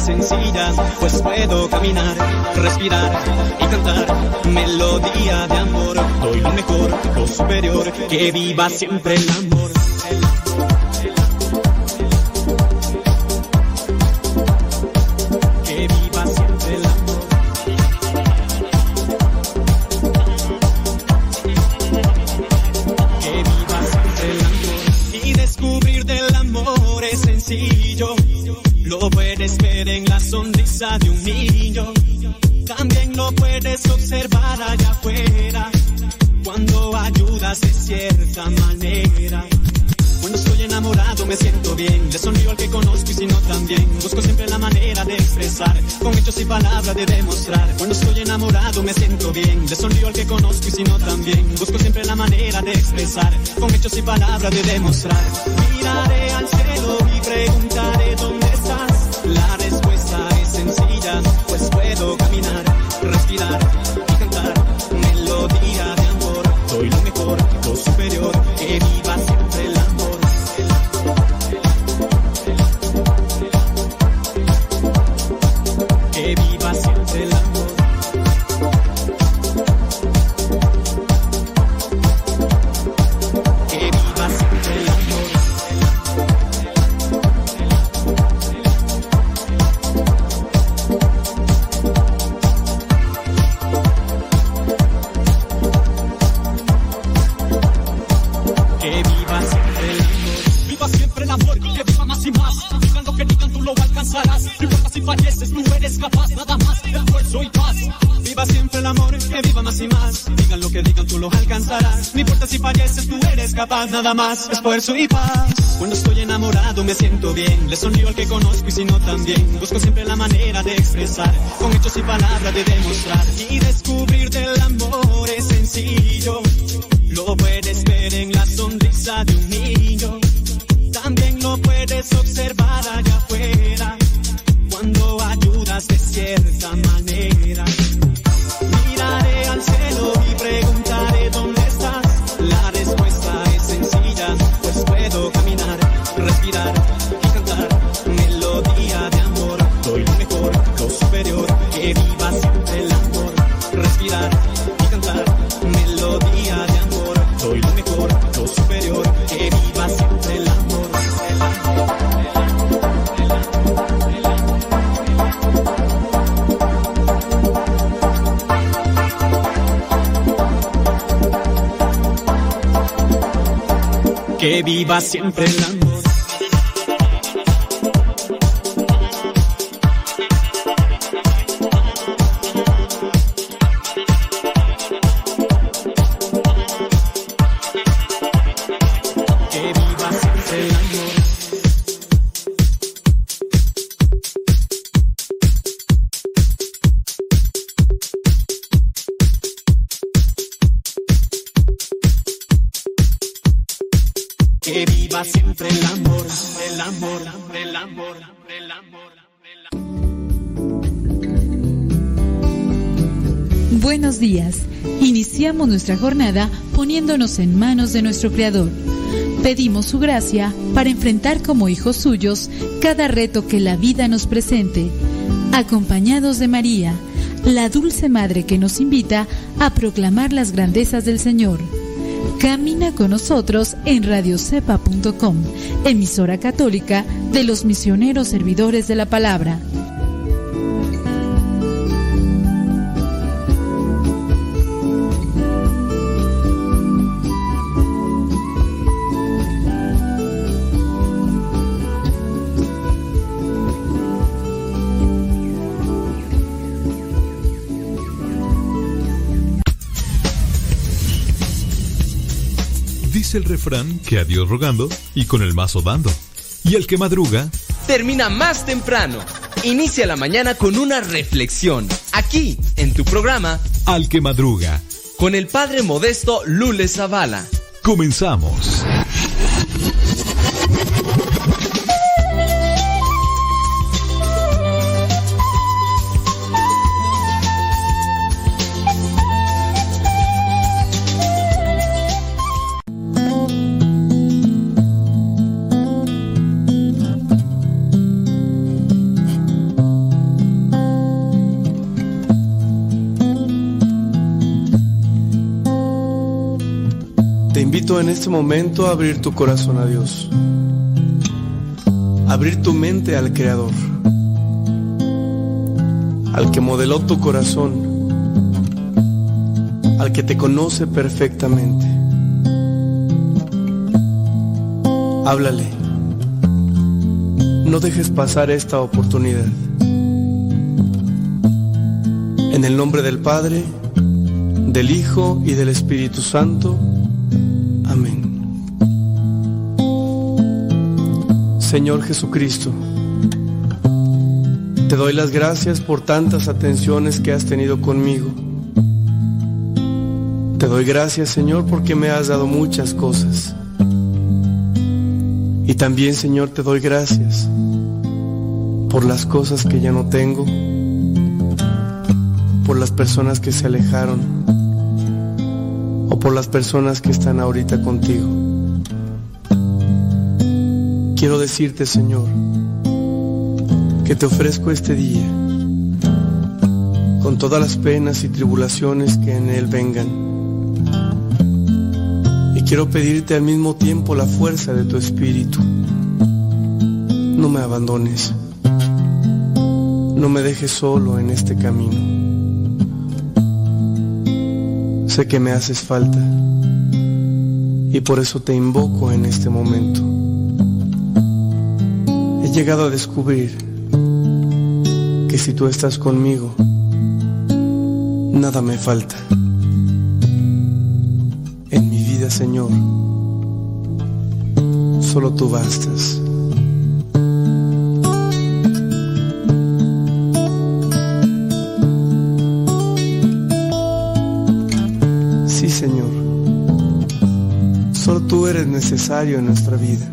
sencilla, pues puedo caminar, respirar y cantar melodía de amor. Doy lo mejor, lo superior, que viva siempre el amor. Que viva siempre el amor. Que viva siempre el amor. Y descubrir del amor es sencillo. Lo puedes ver en la sonrisa de un niño. También lo puedes observar allá afuera, cuando ayudas de cierta manera. Cuando estoy enamorado me siento bien, le sonrío al que conozco y si no también. Busco siempre la manera de expresar, con hechos y palabras de demostrar. Cuando estoy enamorado me siento bien, le sonrío al que conozco y si no también. Busco siempre la manera de expresar, con hechos y palabras de demostrar. Miraré al cielo y preguntaré dónde estás. La respuesta es sencilla, pues puedo caminar, respirar y cantar melodía de amor. Soy lo mejor, lo superior, que viva siempre el amor. Que viva siempre el amor. Que viva siempre el amor. Que viva siempre el amor. Viva siempre el amor, que viva más y más. Digan lo que digan, tú lo alcanzarás. No importa si falleces, tú eres capaz. Nada más, esfuerzo y paz. Viva siempre el amor, que viva más y más. Digan lo que digan, tú lo alcanzarás. No importa si falleces, tú eres capaz. Nada más, esfuerzo y paz. Cuando estoy enamorado me siento bien. Le sonrío al que conozco y si no también. Busco siempre la manera de expresar, con hechos y palabras de demostrar. Y descubrir del amor es sencillo. Lo puedes ver en la sonrisa de un niño. También lo puedes observar allá afuera, cuando ayudas de cierta manera. Miraré al cielo y preguntaré dónde estás. La respuesta es sencilla, pues puedo caminar, respirar y cantar melodía de amor. Soy lo mejor, lo superior, que viva siempre el amor. Respirar y cantar melodía de amor. Soy lo mejor, lo superior, que viva siempre el amor. Que viva siempre el amor. Que viva siempre el amor, el amor, el amor, el amor, el amor. Buenos días. Iniciamos nuestra jornada poniéndonos en manos de nuestro Creador. Pedimos su gracia para enfrentar como hijos suyos cada reto que la vida nos presente, acompañados de María, la dulce madre que nos invita a proclamar las grandezas del Señor. Camina con nosotros en radiocepa.com, emisora católica de los misioneros servidores de la palabra. Dice el refrán que a Dios rogando y con el mazo dando. Y el que madruga termina más temprano. Inicia la mañana con una reflexión, aquí en tu programa Al que madruga, con el padre Modesto Lule Zavala. Comenzamos. invito en este momento a abrir tu corazón a Dios, abrir tu mente al Creador, al que modeló tu corazón, al que te conoce perfectamente. Háblale, no dejes pasar esta oportunidad. En el nombre del Padre, del Hijo y del Espíritu Santo. Amén. Señor Jesucristo, te doy las gracias por tantas atenciones que has tenido conmigo. Te doy gracias, Señor, porque me has dado muchas cosas. Y también, Señor, te doy gracias por las cosas que ya no tengo, por las personas que se alejaron o por las personas que están ahorita contigo. Quiero decirte, Señor, que te ofrezco este día con todas las penas y tribulaciones que en él vengan. Y quiero pedirte al mismo tiempo la fuerza de tu Espíritu. No me abandones, no me dejes solo en este camino. Sé que me haces falta y por eso te invoco en este momento. He llegado a descubrir que si tú estás conmigo, nada me falta. En mi vida, Señor, solo tú bastas. Sí, Señor, solo tú eres necesario en nuestra vida.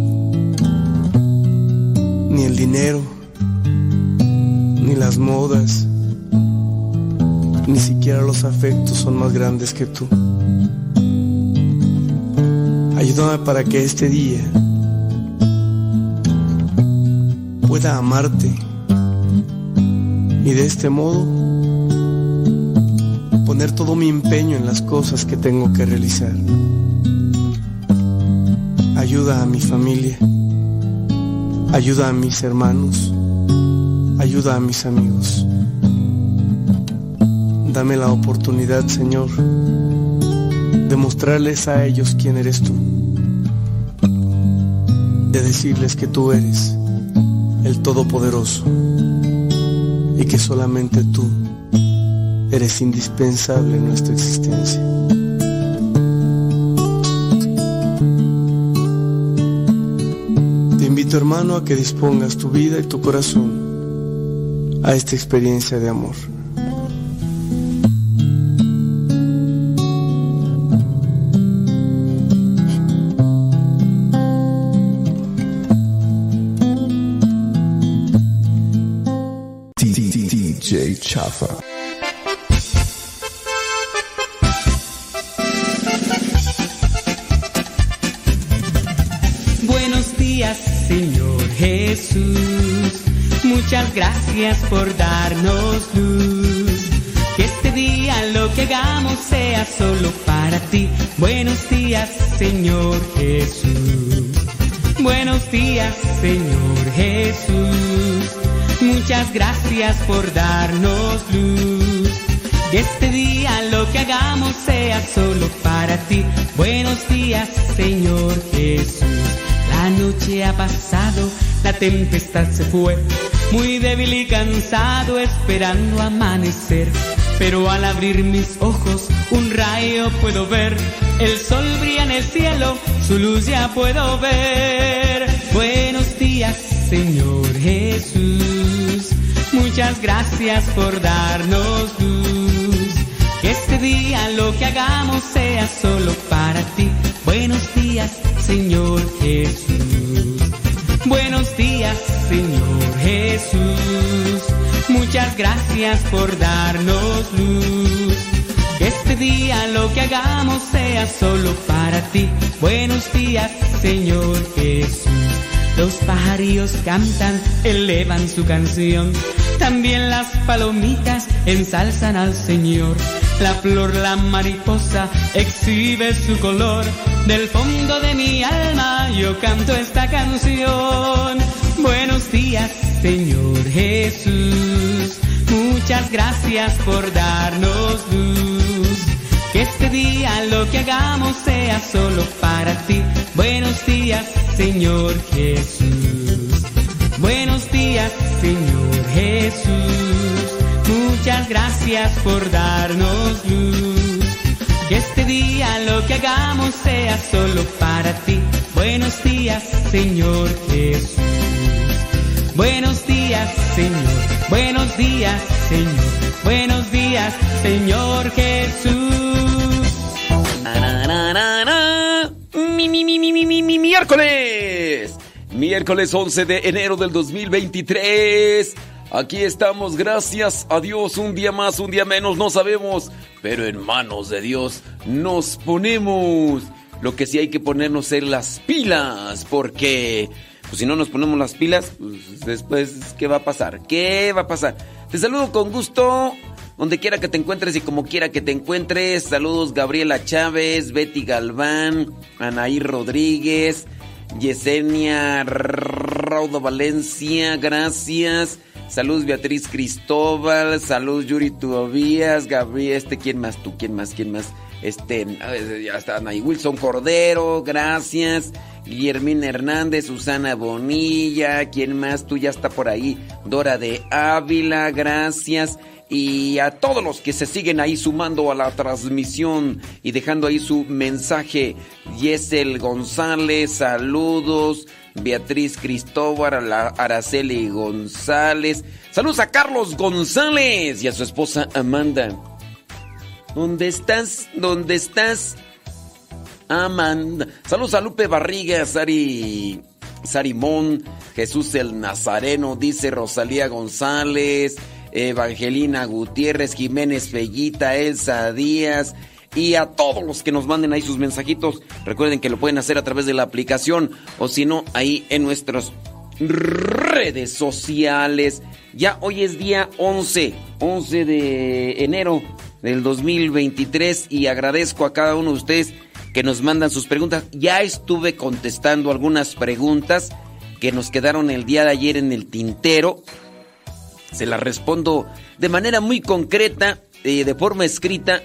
Ni el dinero, ni las modas, ni siquiera los afectos son más grandes que tú. Ayúdame para que este día pueda amarte y de este modo poner todo mi empeño en las cosas que tengo que realizar. Ayuda a mi familia, ayuda a mis hermanos, ayuda a mis amigos. Dame la oportunidad, Señor, de mostrarles a ellos quién eres tú, de decirles que tú eres el Todopoderoso y que solamente tú eres indispensable en nuestra existencia. Te invito, hermano, a que dispongas tu vida y tu corazón a esta experiencia de amor. DJ Chafa. Buenos días, Señor Jesús. Muchas gracias por darnos luz. Que este día lo que hagamos sea solo para ti. Buenos días, Señor Jesús. Buenos días, Señor Jesús. Muchas gracias por darnos luz. Que este día lo que hagamos sea solo para ti. Buenos días, Señor Jesús. La noche ha pasado, la tempestad se fue. Muy débil y cansado esperando amanecer. Pero al abrir mis ojos un rayo puedo ver. El sol brilla en el cielo, su luz ya puedo ver. Buenos días, Señor Jesús. Muchas gracias por darnos luz. Que este día lo que hagamos sea solo para ti. Buenos días, Señor Jesús. Buenos días, Señor Jesús. Muchas gracias por darnos luz. Que este día lo que hagamos sea solo para ti. Buenos días, Señor Jesús. Los pajarillos cantan, elevan su canción. También las palomitas ensalzan al Señor. La flor, la mariposa, exhibe su color. Del fondo de mi alma yo canto esta canción. Buenos días, Señor Jesús. Muchas gracias por darnos luz. Que este día lo que hagamos sea solo para ti. Buenos días, Señor Jesús. Buenos días, Señor Jesús. Muchas gracias por darnos luz. Que este día lo que hagamos sea solo para ti. Buenos días, Señor Jesús. Buenos días, Señor. Buenos días, Señor. Buenos días, Señor Jesús. Miércoles 11 de enero del 2023. Aquí estamos, gracias a Dios, un día más, un día menos, no sabemos, pero en manos de Dios nos ponemos. Lo que sí hay que ponernos es las pilas, porque pues, si no nos ponemos las pilas, pues, después, ¿qué va a pasar? ¿Qué va a pasar? Te saludo con gusto, donde quiera que te encuentres y como quiera que te encuentres. Saludos Gabriela Chávez, Betty Galván, Anaí Rodríguez, Yesenia Rauda Valencia, gracias. Saludos Beatriz Cristóbal, saludos Yuri Tobías, Gabriel, ¿quién más tú? ¿Quién más? Ya está Anaí Wilson Cordero, gracias. Guillermina Hernández, Susana Bonilla, ¿quién más? Tú ya está por ahí. Dora de Ávila, gracias. Y a todos los que se siguen ahí sumando a la transmisión y dejando ahí su mensaje. Yesel González, saludos. Beatriz Cristóbal, Araceli González. Saludos a Carlos González y a su esposa Amanda. ¿Dónde estás? ¿Dónde estás? Amanda. Saludos a Lupe Barriga, Sarimón, Jesús el Nazareno, dice Rosalía González, Evangelina Gutiérrez, Jiménez Fellita, Elsa Díaz. Y a todos los que nos manden ahí sus mensajitos, recuerden que lo pueden hacer a través de la aplicación o si no, ahí en nuestras redes sociales. Ya hoy es día 11 de enero del 2023 y agradezco a cada uno de ustedes que nos mandan sus preguntas. Ya estuve contestando algunas preguntas que nos quedaron el día de ayer en el tintero. Se las respondo de manera muy concreta, de forma escrita,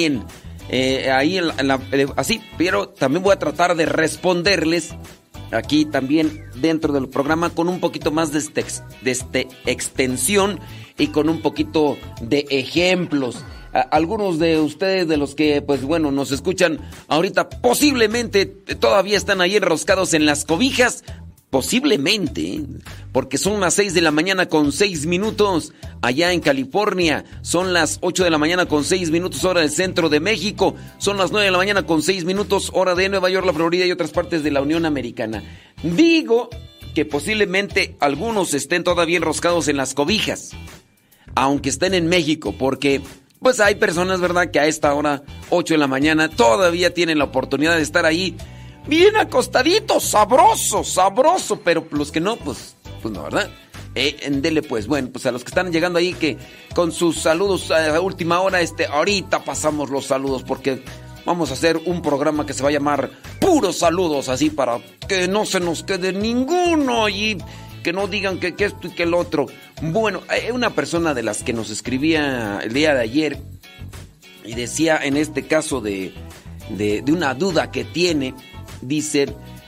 así, pero también voy a tratar de responderles aquí también dentro del programa con un poquito más de extensión y con un poquito de ejemplos. Algunos de ustedes, de los que, pues bueno, nos escuchan ahorita, posiblemente todavía están ahí enroscados en las cobijas. Posiblemente, porque son las 6 de la mañana con 6 minutos allá en California, son las 8 de la mañana con 6 minutos hora del centro de México, son las 9 de la mañana con 6 minutos hora de Nueva York, la Florida y otras partes de la Unión Americana. Digo que posiblemente algunos estén todavía enroscados en las cobijas, aunque estén en México, porque pues hay personas, ¿verdad?, que a esta hora, 8 de la mañana, todavía tienen la oportunidad de estar ahí bien acostadito, sabroso, pero los que no, pues no, ¿verdad? Dele pues, bueno, pues a los que están llegando ahí que con sus saludos a última hora, ahorita pasamos los saludos porque vamos a hacer un programa que se va a llamar Puros Saludos, así para que no se nos quede ninguno y que no digan que esto y que el otro. Bueno, hay una persona de las que nos escribía el día de ayer y decía en este caso de una duda que tiene. Dice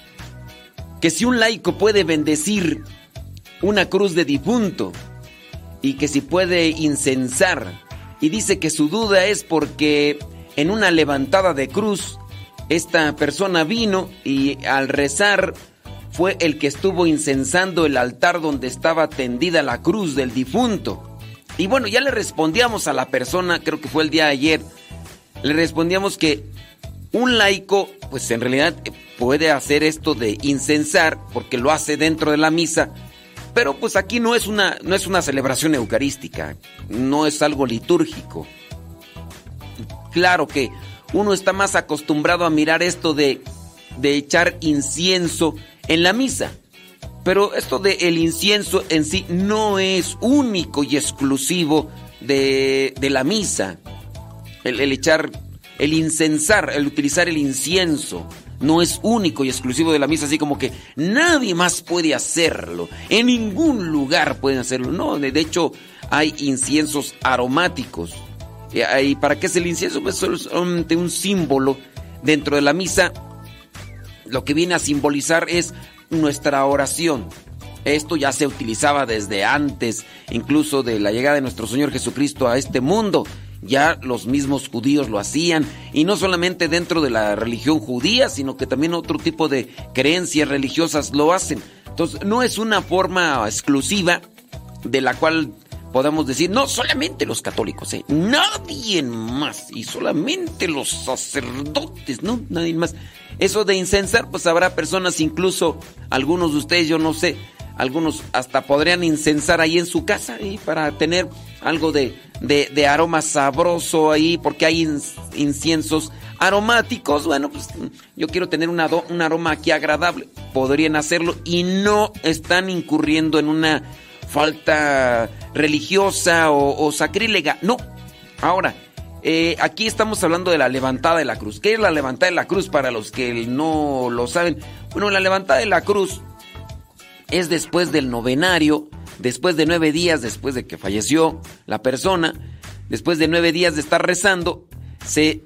que si un laico puede bendecir una cruz de difunto y que si puede incensar, y dice que su duda es porque en una levantada de cruz esta persona vino y al rezar fue el que estuvo incensando el altar donde estaba tendida la cruz del difunto. Y bueno, ya le respondíamos a la persona, creo que fue el día de ayer, le respondíamos que un laico, pues en realidad puede hacer esto de incensar porque lo hace dentro de la misa, pero pues aquí no es una celebración eucarística, no es algo litúrgico. Claro que uno está más acostumbrado a mirar esto de echar incienso en la misa, pero esto de el incienso en sí no es único y exclusivo de la misa. el echar, el incensar, el utilizar el incienso. No es único y exclusivo de la misa, así como que nadie más puede hacerlo. En ningún lugar pueden hacerlo. No, de hecho hay inciensos aromáticos. ¿Y para qué es el incienso? Pues solamente un símbolo dentro de la misa. Lo que viene a simbolizar es nuestra oración. Esto ya se utilizaba desde antes, incluso de la llegada de nuestro Señor Jesucristo a este mundo. Ya los mismos judíos lo hacían, y no solamente dentro de la religión judía, sino que también otro tipo de creencias religiosas lo hacen. Entonces, no es una forma exclusiva de la cual podamos decir, no, solamente los católicos, nadie más, y solamente los sacerdotes, no, nadie más. Eso de incensar, pues habrá personas, incluso algunos de ustedes, yo no sé, algunos hasta podrían incensar ahí en su casa y para tener algo de aroma sabroso ahí, porque hay inciensos aromáticos. Bueno, pues yo quiero tener un aroma aquí agradable. Podrían hacerlo y no están incurriendo en una falta religiosa o sacrílega. No. Ahora, aquí estamos hablando de la levantada de la cruz. ¿Qué es la levantada de la cruz para los que no lo saben? Bueno, la levantada de la cruz es después del novenario, después de 9 días, después de que falleció la persona, después de 9 días de estar rezando, se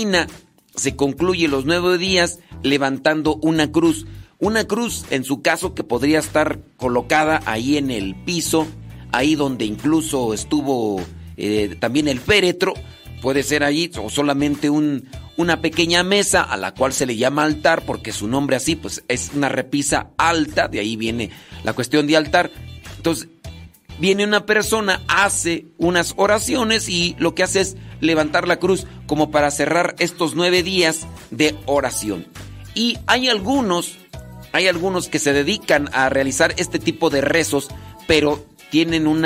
concluye los 9 días levantando una cruz. Una cruz, en su caso, que podría estar colocada ahí en el piso, ahí donde incluso estuvo también el féretro, puede ser allí, o solamente una pequeña mesa a la cual se le llama altar, porque su nombre así, pues es una repisa alta, de ahí viene la cuestión de altar. Entonces, viene una persona, hace unas oraciones y lo que hace es levantar la cruz como para cerrar estos 9 días de oración. Y hay algunos que se dedican a realizar este tipo de rezos, pero tienen un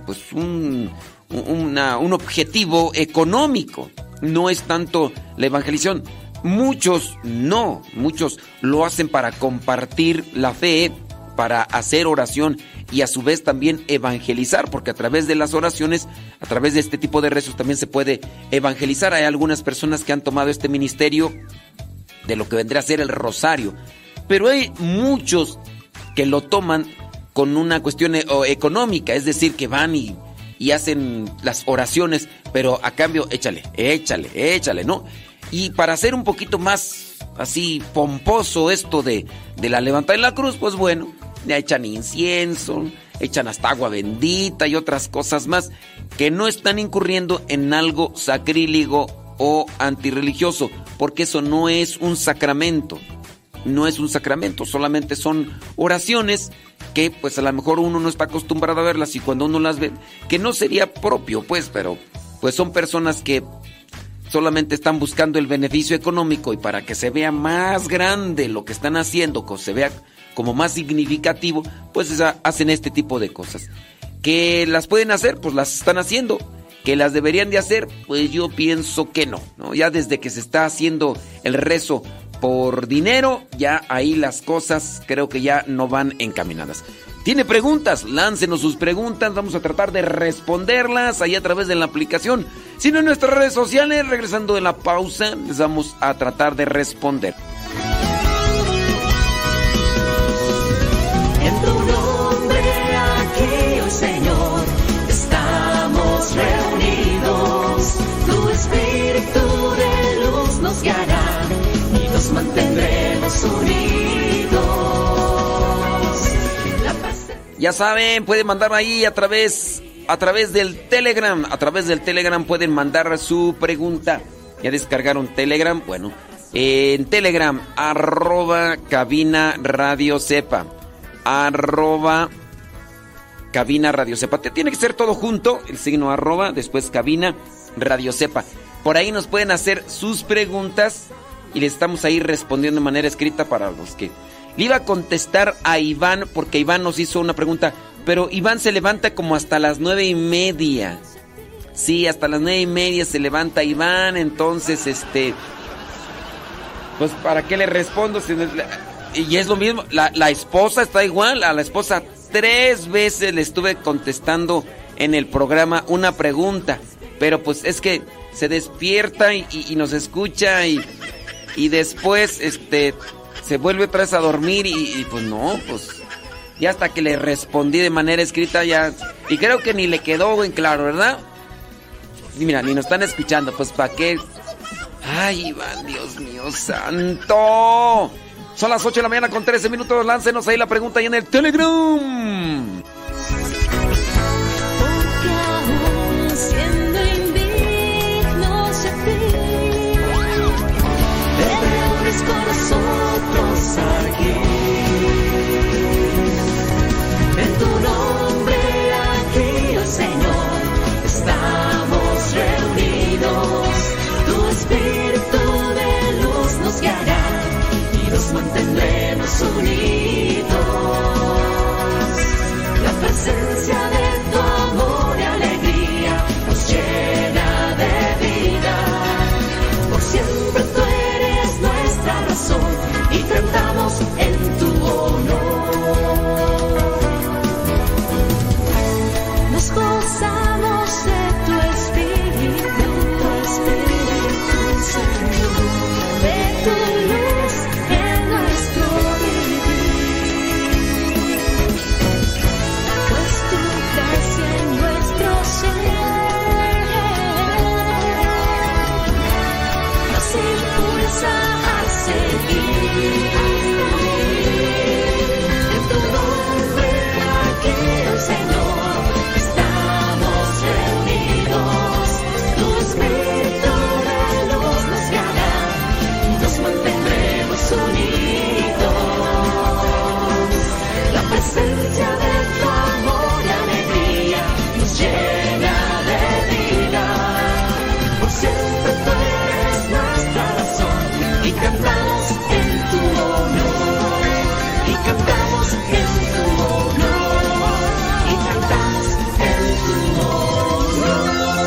objetivo económico. No es tanto la evangelización. Muchos lo hacen para compartir la fe, para hacer oración y a su vez también evangelizar, porque a través de las oraciones, a través de este tipo de rezos también se puede evangelizar. Hay algunas personas que han tomado este ministerio de lo que vendría a ser el rosario, pero hay muchos que lo toman con una cuestión económica, es decir, que van y hacen las oraciones, pero a cambio échale, ¿no? Y para hacer un poquito más así pomposo esto de la levantada de la cruz, pues bueno, le echan incienso, echan hasta agua bendita y otras cosas más que no están incurriendo en algo sacrílego o antirreligioso, porque eso no es un sacramento. No es un sacramento, solamente son oraciones que pues a lo mejor uno no está acostumbrado a verlas, y cuando uno las ve, que no sería propio pues, pero pues son personas que solamente están buscando el beneficio económico, y para que se vea más grande lo que están haciendo, que se vea como más significativo, pues hacen este tipo de cosas. ¿Que las pueden hacer? Pues las están haciendo. ¿Que las deberían de hacer? Pues yo pienso que no. Ya desde que se está haciendo el rezo por dinero, ya ahí las cosas creo que ya no van encaminadas. ¿Tiene preguntas? Láncenos sus preguntas, vamos a tratar de responderlas ahí a través de la aplicación. Si no, en nuestras redes sociales, regresando de la pausa, les vamos a tratar de responder. En tu nombre aquí, oh Señor, estamos reunidos. Tu Espíritu de luz nos guiará y nos mantendremos unidos. Ya saben, pueden mandar ahí a través del Telegram. A través del Telegram pueden mandar su pregunta. ¿Ya descargaron Telegram? Bueno, en Telegram, @cabina radio cepa. @cabina radio cepa. Tiene que ser todo junto, el signo @, después cabina radio cepa. Por ahí nos pueden hacer sus preguntas y les estamos ahí respondiendo de manera escrita para los que... Le iba a contestar a Iván, porque Iván nos hizo una pregunta, pero Iván se levanta como hasta las 9:30. Sí, hasta las 9:30 se levanta Iván, entonces, pues, ¿para qué le respondo? Y es lo mismo, la esposa está igual, a la esposa 3 veces le estuve contestando en el programa una pregunta, pero pues es que se despierta y nos escucha y después se vuelve otra vez a dormir y pues no, pues ya hasta que le respondí de manera escrita ya, y creo que ni le quedó en claro, ¿verdad? Y mira, ni nos están escuchando, pues ¿para qué? Ay, Iván, Dios mío santo. Son las 8 de la mañana con 13 minutos. Láncenos ahí la pregunta ahí en el Telegram. Porque aún siendo indignos de ti, te reúnes con nosotros aquí. En tu nombre aquí, oh Señor, estamos reunidos. Tu espíritu de luz nos guiará y nos mantendremos unidos. La presencia de tu amor y alegría nos llena de vida. Por siempre tú eres nuestra razón y cantamos en tu honor. Nos gozamos de tu espíritu, Señor, de tu luz en nuestro vivir. Pues tu gracia en nuestro ser nos impulsa a seguir. En tu nombre aquí, oh Señor, estamos reunidos. Tu espíritu de luz nos guiará y nos mantendremos unidos. La presencia de tu amor y alegría nos llena de vida. Por siempre tú eres nuestra razón y cantamos en tu honor. Y cantamos en tu honor. Y cantamos en tu honor.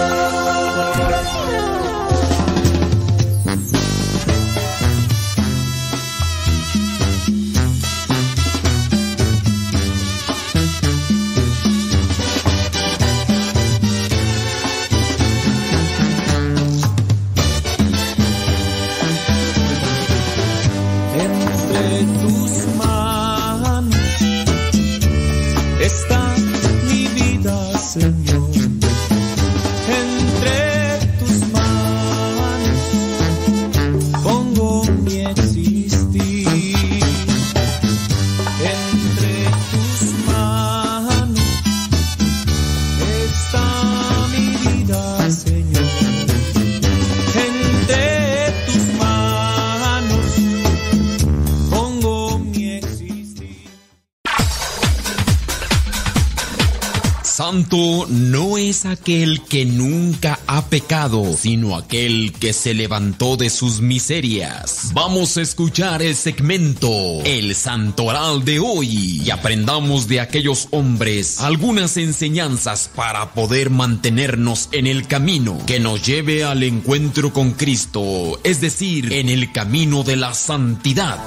Entre tus manos está mi vida, Señor. Entre tus manos pongo mi existir. Entre tus manos está mi vida, Señor. Entre tus manos pongo mi existir. Santo no es aquel que nunca ha pecado, sino aquel que se levantó de sus miserias. Vamos a escuchar el segmento El Santoral de hoy y aprendamos de aquellos hombres algunas enseñanzas para poder mantenernos en el camino que nos lleve al encuentro con Cristo, es decir, en el camino de la santidad.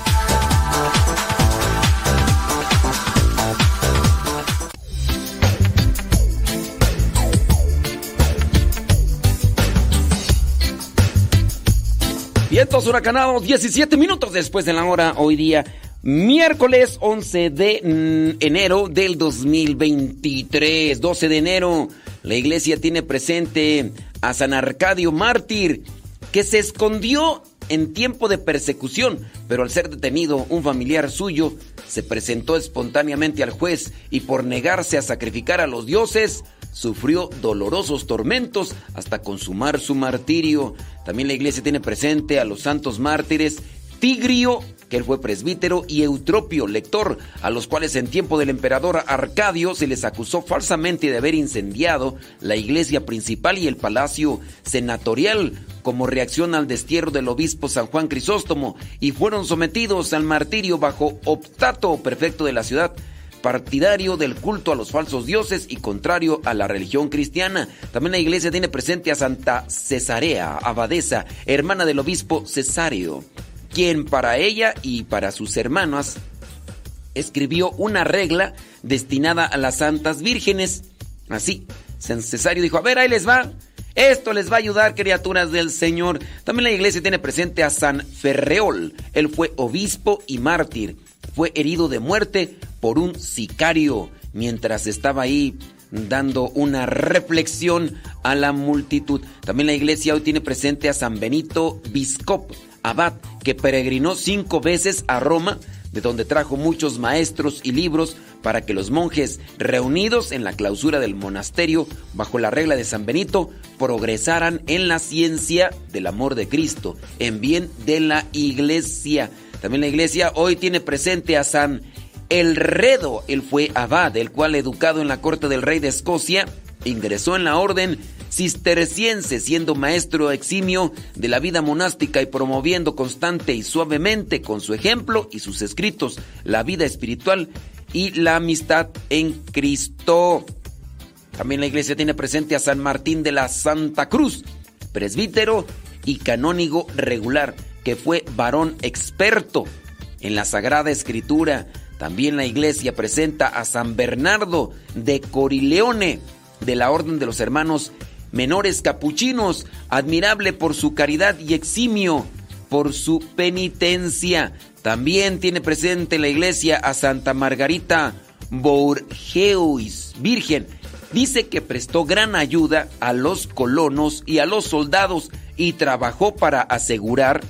Vientos huracanados, 17 minutos después de la hora, hoy día, miércoles 11 de enero del 2023. 12 de enero, la iglesia tiene presente a San Arcadio Mártir, que se escondió en tiempo de persecución, pero al ser detenido un familiar suyo, se presentó espontáneamente al juez y por negarse a sacrificar a los dioses, sufrió dolorosos tormentos hasta consumar su martirio. También la iglesia tiene presente a los santos mártires Tigrio, que él fue presbítero, y Eutropio, lector, a los cuales en tiempo del emperador Arcadio se les acusó falsamente de haber incendiado la iglesia principal y el palacio senatorial como reacción al destierro del obispo San Juan Crisóstomo, y fueron sometidos al martirio bajo Optato, prefecto de la ciudad, partidario del culto a los falsos dioses y contrario a la religión cristiana. También la iglesia tiene presente a Santa Cesarea, abadesa, hermana del obispo Cesáreo, quien para ella y para sus hermanas escribió una regla destinada a las santas vírgenes. Así, San Cesario dijo, a ver, ahí les va. Esto les va a ayudar, criaturas del Señor. También la iglesia tiene presente a San Ferreol. Él fue obispo y mártir. Fue herido de muerte por un sicario mientras estaba ahí dando una reflexión a la multitud. También la iglesia hoy tiene presente a San Benito Biscop, abad, que peregrinó 5 veces a Roma, de donde trajo muchos maestros y libros para que los monjes reunidos en la clausura del monasterio bajo la regla de San Benito progresaran en la ciencia del amor de Cristo, en bien de la iglesia. También la iglesia hoy tiene presente a San Elredo. Él fue abad, el cual, educado en la corte del rey de Escocia, ingresó en la orden cisterciense, siendo maestro eximio de la vida monástica y promoviendo constante y suavemente con su ejemplo y sus escritos la vida espiritual y la amistad en Cristo. También la iglesia tiene presente a San Martín de la Santa Cruz, presbítero y canónigo regular, que fue varón experto en la Sagrada Escritura. También la iglesia presenta a San Bernardo de Corileone, de la Orden de los Hermanos Menores Capuchinos, admirable por su caridad y eximio por su penitencia. También tiene presente la iglesia a Santa Margarita Bourgeois, virgen. Dice que prestó gran ayuda a los colonos y a los soldados y trabajó para asegurar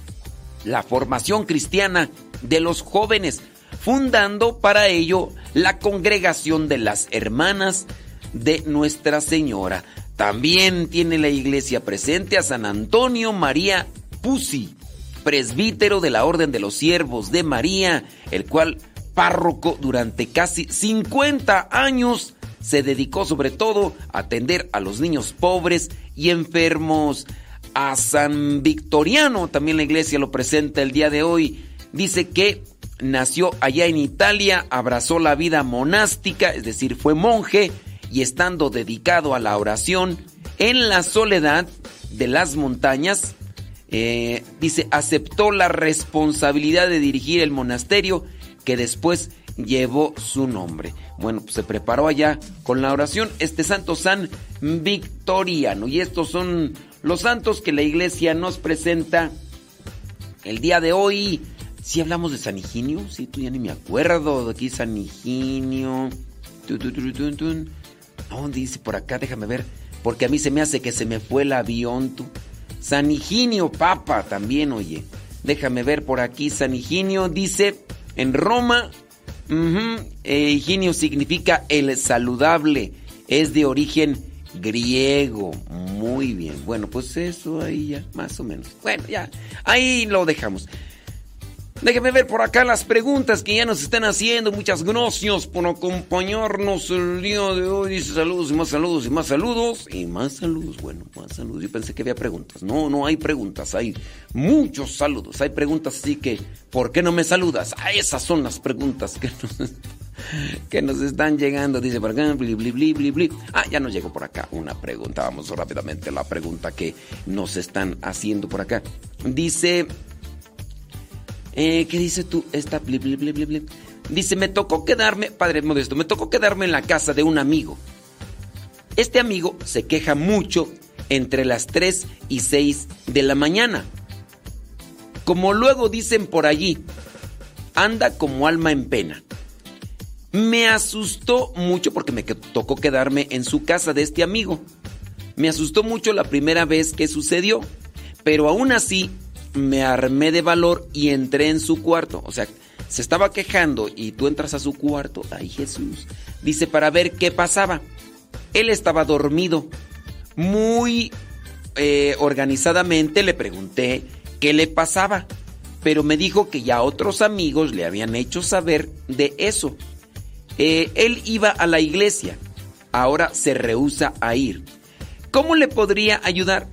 la formación cristiana de los jóvenes, fundando para ello la congregación de las hermanas de Nuestra Señora. También tiene la iglesia presente a San Antonio María Pusi, presbítero de la Orden de los Siervos de María, el cual, párroco durante casi 50 años, se dedicó sobre todo a atender a los niños pobres y enfermos. A San Victoriano también la iglesia lo presenta el día de hoy. Dice que nació allá en Italia, abrazó la vida monástica, es decir, fue monje, y estando dedicado a la oración en la soledad de las montañas, dice, aceptó la responsabilidad de dirigir el monasterio que después llevó su nombre. Bueno, pues se preparó allá con la oración este santo San Victoriano. Y estos son los santos que la iglesia nos presenta el día de hoy. Si hablamos de San Higinio, sí, tú ya ni me acuerdo de aquí, San Higinio. No, dice por acá, déjame ver, porque a mí se me hace que se me fue el avión, tú. San Higinio Papa también, oye. Déjame ver por aquí, San Higinio dice en Roma. Higinio significa el saludable, es de origen griego. Muy bien, bueno, pues eso ahí ya, más o menos. Bueno, ya, ahí lo dejamos. Déjenme ver por acá las preguntas que ya nos están haciendo. Muchas gracias por acompañarnos el día de hoy. Dice saludos y más saludos y más saludos y más saludos. Bueno, más saludos. Yo pensé que había preguntas. No hay preguntas. Hay muchos saludos. Hay preguntas así que, ¿por qué no me saludas? Ah, esas son las preguntas que nos están llegando. Dice por acá, bli, bli, bli, bli, bli. Ah, ya nos llegó por acá una pregunta. Vamos rápidamente a la pregunta que nos están haciendo por acá. Dice... ¿qué dice tú? Esta bli, bli, bli, bli, bli. Dice, me tocó quedarme, Padre Modesto, me tocó quedarme en la casa de un amigo. Este amigo se queja mucho entre las 3 y 6 de la mañana. Como luego dicen por allí, anda como alma en pena. Me asustó mucho porque me tocó quedarme en su casa de este amigo. Me asustó mucho la primera vez que sucedió, pero aún así me armé de valor y entré en su cuarto. O sea, se estaba quejando y tú entras a su cuarto. Ay, Jesús. Dice, para ver qué pasaba. Él estaba dormido. Muy organizadamente le pregunté qué le pasaba, pero me dijo que ya otros amigos le habían hecho saber de eso. Él iba a la iglesia. Ahora se rehúsa a ir. ¿Cómo le podría ayudar?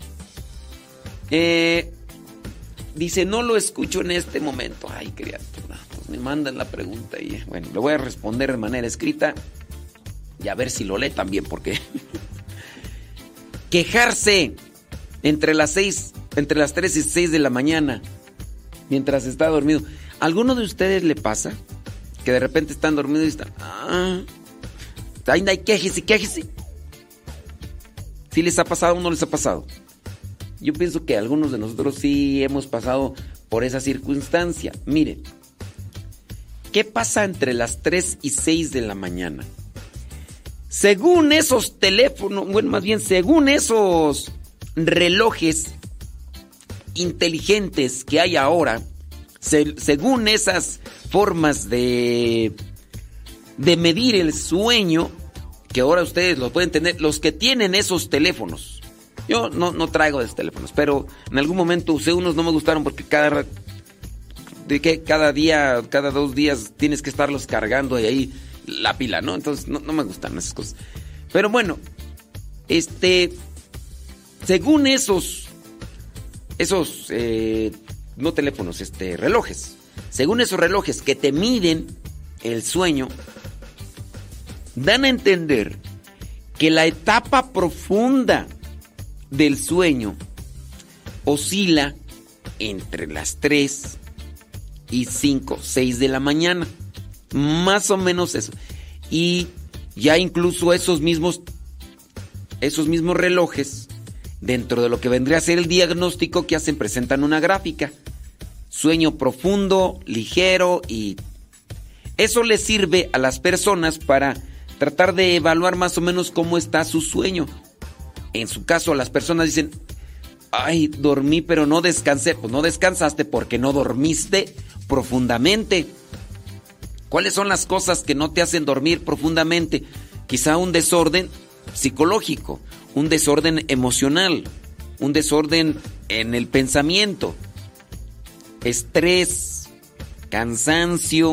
Dice, no lo escucho en este momento. Ay, criatura, pues me mandan la pregunta y bueno, le voy a responder de manera escrita y a ver si lo lee también, porque quejarse entre las 3 y 6 de la mañana mientras está dormido. ¿A alguno de ustedes le pasa que de repente están dormidos y están, quéjese? ¿Sí les ha pasado o no les ha pasado? Yo pienso que algunos de nosotros sí hemos pasado por esa circunstancia. Miren, ¿qué pasa entre las 3 y 6 de la mañana? Según esos teléfonos, bueno, más bien según esos relojes inteligentes que hay ahora, según esas formas de medir el sueño, que ahora ustedes lo pueden tener, los que tienen esos teléfonos. Yo no traigo esos teléfonos, pero en algún momento usé unos, no me gustaron porque cada día, cada 2 días tienes que estarlos cargando y ahí la pila, ¿no? Entonces no me gustan esas cosas. Pero bueno, según esos no teléfonos, relojes, según esos relojes que te miden el sueño, dan a entender que la etapa profunda del sueño oscila entre las 3 y 5, 6 de la mañana. Más o menos eso. Y ya incluso esos mismos relojes, dentro de lo que vendría a ser el diagnóstico que hacen, presentan una gráfica. Sueño profundo, ligero, y eso les sirve a las personas para tratar de evaluar más o menos cómo está su sueño. En su caso, las personas dicen: ay, dormí pero no descansé. Pues no descansaste porque no dormiste profundamente. ¿Cuáles son las cosas que no te hacen dormir profundamente? Quizá un desorden psicológico, un desorden emocional, un desorden en el pensamiento, estrés, cansancio,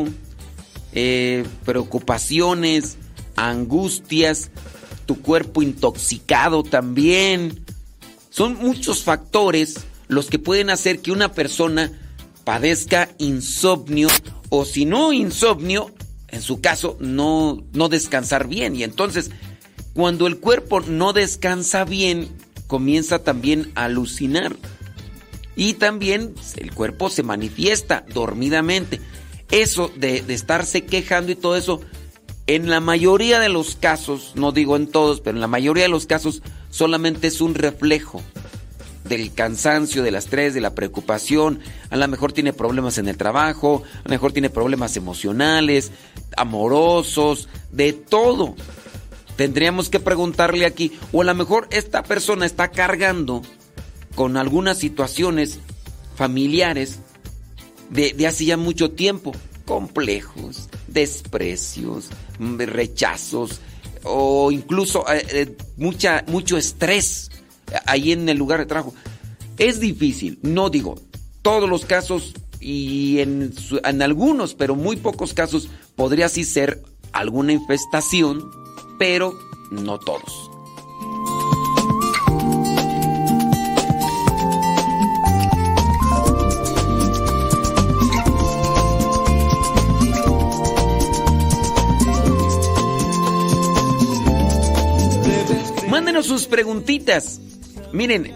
preocupaciones, angustias, tu cuerpo intoxicado también. Son muchos factores los que pueden hacer que una persona padezca insomnio, o si no insomnio, en su caso, no descansar bien. Y entonces, cuando el cuerpo no descansa bien, comienza también a alucinar. Y también el cuerpo se manifiesta dormidamente. Eso de estarse quejando y todo eso, en la mayoría de los casos, no digo en todos, pero en la mayoría de los casos, solamente es un reflejo del cansancio, del estrés, de la preocupación. A lo mejor tiene problemas en el trabajo, a lo mejor tiene problemas emocionales, amorosos, de todo. Tendríamos que preguntarle aquí, o a lo mejor esta persona está cargando con algunas situaciones familiares de hace ya mucho tiempo, complejos, desprecios, rechazos, o incluso mucho estrés ahí en el lugar de trabajo. Es difícil, no digo todos los casos, y en algunos, pero muy pocos casos, podría sí ser alguna infestación, pero no todos. Mándenos sus preguntitas. Miren,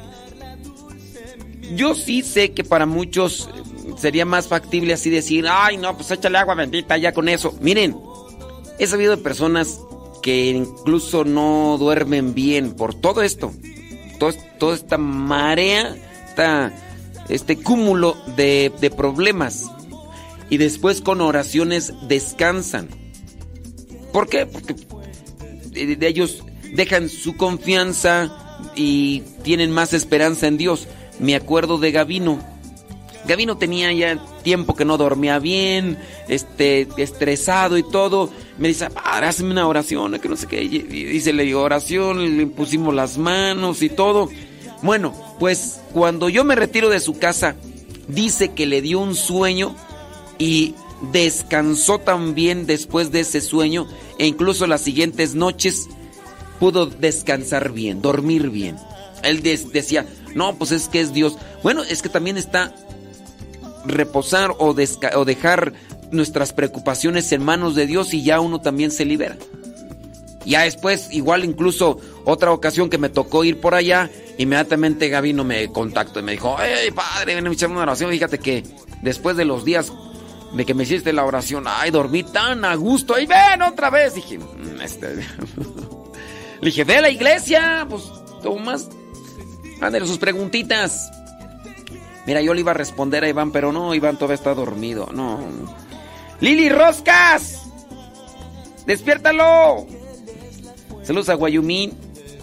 yo sí sé que para muchos sería más factible así decir: ay, no, pues échale agua bendita ya con eso. Miren, he sabido de personas que incluso no duermen bien por todo esto, toda esta marea, este cúmulo de problemas, y después con oraciones descansan. ¿Por qué? Porque de ellos dejan su confianza y tienen más esperanza en Dios. Me acuerdo de Gavino. Gavino tenía ya tiempo que no dormía bien, estresado y todo. Me dice: padre, hazme una oración, que no sé qué. Y se le dio oración, le pusimos las manos y todo. Bueno, pues cuando yo me retiro de su casa, dice que le dio un sueño y descansó también después de ese sueño, e incluso las siguientes noches pudo descansar bien, dormir bien. Él decía: no, pues es que es Dios. Bueno, es que también está reposar o dejar nuestras preocupaciones en manos de Dios, y ya uno también se libera. Ya después, igual incluso otra ocasión que me tocó ir por allá, inmediatamente Gavino me contactó y me dijo: hey, padre, ven a echarme una oración. Fíjate que después de los días de que me hiciste la oración, ay, dormí tan a gusto. Y ven otra vez. Dije, le dije: ve a la iglesia, pues Tomás, mándale sus preguntitas. Mira, yo le iba a responder a Iván, pero no, Iván todavía está dormido. No. ¡Lili Roscas! ¡Despiértalo! Saludos a Guayumín.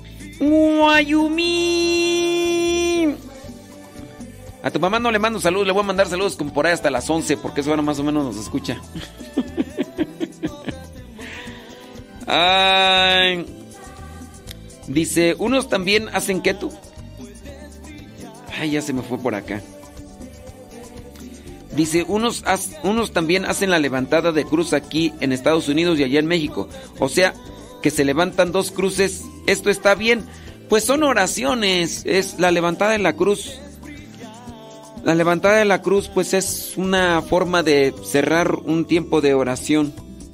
¡Guayumín! A tu mamá no le mando saludos, le voy a mandar saludos como por ahí hasta las 11, porque eso ahora más o menos nos escucha. Ay. Dice, unos también hacen keto. Ay, ya se me fue por acá. Dice, unos también hacen la levantada de cruz aquí en Estados Unidos y allá en México. O sea, que se levantan 2 cruces. ¿Esto está bien? Pues son oraciones. Es la levantada de la cruz. La levantada de la cruz, pues es una forma de cerrar un tiempo de oración.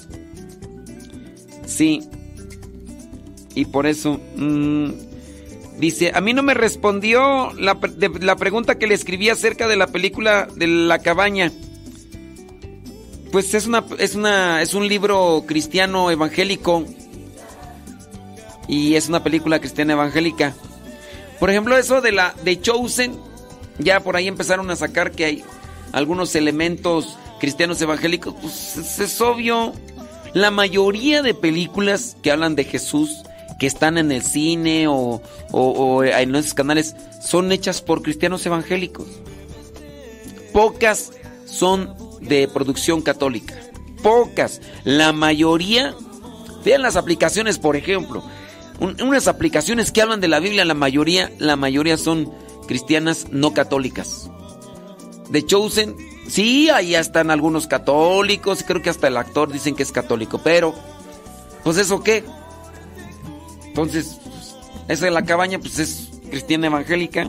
Sí. Y por eso... dice, a mí no me respondió la pregunta que le escribí acerca de la película de La Cabaña. Pues es un libro cristiano evangélico. Y es una película cristiana evangélica. Por ejemplo, eso de Chosen, ya por ahí empezaron a sacar que hay algunos elementos cristianos evangélicos. Pues es obvio. La mayoría de películas que hablan de Jesús, que están en el cine o en esos canales, son hechas por cristianos evangélicos. Pocas son de producción católica. Pocas. La mayoría, vean las aplicaciones, por ejemplo. Unas aplicaciones que hablan de la Biblia, la mayoría son cristianas no católicas. The Chosen, sí, ahí están algunos católicos, creo que hasta el actor dicen que es católico, pero, pues ¿eso qué? Entonces, esa de La Cabaña, pues es cristiana evangélica.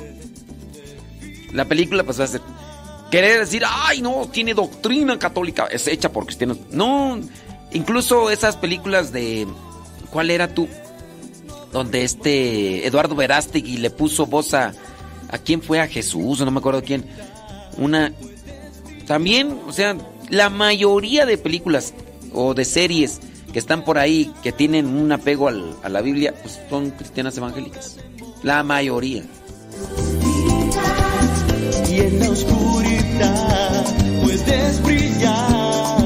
La película, pues va a ser querer decir, ay, no, tiene doctrina católica, es hecha por cristianos. No, incluso esas películas de, ¿cuál era tú? Donde Eduardo Verástegui le puso voz a quién fue, a Jesús, o no me acuerdo quién. También, o sea, la mayoría de películas o de series que están por ahí, que tienen un apego a la Biblia, pues son cristianas evangélicas. La mayoría. Y en la oscuridad puedes brillar.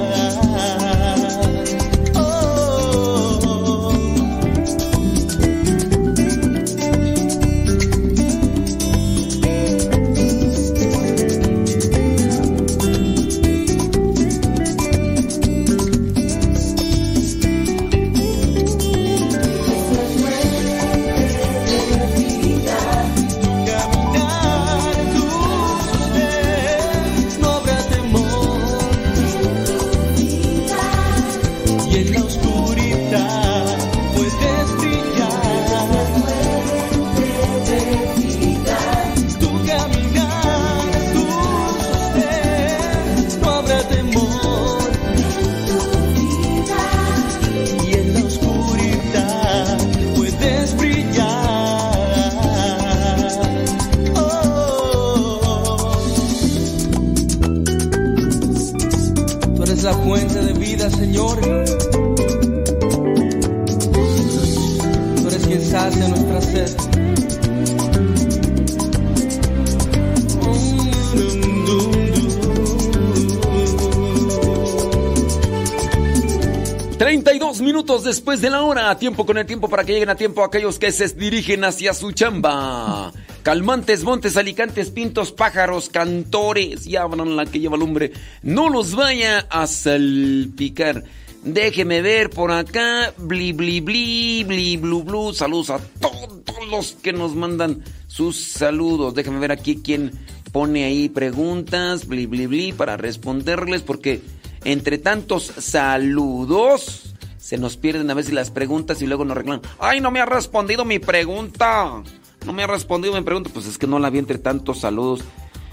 32 minutos después de la hora, tiempo con el tiempo para que lleguen a tiempo aquellos que se dirigen hacia su chamba. Calmantes, montes, alicantes, pintos, pájaros, cantores, y abran la que lleva lumbre, no los vaya a salpicar. Déjeme ver por acá, bli bli bli, bli blu blu, saludos a todos los que nos mandan sus saludos. Déjame ver aquí quién pone ahí preguntas, bli bli bli, para responderles, porque entre tantos saludos se nos pierden a veces las preguntas y luego nos reclaman. ¡Ay, no me ha respondido mi pregunta! No me ha respondido mi pregunta. Pues es que no la vi entre tantos saludos.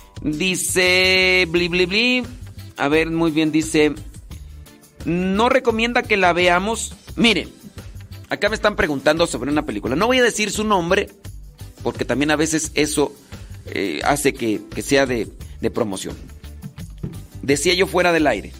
Dice bli bli bli. A ver, muy bien, dice... No recomienda que la veamos. Mire, acá me están preguntando sobre una película. No voy a decir su nombre, porque también a veces eso hace que sea de promoción. Decía yo fuera del aire.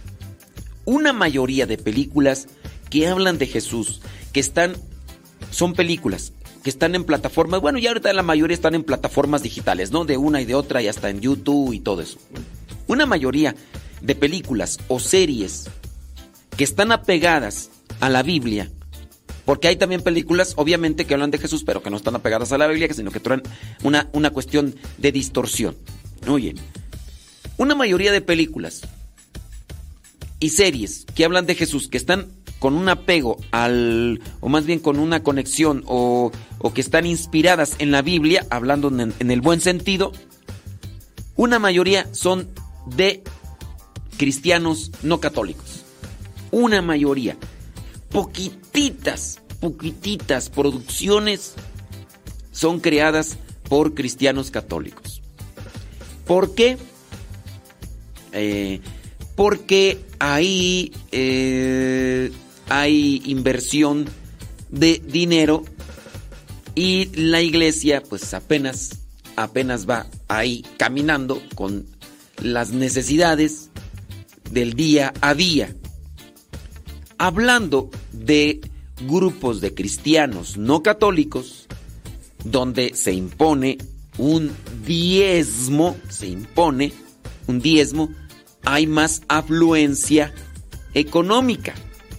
Una mayoría de películas que hablan de Jesús, que son películas, que están en plataformas, bueno, ya ahorita la mayoría están en plataformas digitales, ¿no? De una y de otra y hasta en YouTube y todo eso. Una mayoría de películas o series que están apegadas a la Biblia, porque hay también películas, obviamente, que hablan de Jesús, pero que no están apegadas a la Biblia, sino que traen una cuestión de distorsión. Oye, una mayoría de películas y series que hablan de Jesús, que están con un apego o más bien con una conexión, o que están inspiradas en la Biblia, hablando en el buen sentido, una mayoría son de cristianos no católicos. Una mayoría. Poquititas producciones son creadas por cristianos católicos. ¿Por qué? Porque ahí hay inversión de dinero y la iglesia pues apenas va ahí caminando con las necesidades del día a día. Hablando de grupos de cristianos no católicos, donde se impone un diezmo, hay más afluencia económica.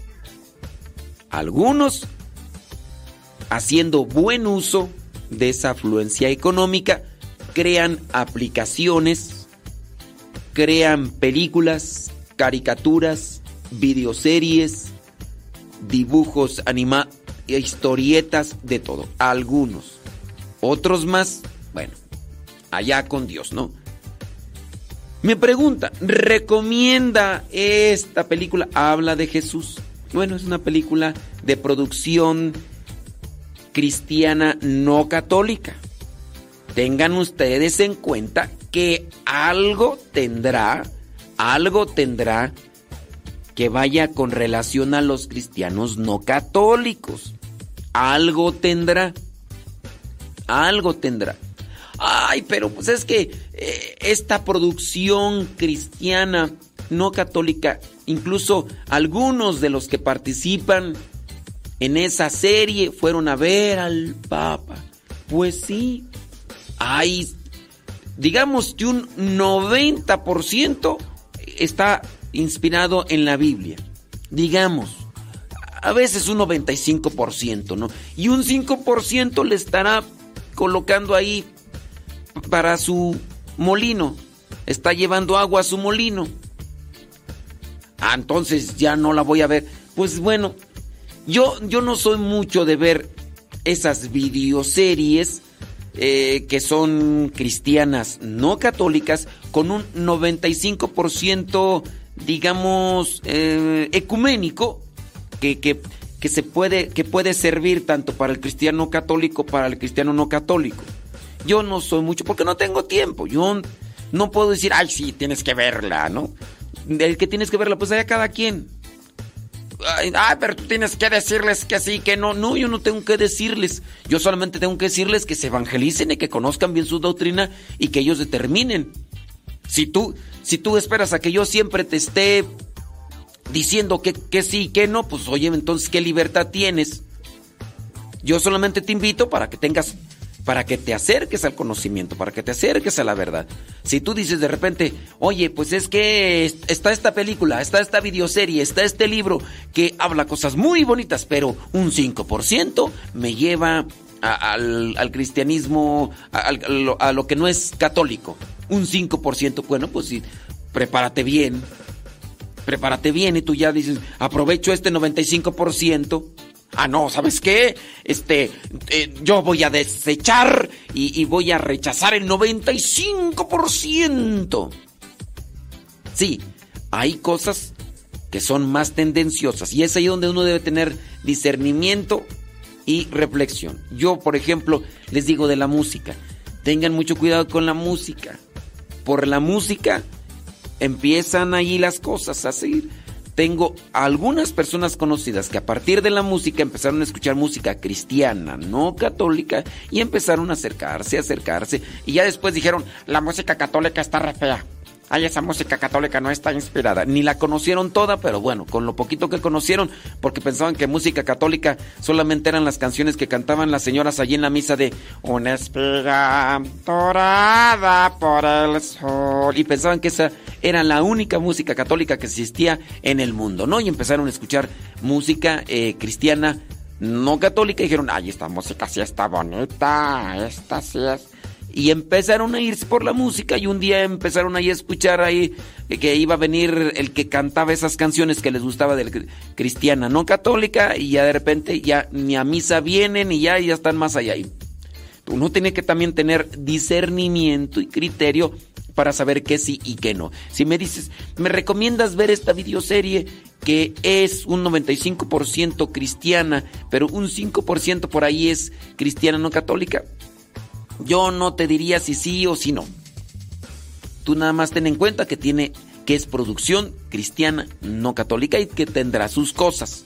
Algunos, haciendo buen uso de esa afluencia económica, crean aplicaciones, crean películas, caricaturas, videoseries, dibujos animados, historietas, de todo. Algunos. Otros más, bueno, allá con Dios, ¿no? Me pregunta, ¿recomienda esta película? Habla de Jesús. Bueno, es una película de producción cristiana no católica. Tengan ustedes en cuenta que algo tendrá que vaya con relación a los cristianos no católicos. Algo tendrá. Ay, pero pues es que esta producción cristiana no católica, incluso algunos de los que participan en esa serie fueron a ver al Papa. Pues sí, hay, digamos que un 90% está inspirado en la Biblia. Digamos, a veces un 95%, ¿no? Y un 5% le estará colocando ahí para su molino. Está llevando agua a su molino. Entonces ya no la voy a ver. Pues bueno, yo no soy mucho de ver esas videoseries que son cristianas no católicas con un 95%, digamos, ecuménico, que puede servir tanto para el cristiano católico, para el cristiano no católico. Yo no soy mucho, porque no tengo tiempo. Yo no puedo decir, ay, sí, tienes que verla, ¿no? El que tienes que verla, pues allá cada quien. Ay, pero tú tienes que decirles que sí, que no. No, yo no tengo que decirles. Yo solamente tengo que decirles que se evangelicen y que conozcan bien su doctrina y que ellos determinen. Si tú esperas a que yo siempre te esté diciendo que sí, que no, pues oye, entonces, ¿qué libertad tienes? Yo solamente te invito para que te acerques al conocimiento, para que te acerques a la verdad. Si tú dices de repente, oye, pues es que está esta película, está esta videoserie, está este libro que habla cosas muy bonitas, pero un 5% me lleva al cristianismo, a lo que no es católico. Un 5%, bueno, pues sí, prepárate bien y tú ya dices, aprovecho este 95%. No, ¿sabes qué? Yo voy a desechar y voy a rechazar el 95%. Sí, hay cosas que son más tendenciosas y es ahí donde uno debe tener discernimiento y reflexión. Yo, por ejemplo, les digo de la música. Tengan mucho cuidado con la música. Por la música empiezan allí las cosas a seguir. Tengo algunas personas conocidas que a partir de la música empezaron a escuchar música cristiana, no católica, y empezaron a acercarse, y ya después dijeron, la música católica está re fea. ay, esa música católica no está inspirada. Ni la conocieron toda, pero bueno, con lo poquito que conocieron, porque pensaban que música católica solamente eran las canciones que cantaban las señoras allí en la misa de una espiga dorada por el sol. Y pensaban que esa era la única música católica que existía en el mundo, ¿no? Y empezaron a escuchar música cristiana no católica y dijeron, ay, esta música sí está bonita, esta sí es... Y empezaron a irse por la música y un día empezaron ahí a escuchar ahí que iba a venir el que cantaba esas canciones que les gustaba de la cristiana no católica y ya de repente ya ni a misa vienen y ya están más allá. Y uno tiene que también tener discernimiento y criterio para saber qué sí y qué no. Si me dices, ¿me recomiendas ver esta videoserie que es un 95% cristiana, pero un 5% por ahí es cristiana no católica? Yo no te diría si sí o si no. Tú nada más ten en cuenta que es producción cristiana no católica y que tendrá sus cosas.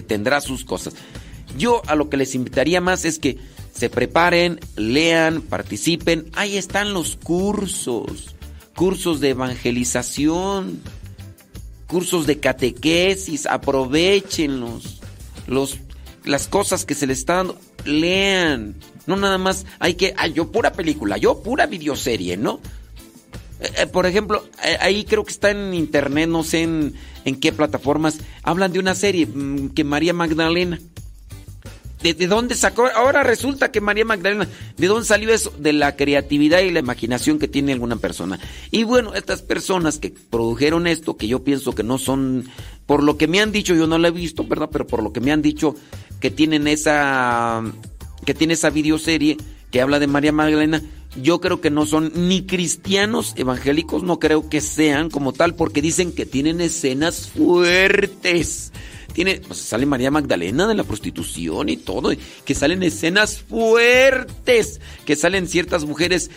Yo a lo que les invitaría más es que se preparen, lean, participen. Ahí están los cursos de evangelización, cursos de catequesis, aprovéchenlos. Las cosas que se les está dando, lean. No nada más hay que, yo pura película, yo pura videoserie, ¿no? Por ejemplo, ahí creo que está en internet, no sé en qué plataformas, hablan de una serie que María Magdalena. ¿De dónde sacó? Ahora resulta que María Magdalena, ¿de dónde salió eso? De la creatividad y la imaginación que tiene alguna persona. Y bueno, estas personas que produjeron esto, que yo pienso que no son, por lo que me han dicho, yo no la he visto, ¿verdad? Pero por lo que me han dicho, que tiene esa videoserie que habla de María Magdalena, yo creo que no son ni cristianos evangélicos, no creo que sean como tal, porque dicen que tienen escenas fuertes. Pues sale María Magdalena de la prostitución y todo, que salen escenas fuertes, que salen ciertas mujeres,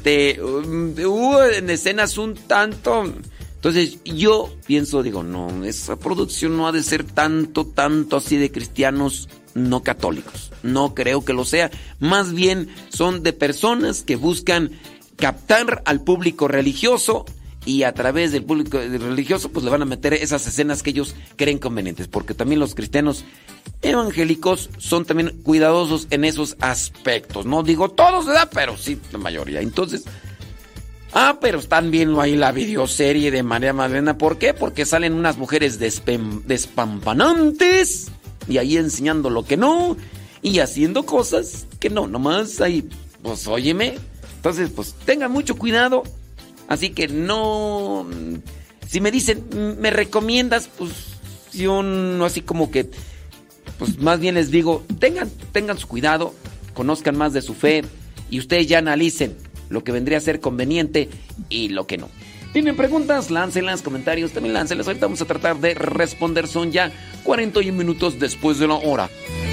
en escenas un tanto. Entonces yo pienso, digo, no, esa producción no ha de ser tanto así de cristianos no católicos. No creo que lo sea. Más bien son de personas que buscan captar al público religioso y a través del público religioso pues le van a meter esas escenas que ellos creen convenientes. Porque también los cristianos evangélicos son también cuidadosos en esos aspectos. No digo todos, ¿verdad? Pero sí la mayoría. Entonces... pero están viendo ahí la videoserie de María Magdalena. ¿Por qué? Porque salen unas mujeres despampanantes y ahí enseñando lo que no y haciendo cosas que no, nomás ahí, pues óyeme. Entonces, pues tengan mucho cuidado. Así que no... Si me dicen, ¿me recomiendas? Pues yo no, así como que... Pues más bien les digo, tengan su cuidado, conozcan más de su fe y ustedes ya analicen lo que vendría a ser conveniente y lo que no. ¿Tienen preguntas? Láncenlas, comentarios, también láncenlas. Ahorita vamos a tratar de responder. Son ya 41 minutos después de la hora.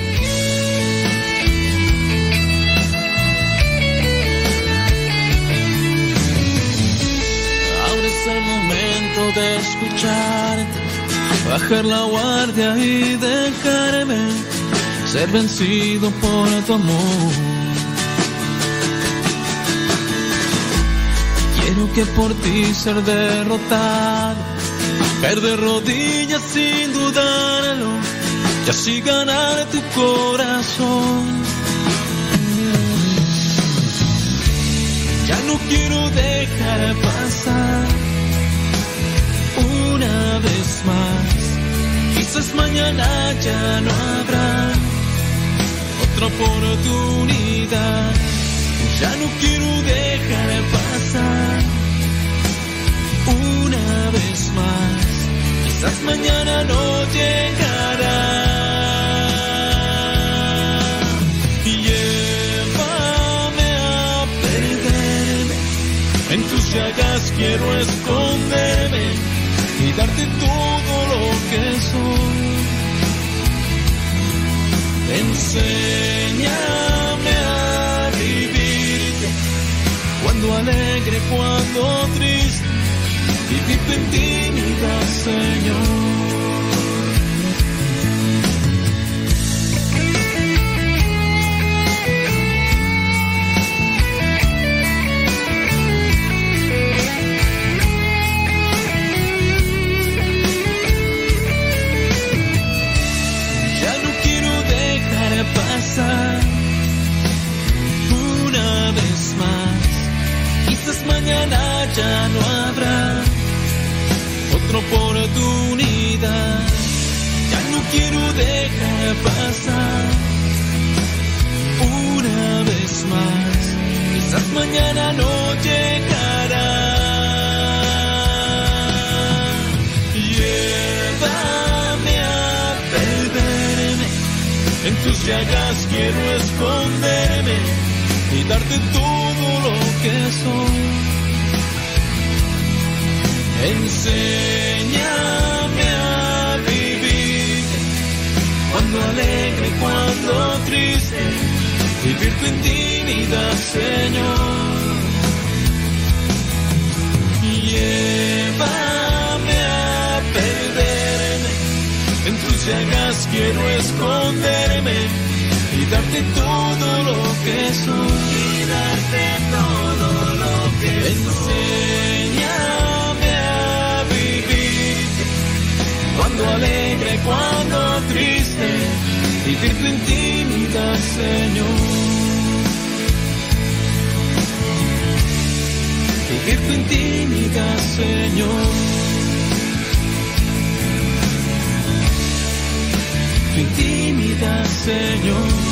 Ahora es el momento de escucharte, bajar la guardia y dejarme ser vencido por tu amor. Quiero que por ti ser derrotado, caer de rodillas sin dudarlo, y así ganar tu corazón. Ya no quiero dejar pasar una vez más. Quizás mañana ya no habrá otra oportunidad. Ya no quiero dejar pasar una vez más. Quizás mañana no llegará. Llévame a perderme, en tus llagas quiero esconderme y darte todo lo que soy. Enséñame a vivirte, cuando alegre, cuando triste, vivirte en intimidad, Señor. ya no habrá otra oportunidad. Ya no quiero dejar pasar una vez más. Quizás mañana no llegará. Llévame a perderme, en tus llagas quiero esconderme y darte todo lo que soy. Enséñame a vivir, cuando alegre, cuando triste, vivir tu intimidad, Señor. Llévame a perderme, en tus llagas quiero esconderme y darte todo lo que soy. Y darte todo lo que soy. Enséñame a vivir, cuando alegre, cuando triste, vivir tu intimidad, Señor. Vivir tu intimidad, Señor. Tu intimidad, Señor.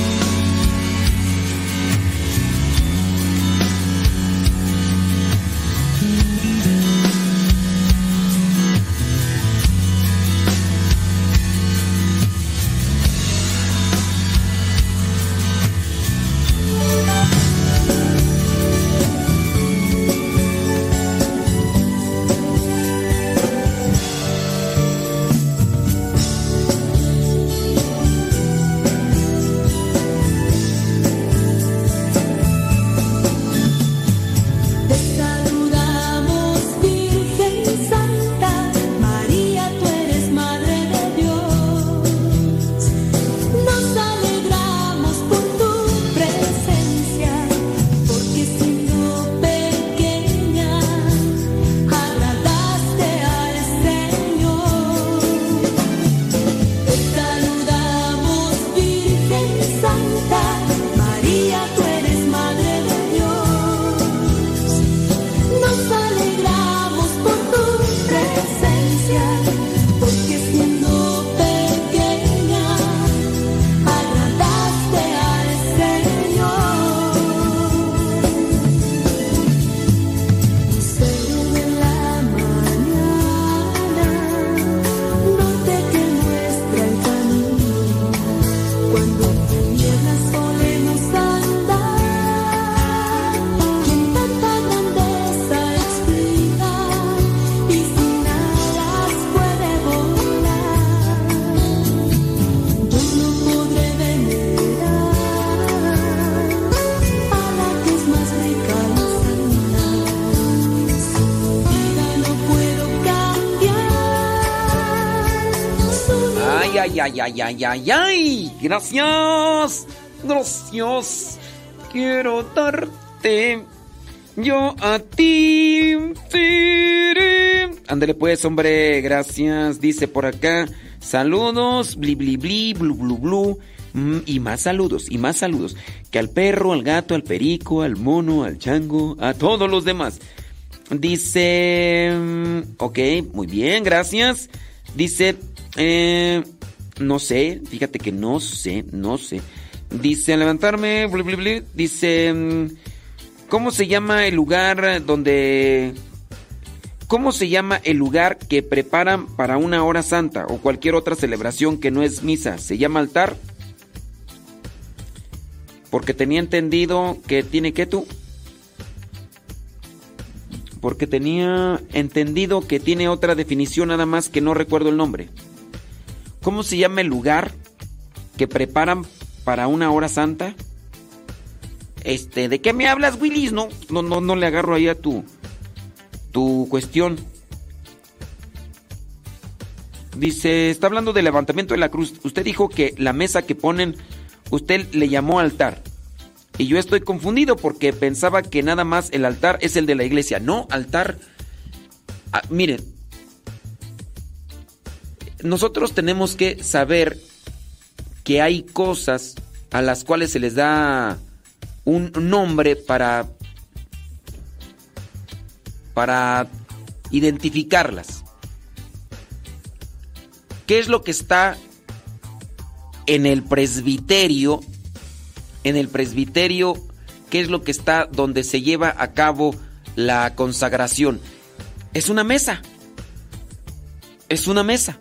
Ay, gracias, gracias. Quiero darte yo a ti. Ándale pues, hombre, gracias. Dice por acá, saludos, bli bli bli, blu blu blu. Y más saludos, y más saludos. Que al perro, al gato, al perico, al mono, al chango, a todos los demás. Dice, ok, muy bien, gracias. Dice, no sé, fíjate que no sé. Dice, al levantarme, bli, bli, bli, dice, ¿cómo se llama el lugar donde... ¿Cómo se llama el lugar que preparan para una hora santa o cualquier otra celebración que no es misa? ¿Se llama altar? Porque tenía entendido que tiene que tú. Porque tenía entendido que tiene otra definición nada más que no recuerdo el nombre. ¿Cómo se llama el lugar que preparan para una hora santa? ¿De qué me hablas, Willis? No le agarro ahí a tu cuestión. Dice, está hablando del levantamiento de la cruz. Usted dijo que la mesa que ponen, usted le llamó altar. Y yo estoy confundido porque pensaba que nada más el altar es el de la iglesia. No, altar... miren, nosotros tenemos que saber que hay cosas a las cuales se les da un nombre para para identificarlas. ¿Qué es lo que está en el presbiterio? En el presbiterio, ¿qué es lo que está donde se lleva a cabo la consagración? Es una mesa. Es una mesa.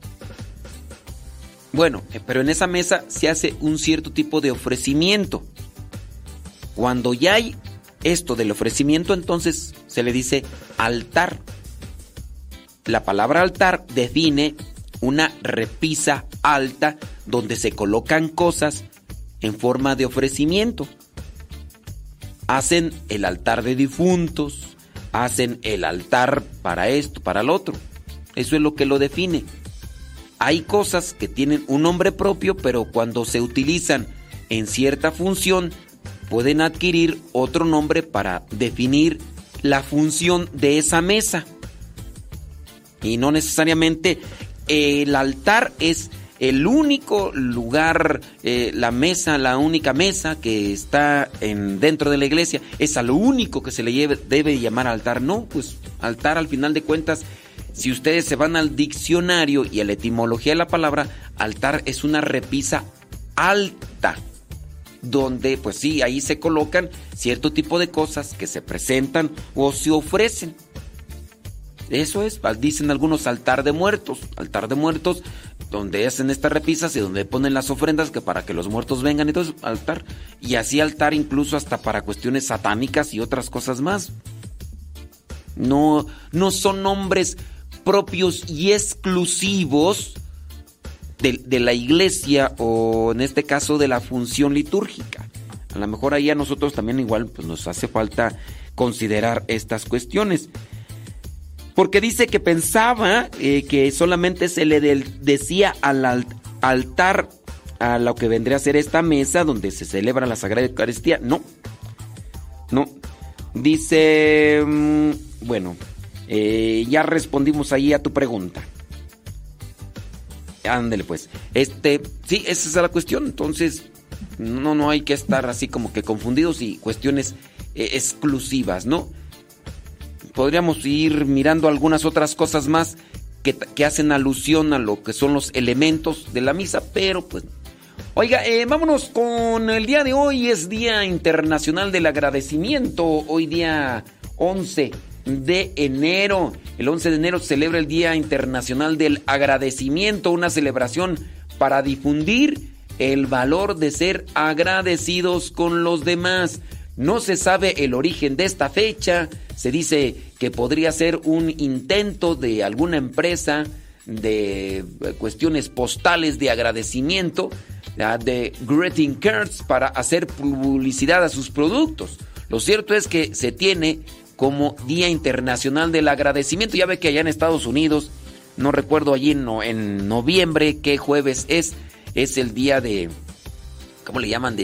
Bueno, pero en esa mesa se hace un cierto tipo de ofrecimiento. Cuando ya hay esto del ofrecimiento, entonces se le dice altar. La palabra altar define una repisa alta donde se colocan cosas en forma de ofrecimiento. Hacen el altar de difuntos, hacen el altar para esto, para lo otro. Eso es lo que lo define. Hay cosas que tienen un nombre propio, pero cuando se utilizan en cierta función, pueden adquirir otro nombre para definir la función de esa mesa. Y no necesariamente el altar es el único lugar, la mesa, la única mesa que está dentro de la iglesia, es a lo único que se le debe llamar altar. No, pues altar al final de cuentas, si ustedes se van al diccionario y a la etimología de la palabra, altar es una repisa alta, donde pues sí, ahí se colocan cierto tipo de cosas que se presentan o se ofrecen. Eso es, dicen algunos altar de muertos, donde hacen estas repisas y donde ponen las ofrendas que para que los muertos vengan, entonces altar, y así altar incluso hasta para cuestiones satánicas y otras cosas más. No son nombres propios y exclusivos de la iglesia, o en este caso de la función litúrgica. A lo mejor ahí a nosotros también igual pues nos hace falta considerar estas cuestiones. Porque dice que pensaba que solamente se le decía al altar a lo que vendría a ser esta mesa donde se celebra la Sagrada Eucaristía. No. Dice, bueno, ya respondimos ahí a tu pregunta. Ándele pues. Sí, esa es la cuestión. Entonces, no hay que estar así como que confundidos y cuestiones exclusivas, ¿no? Podríamos ir mirando algunas otras cosas más que hacen alusión a lo que son los elementos de la misa, pero pues... Oiga, vámonos con el día de hoy. Es Día Internacional del Agradecimiento. Hoy día 11 de enero. El 11 de enero se celebra el Día Internacional del Agradecimiento, una celebración para difundir el valor de ser agradecidos con los demás. No se sabe el origen de esta fecha. Se dice que podría ser un intento de alguna empresa de cuestiones postales de agradecimiento, de greeting cards, para hacer publicidad a sus productos. Lo cierto es que se tiene como Día Internacional del Agradecimiento. Ya ve que allá en Estados Unidos, no recuerdo allí en noviembre qué jueves es el día de... ¿Cómo le llaman?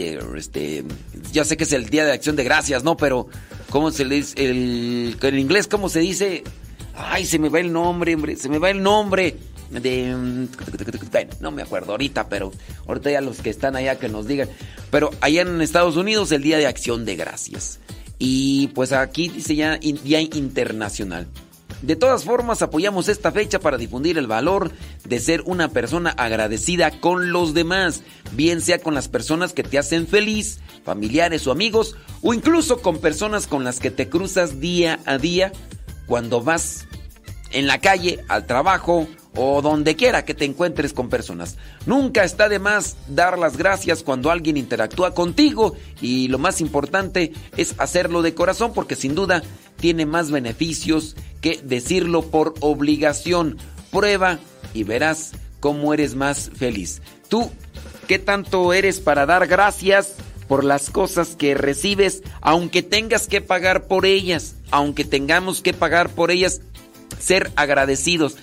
Ya sé que es el Día de Acción de Gracias, ¿no? Pero, ¿cómo se le dice? En inglés, ¿cómo se dice? Ay, se me va el nombre, hombre. Se me va el nombre de... Bueno, no me acuerdo ahorita, pero ahorita ya los que están allá que nos digan. Pero allá en Estados Unidos, el Día de Acción de Gracias. Y pues aquí dice ya Día Internacional. De todas formas, apoyamos esta fecha para difundir el valor de ser una persona agradecida con los demás, bien sea con las personas que te hacen feliz, familiares o amigos, o incluso con personas con las que te cruzas día a día cuando vas en la calle, al trabajo o donde quiera que te encuentres con personas. Nunca está de más dar las gracias cuando alguien interactúa contigo, y lo más importante es hacerlo de corazón, porque sin duda tiene más beneficios que decirlo por obligación. Prueba y verás cómo eres más feliz. ¿Tú qué tanto eres para dar gracias por las cosas que recibes, aunque tengas que pagar por ellas? Aunque tengamos que pagar por ellas, ser agradecidos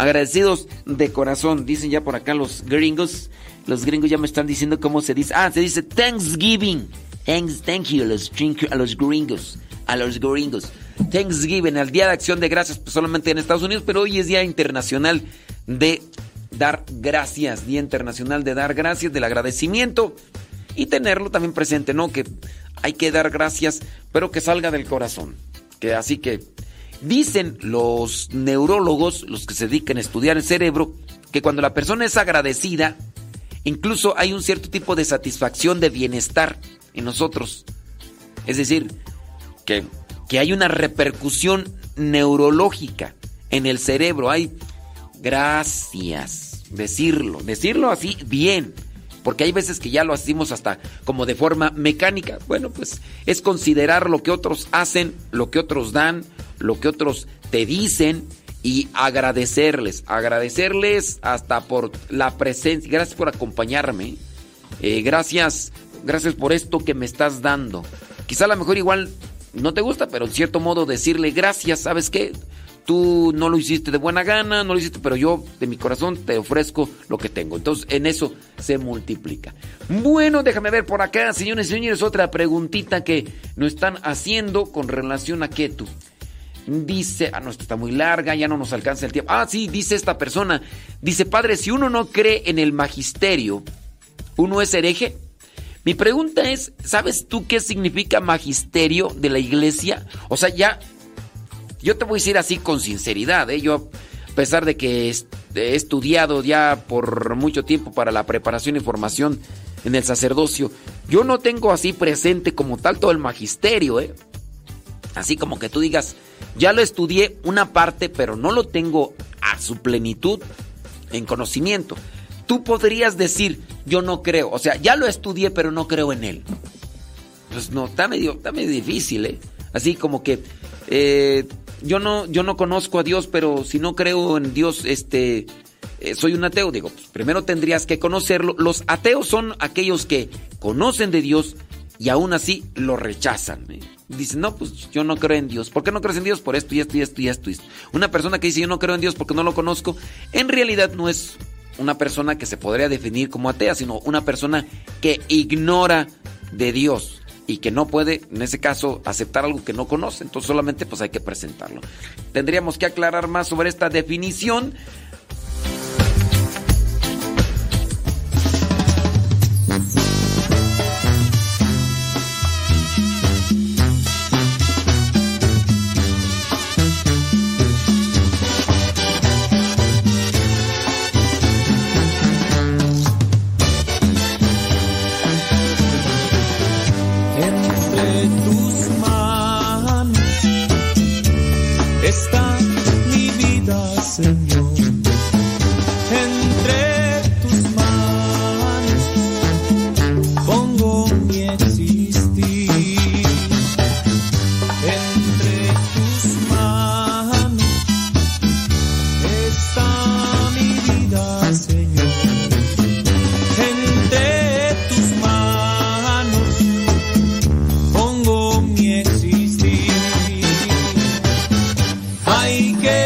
de corazón. Dicen ya por acá los gringos ya me están diciendo cómo se dice. Se dice Thanksgiving. Thank you a los gringos. Thanksgiving, el Día de Acción de Gracias, pues solamente en Estados Unidos, pero hoy es Día Internacional de dar gracias, Día Internacional de dar gracias, del agradecimiento, y tenerlo también presente, ¿no? Que hay que dar gracias, pero que salga del corazón. Así que Dicen los neurólogos, los que se dedican a estudiar el cerebro, que cuando la persona es agradecida, incluso hay un cierto tipo de satisfacción, de bienestar en nosotros. Es decir, que hay una repercusión neurológica en el cerebro. Hay gracias, decirlo así bien, porque hay veces que ya lo hacemos hasta como de forma mecánica. Bueno, pues es considerar lo que otros hacen, lo que otros dan, lo que otros te dicen y agradecerles hasta por la presencia. Gracias por acompañarme, gracias por esto que me estás dando. Quizá a lo mejor igual no te gusta, pero en cierto modo decirle gracias. ¿Sabes qué? Tú no lo hiciste de buena gana, no lo hiciste, pero yo de mi corazón te ofrezco lo que tengo. Entonces en eso se multiplica. Bueno, déjame ver por acá, señores y señores, otra preguntita que nos están haciendo con relación a qué tú. Dice, no, esta está muy larga, ya no nos alcanza el tiempo. Sí, dice esta persona, dice, padre, si uno no cree en el magisterio, ¿uno es hereje? Mi pregunta es, ¿sabes tú qué significa magisterio de la iglesia? O sea, ya, yo te voy a decir así con sinceridad, yo, a pesar de que he estudiado ya por mucho tiempo para la preparación y formación en el sacerdocio, yo no tengo así presente como tal todo el magisterio, Así como que tú digas, ya lo estudié una parte, pero no lo tengo a su plenitud en conocimiento. Tú podrías decir, yo no creo, o sea, ya lo estudié, pero no creo en él. Pues no, está medio difícil, Así como que yo no conozco a Dios, pero si no creo en Dios, soy un ateo. Digo, pues primero tendrías que conocerlo. Los ateos son aquellos que conocen de Dios y aún así lo rechazan. Dicen, no, pues yo no creo en Dios. ¿Por qué no crees en Dios? Por esto y esto y esto y esto. Una persona que dice, yo no creo en Dios porque no lo conozco, en realidad no es una persona que se podría definir como atea, sino una persona que ignora de Dios y que no puede, en ese caso, aceptar algo que no conoce. Entonces solamente pues hay que presentarlo. Tendríamos que aclarar más sobre esta definición. Señor, entre tus manos pongo mi existir. Entre tus manos está mi vida, Señor. Entre tus manos pongo mi existir. Hay que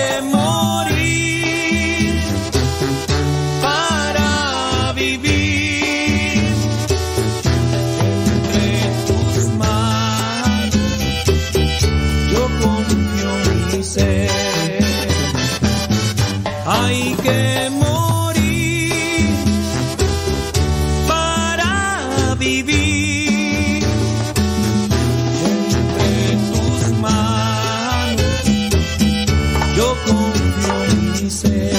hay que morir para vivir. Entre tus manos yo confío en mi ser.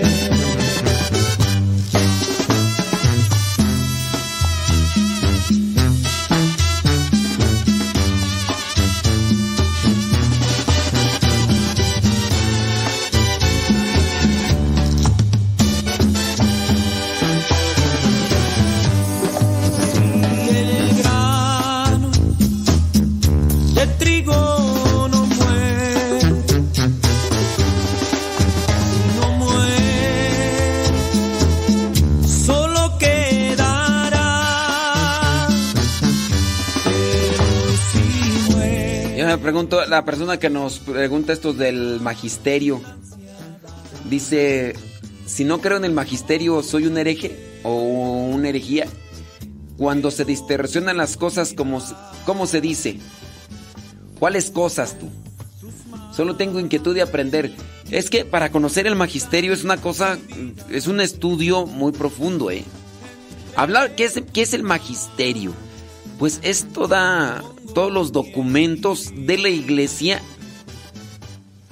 Pregunto, la persona que nos pregunta esto del magisterio, dice, si no creo en el magisterio, ¿soy un hereje o una herejía? Cuando se distorsionan las cosas, ¿cómo se dice? ¿Cuáles cosas tú? Solo tengo inquietud de aprender. Es que para conocer el magisterio es una cosa, es un estudio muy profundo, Hablar, ¿qué es el magisterio? Pues es todos los documentos de la iglesia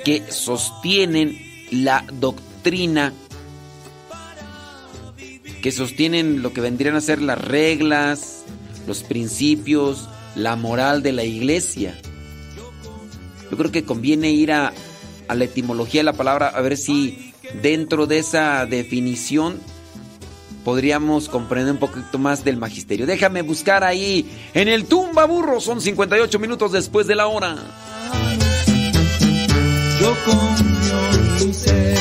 que sostienen la doctrina, que sostienen lo que vendrían a ser las reglas, los principios, la moral de la iglesia. Yo creo que conviene ir a la etimología de la palabra, a ver si dentro de esa definición podríamos comprender un poquito más del magisterio. Déjame buscar ahí en el Tumba Burro. Son 58 minutos después de la hora. Yo confío mi ser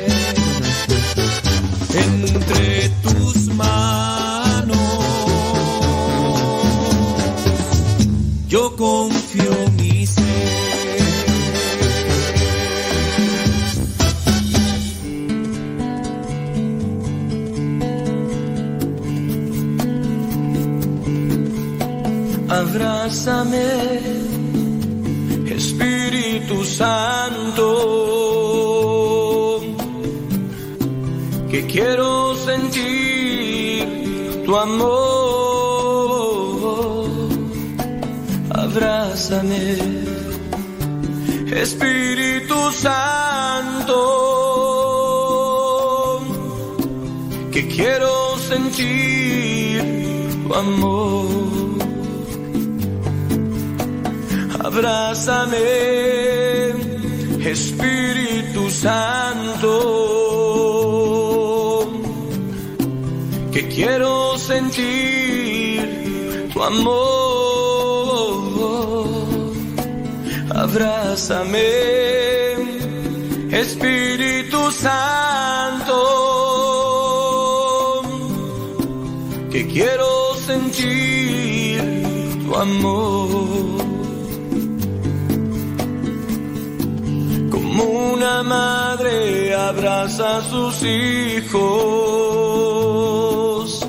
entre tus manos. Yo confío mi ser. Abrázame, Espíritu Santo, que quiero sentir tu amor. Abrázame, Espíritu Santo, que quiero sentir tu amor. Abrázame, Espíritu Santo, que quiero sentir tu amor. Abrázame, Espíritu Santo, que quiero sentir tu amor. Como una madre abraza a sus hijos,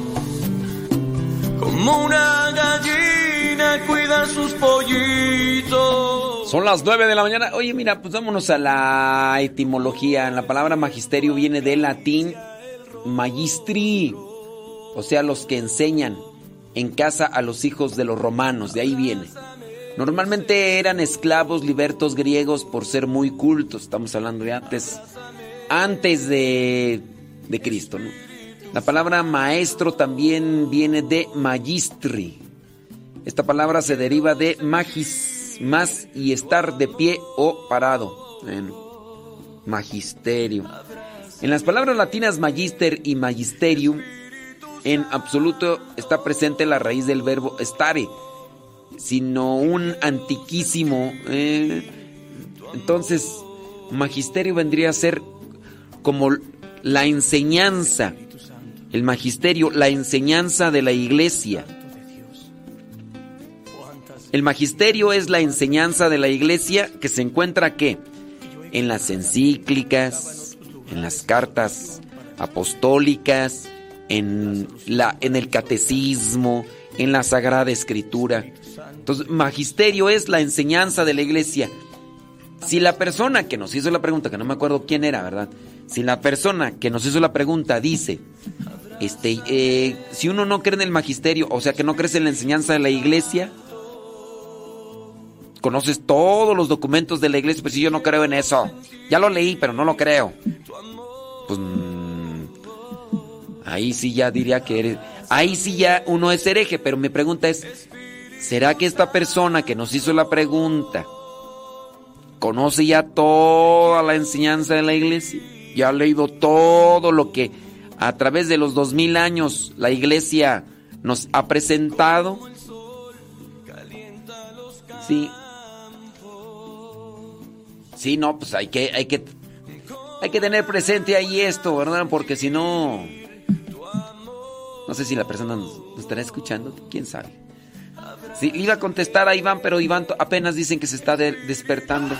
como una gallina cuida a sus pollitos. Son las 9 de la mañana. Oye, mira, pues vámonos a la etimología. La palabra magisterio viene del latín magistri, o sea, los que enseñan en casa a los hijos de los romanos. De ahí viene. Normalmente eran esclavos libertos griegos por ser muy cultos. Estamos hablando de antes de Cristo, ¿no? La palabra maestro también viene de magistri. Esta palabra se deriva de magis, más y estar de pie o parado. Bueno, magisterio. En las palabras latinas magister y magisterium, en absoluto está presente la raíz del verbo stare, sino un antiquísimo. Entonces, magisterio vendría a ser como la enseñanza. El magisterio, la enseñanza de la iglesia. El magisterio es la enseñanza de la iglesia que se encuentra ¿qué? En las encíclicas, en las cartas apostólicas, en el catecismo, en la Sagrada Escritura. Entonces, magisterio es la enseñanza de la iglesia. Si la persona que nos hizo la pregunta, que no me acuerdo quién era, ¿verdad? Si la persona que nos hizo la pregunta dice, si uno no cree en el magisterio, o sea que no crees en la enseñanza de la iglesia, conoces todos los documentos de la iglesia, pues si yo no creo en eso, ya lo leí, pero no lo creo. Pues ahí sí ya diría que eres, ahí sí ya uno es hereje, pero mi pregunta es, ¿será que esta persona que nos hizo la pregunta conoce ya toda la enseñanza de la iglesia? Ya ha leído todo lo que a través de los 2000 años la iglesia nos ha presentado. Sí. Sí, no, pues hay que tener presente ahí esto, ¿verdad? Porque si no, no sé si la persona nos estará escuchando, quién sabe. Sí, le iba a contestar a Iván, pero Iván apenas dicen que se está despertando.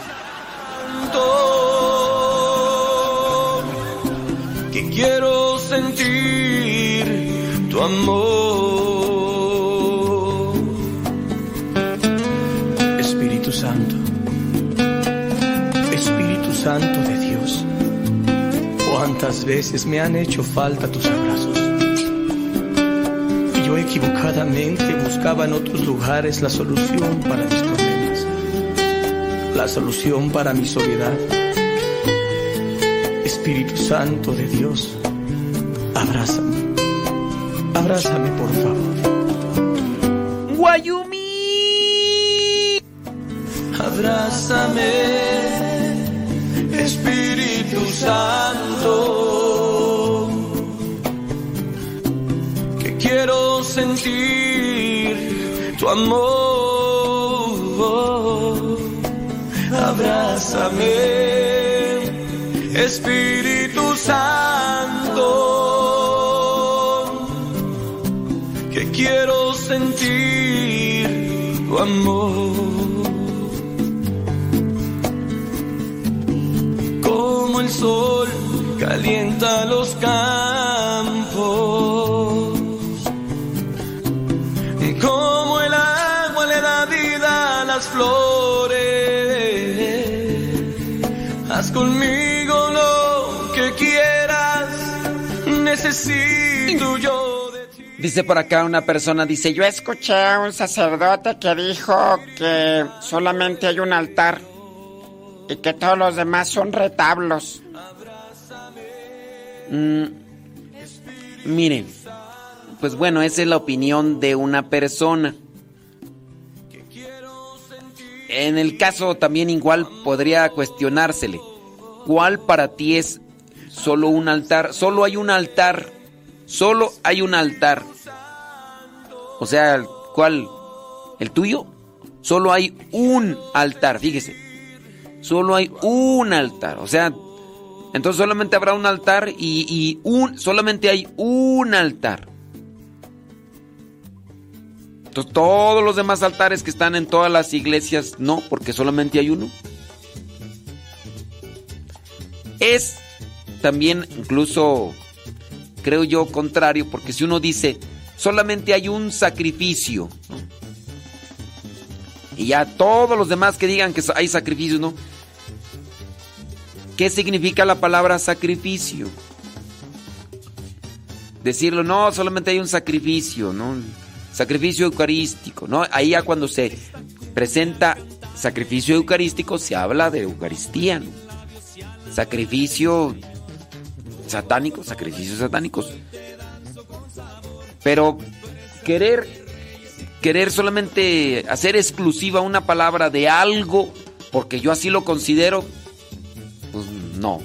Que quiero sentir tu amor. Espíritu Santo, Espíritu Santo de Dios, ¿cuántas veces me han hecho falta tus abrazos? Y yo equivocadamente buscaba en otros lugares la solución para mis problemas. la solución para mi soledad. Espíritu Santo de Dios, abrázame, abrázame por favor. Guayumi, abrázame, Espíritu Santo, que quiero sentir tu amor. Abrázame, Espíritu Santo, que quiero sentir tu amor. Como el sol calienta los campos, como el agua le da vida a las flores, haz conmigo lo que quieras, necesito yo de ti. Dice por acá una persona, dice, yo escuché a un sacerdote que dijo que solamente hay un altar y que todos los demás son retablos. Miren, pues bueno, esa es la opinión de una persona. En el caso también igual podría cuestionársele, ¿cuál para ti es solo un altar? Solo hay un altar, solo hay un altar. O sea, ¿cuál? ¿El tuyo? Solo hay un altar, fíjese. Solo hay un altar, o sea, entonces solamente habrá un altar y solamente hay un altar. Entonces todos los demás altares que están en todas las iglesias, no, porque solamente hay uno. Es también incluso, creo yo, contrario, porque si uno dice, solamente hay un sacrificio, ¿no? Y ya todos los demás que digan que hay sacrificios, ¿no? ¿Qué significa la palabra sacrificio? Decirlo, no, solamente hay un sacrificio, ¿no? Sacrificio eucarístico, ¿no? Ahí ya cuando se presenta sacrificio eucarístico se habla de Eucaristía, ¿no? Sacrificio satánico, sacrificios satánicos. Pero querer solamente hacer exclusiva una palabra de algo, porque yo así lo considero, pues no.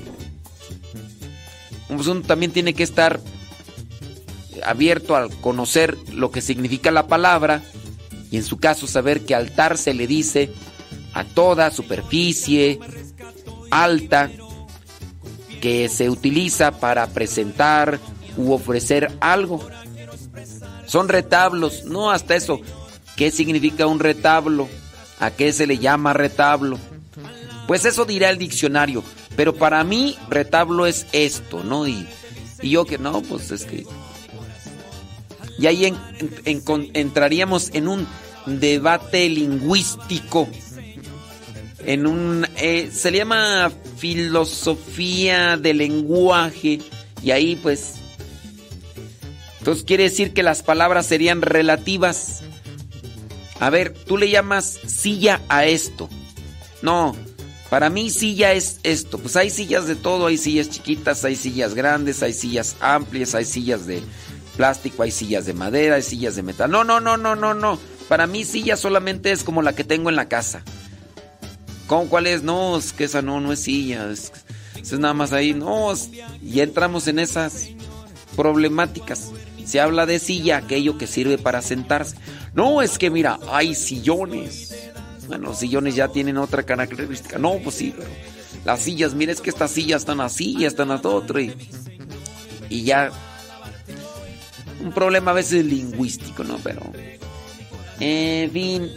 Uno también tiene que estar abierto al conocer lo que significa la palabra y en su caso saber que altar se le dice a toda superficie alta que se utiliza para presentar u ofrecer algo. Son retablos, no, hasta eso. ¿Qué significa un retablo? ¿A qué se le llama retablo? Pues eso dirá el diccionario, pero para mí retablo es esto, ¿no? Y yo que no, pues es que... Y ahí entraríamos en un debate lingüístico, en un... se le llama filosofía del lenguaje, y ahí pues... Entonces quiere decir que las palabras serían relativas. A ver, tú le llamas silla a esto. No, para mí silla es esto. Pues hay sillas de todo, hay sillas chiquitas, hay sillas grandes, hay sillas amplias, hay sillas de plástico, hay sillas de madera, hay sillas de metal. No. Para mí silla solamente es como la que tengo en la casa. ¿Cómo cuál es? No, es que esa no es silla. Es nada más ahí. No, y entramos en esas problemáticas. Se habla de silla, aquello que sirve para sentarse. No, es que mira, hay sillones. Bueno, los sillones ya tienen otra característica. No, pues sí, pero las sillas, mira, es que estas sillas están así, ya están a otro. Y ya... Un problema a veces lingüístico, ¿no? Pero... En fin.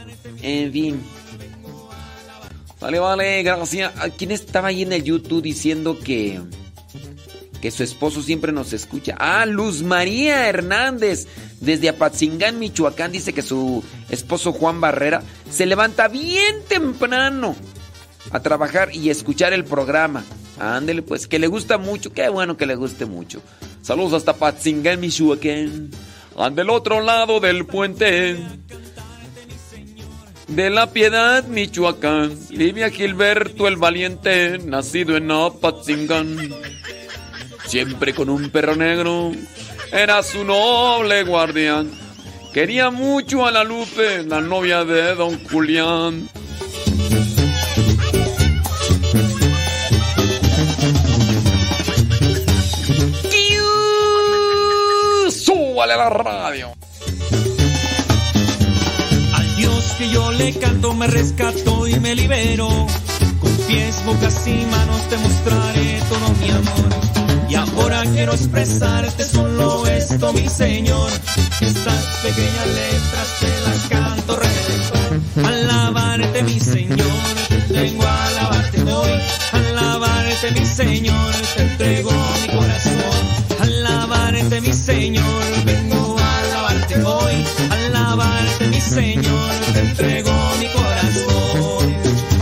Vale, gracias. ¿Quién estaba ahí en el YouTube diciendo que su esposo siempre nos escucha? Ah, Luz María Hernández, desde Apatzingán, Michoacán, dice que su esposo Juan Barrera se levanta bien temprano a trabajar y escuchar el programa. Ándele, pues, que le gusta mucho. Qué bueno que le guste mucho. Saludos hasta Apatzingán, Michoacán. Del otro lado del puente. de La Piedad, Michoacán, vivía Gilberto el Valiente, nacido en Apatzingán. Siempre con un perro negro, era su noble guardián. Quería mucho a la Lupe, la novia de don Julián. ¡Súbale a la radio! Al Dios que yo le canto me rescató y me libero. Con pies, bocas y manos te mostraré todo mi amor. Y ahora quiero expresarte solo esto, mi Señor. Estas pequeñas letras te las canto, Redentor. Alabarte, mi Señor, vengo a alabarte hoy. Alabarte, mi Señor, te entrego mi corazón. Alabarte, mi Señor, vengo a alabarte hoy. Alabarte, mi Señor, te entrego mi corazón.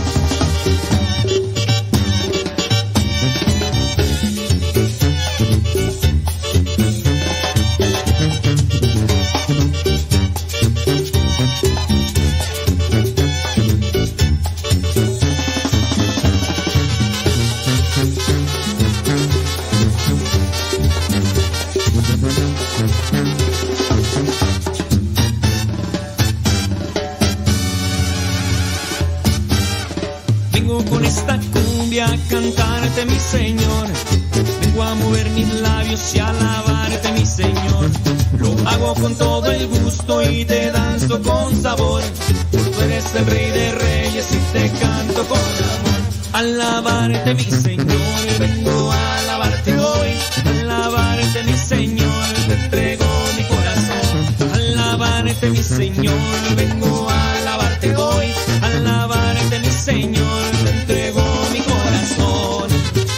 Con esta cumbia a cantarte, mi Señor. Vengo a mover mis labios y a alabarte, mi Señor. Lo hago con todo el gusto y te danzo con sabor. Tú eres el Rey de Reyes y te canto con amor. Alabarte, mi Señor, vengo a alabarte hoy. Alabarte, mi Señor, te entrego mi corazón. Alabarte, mi Señor, vengo a alabarte hoy. Alabarte, mi Señor, te entrego mi corazón.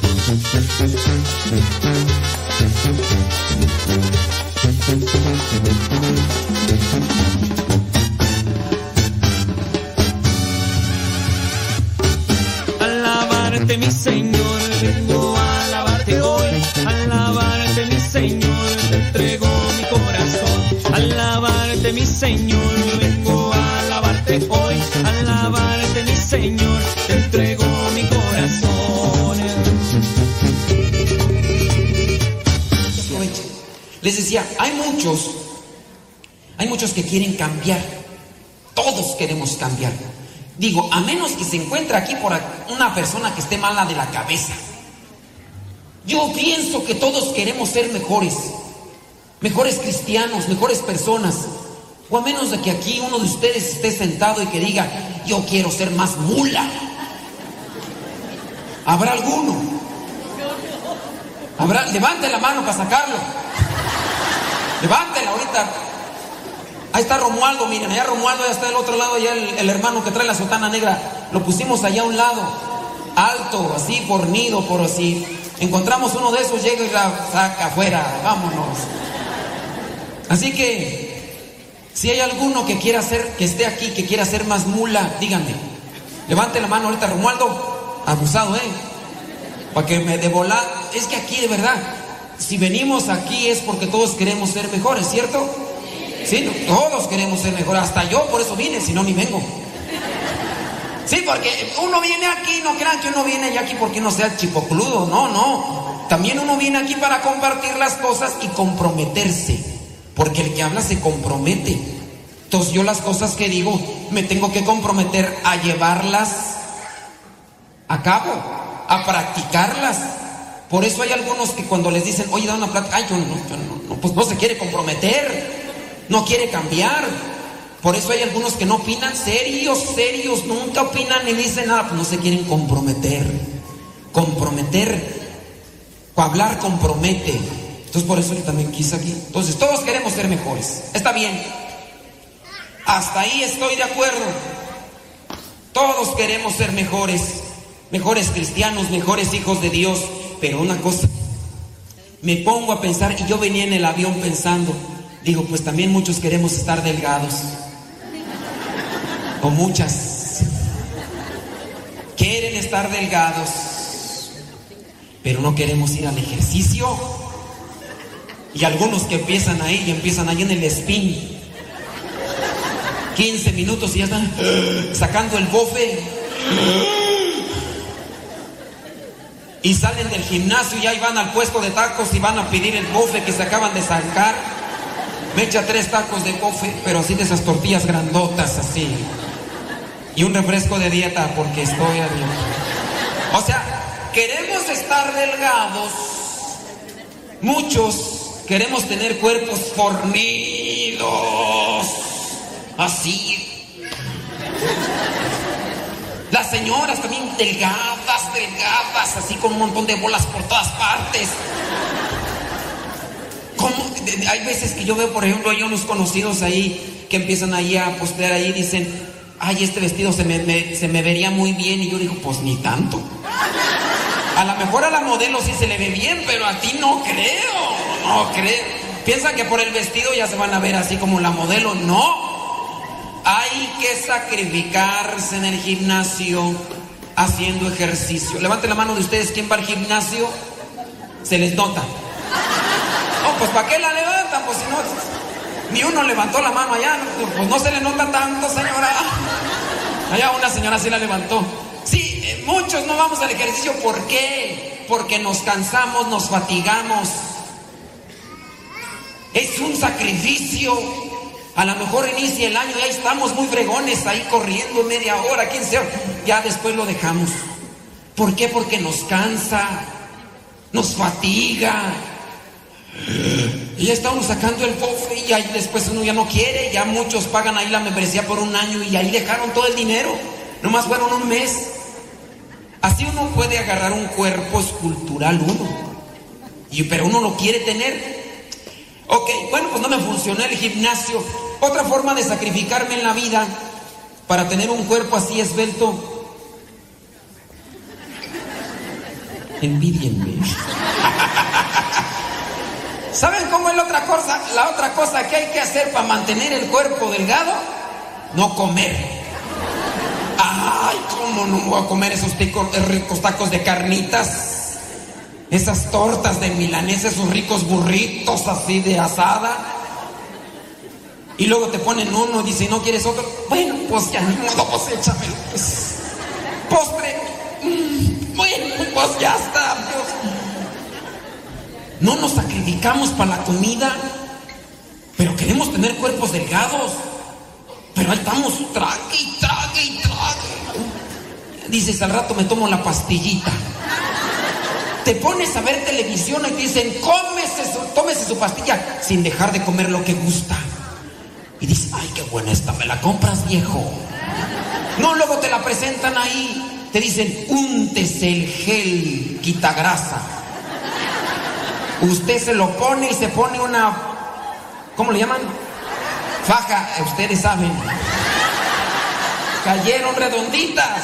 Alabarte, mi Señor, vengo a alabarte hoy. Alabarte, mi Señor, te entrego mi corazón. Alabarte, mi Señor, vengo a alabarte hoy. Alabarte, mi Señor, te entrego mi corazón. Les decía, hay muchos que quieren cambiar. Todos queremos cambiar. Digo, a menos que se encuentre aquí por una persona que esté mala de la cabeza. Yo pienso que todos queremos ser mejores cristianos, mejores personas. O a menos de que aquí uno de ustedes esté sentado y que diga, yo quiero ser más mula. ¿Habrá alguno? Levante la mano para sacarlo. Levántela ahorita. Ahí está Romualdo, miren, allá Romualdo, ya está del otro lado, allá el hermano que trae la sotana negra. Lo pusimos allá a un lado, alto, así, fornido, por así. Encontramos uno de esos, llega y la saca afuera, vámonos. Así que, si hay alguno que quiera ser, que esté aquí, que quiera ser más mula, díganme. Levante la mano ahorita, Romualdo, abusado, para que me de volar. Es que aquí, de verdad, si venimos aquí es porque todos queremos ser mejores, ¿cierto? Sí, todos queremos ser mejores, hasta yo por eso vine, si no ni vengo. Sí, porque uno viene aquí, no crean que uno viene ya aquí porque no sea chipocludo, no. También uno viene aquí para compartir las cosas y comprometerse, porque el que habla se compromete. Entonces yo las cosas que digo me tengo que comprometer a llevarlas a cabo, a practicarlas. Por eso hay algunos que cuando les dicen, oye, da una plática, ay, yo no, pues no se quiere comprometer. No quiere cambiar. Por eso hay algunos que no opinan, serios, nunca opinan ni dicen nada, pues no se quieren comprometer. Hablar compromete. Entonces por eso yo también quise aquí. Entonces todos queremos ser mejores. Está bien. Hasta ahí estoy de acuerdo. Todos queremos ser mejores cristianos, mejores hijos de Dios. Pero una cosa, me pongo a pensar, y yo venía en el avión pensando, digo, pues también muchos queremos estar delgados. O muchas quieren estar delgados, pero no queremos ir al ejercicio. Y algunos que empiezan ahí en el spin. 15 minutos y ya están sacando el bofe. Y salen del gimnasio y ahí van al puesto de tacos y van a pedir el bofe que se acaban de sacar. Me echa 3 tacos de bofe, pero así de esas tortillas grandotas así. Y un refresco de dieta porque estoy a dieta. O sea, queremos estar delgados. Muchos queremos tener cuerpos fornidos. Así. Las señoras también delgadas, así con un montón de bolas por todas partes. Hay veces que yo veo, por ejemplo, hay unos conocidos ahí que empiezan ahí a postear ahí y dicen, ay, este vestido se me vería muy bien. Y yo digo, pues ni tanto. A lo mejor a la modelo sí se le ve bien, pero a ti no creo. Piensan que por el vestido ya se van a ver así como la modelo. No. Hay que sacrificarse en el gimnasio haciendo ejercicio. Levante la mano de ustedes, ¿quién va al gimnasio? Se les nota. No, pues ¿para qué la levantan? Pues si no, ni uno levantó la mano allá, pues no se le nota tanto, señora. Allá una señora sí la levantó. Sí, muchos no vamos al ejercicio. ¿Por qué? Porque nos cansamos, nos fatigamos. Es un sacrificio. A lo mejor inicia el año y ahí estamos muy fregones, ahí corriendo media hora, 15 horas. Ya después lo dejamos. ¿Por qué? Porque nos cansa, nos fatiga. Y ya estamos sacando el bofe y ahí después uno ya no quiere. Ya muchos pagan ahí la membresía por un año y ahí dejaron todo el dinero. Nomás fueron un mes. Así uno puede agarrar un cuerpo escultural pero uno lo quiere tener. Ok, bueno, pues no me funcionó el gimnasio. Otra forma de sacrificarme en la vida para tener un cuerpo así esbelto. Envidienme. ¿Saben cómo es la otra cosa? La otra cosa que hay que hacer para mantener el cuerpo delgado, no comer. Ay, ¿cómo no voy a comer esos ricos tacos de carnitas? Esas tortas de milanesa, esos ricos burritos así de asada. Y luego te ponen uno y dicen, ¿no quieres otro? Bueno, pues ya no, pues échamelo. Pues. Postre. Bueno, pues ya está. Pues. No nos sacrificamos para la comida, pero queremos tener cuerpos delgados. Pero ahí estamos, trague. Dices, al rato me tomo la pastillita. Te pones a ver televisión y te dicen, tómese su pastilla, sin dejar de comer lo que gusta. Y dices, ay, qué buena esta, ¿me la compras, viejo? No, luego te la presentan ahí, te dicen, úntese el gel quita grasa. Usted se lo pone y se pone una, ¿cómo le llaman? Faja, ustedes saben. Cayeron redonditas.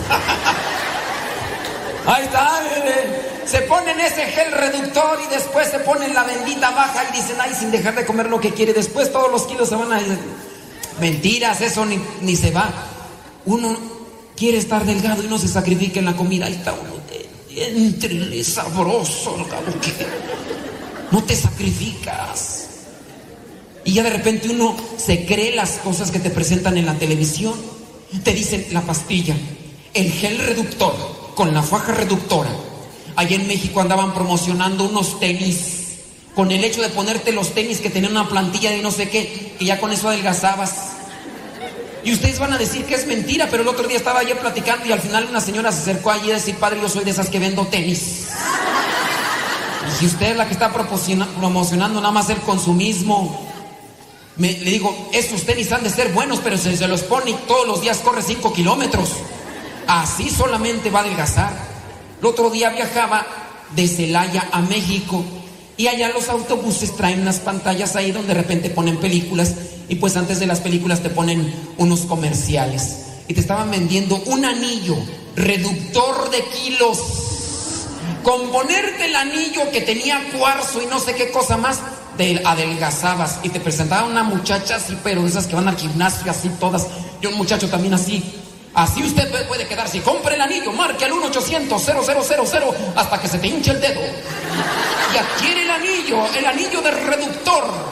Ahí está, se ponen ese gel reductor y después se ponen la bendita baja y dicen, ay, sin dejar de comer lo que quiere. Después todos los kilos se van a... Mentiras, eso ni se va. Uno quiere estar delgado y no se sacrifica en la comida. Ahí está uno entre sabroso, que no te sacrificas. Y ya de repente uno se cree las cosas que te presentan en la televisión. Te dicen la pastilla, el gel reductor con la faja reductora. Allá en México andaban promocionando unos tenis. Con el hecho de ponerte los tenis que tenían una plantilla de no sé qué, que ya con eso adelgazabas. Y ustedes van a decir que es mentira, pero el otro día estaba ayer platicando y al final una señora se acercó allí a decir, padre, yo soy de esas que vendo tenis. Y si usted es la que está promocionando nada más el consumismo, le digo, esos tenis han de ser buenos, pero si se los pone y todos los días corre 5 kilómetros, así solamente va a adelgazar. El otro día viajaba de Celaya a México y allá los autobuses traen unas pantallas ahí donde de repente ponen películas y pues antes de las películas te ponen unos comerciales y te estaban vendiendo un anillo reductor de kilos. Con ponerte el anillo que tenía cuarzo y no sé qué cosa más, te adelgazabas. Y te presentaba una muchacha así, pero de esas que van al gimnasio así todas, y un muchacho también así. Así usted puede quedarse. Compre el anillo, marque al 1-800-0000 hasta que se te hinche el dedo y adquiere el anillo de reductor.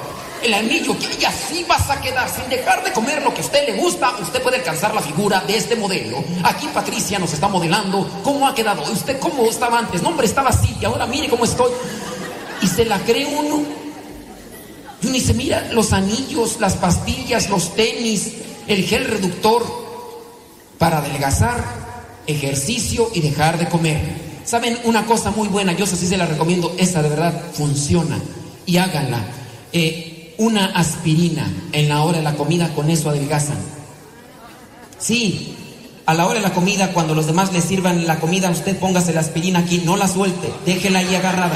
el anillo, y así vas a quedar sin dejar de comer lo que a usted le gusta. Usted puede alcanzar la figura de este modelo. Aquí Patricia nos está modelando cómo ha quedado. ¿Usted cómo estaba antes? No, hombre, estaba así y ahora mire cómo estoy. Y se la cree uno. Y uno dice, mira, los anillos, las pastillas, los tenis, el gel reductor para adelgazar, ejercicio y dejar de comer. ¿Saben una cosa muy buena? Yo sí se la recomiendo. Esa de verdad funciona. Y háganla. Una aspirina en la hora de la comida, con eso adelgazan. Sí, a la hora de la comida, cuando los demás le sirvan la comida, usted póngase la aspirina aquí, no la suelte, déjela ahí agarrada.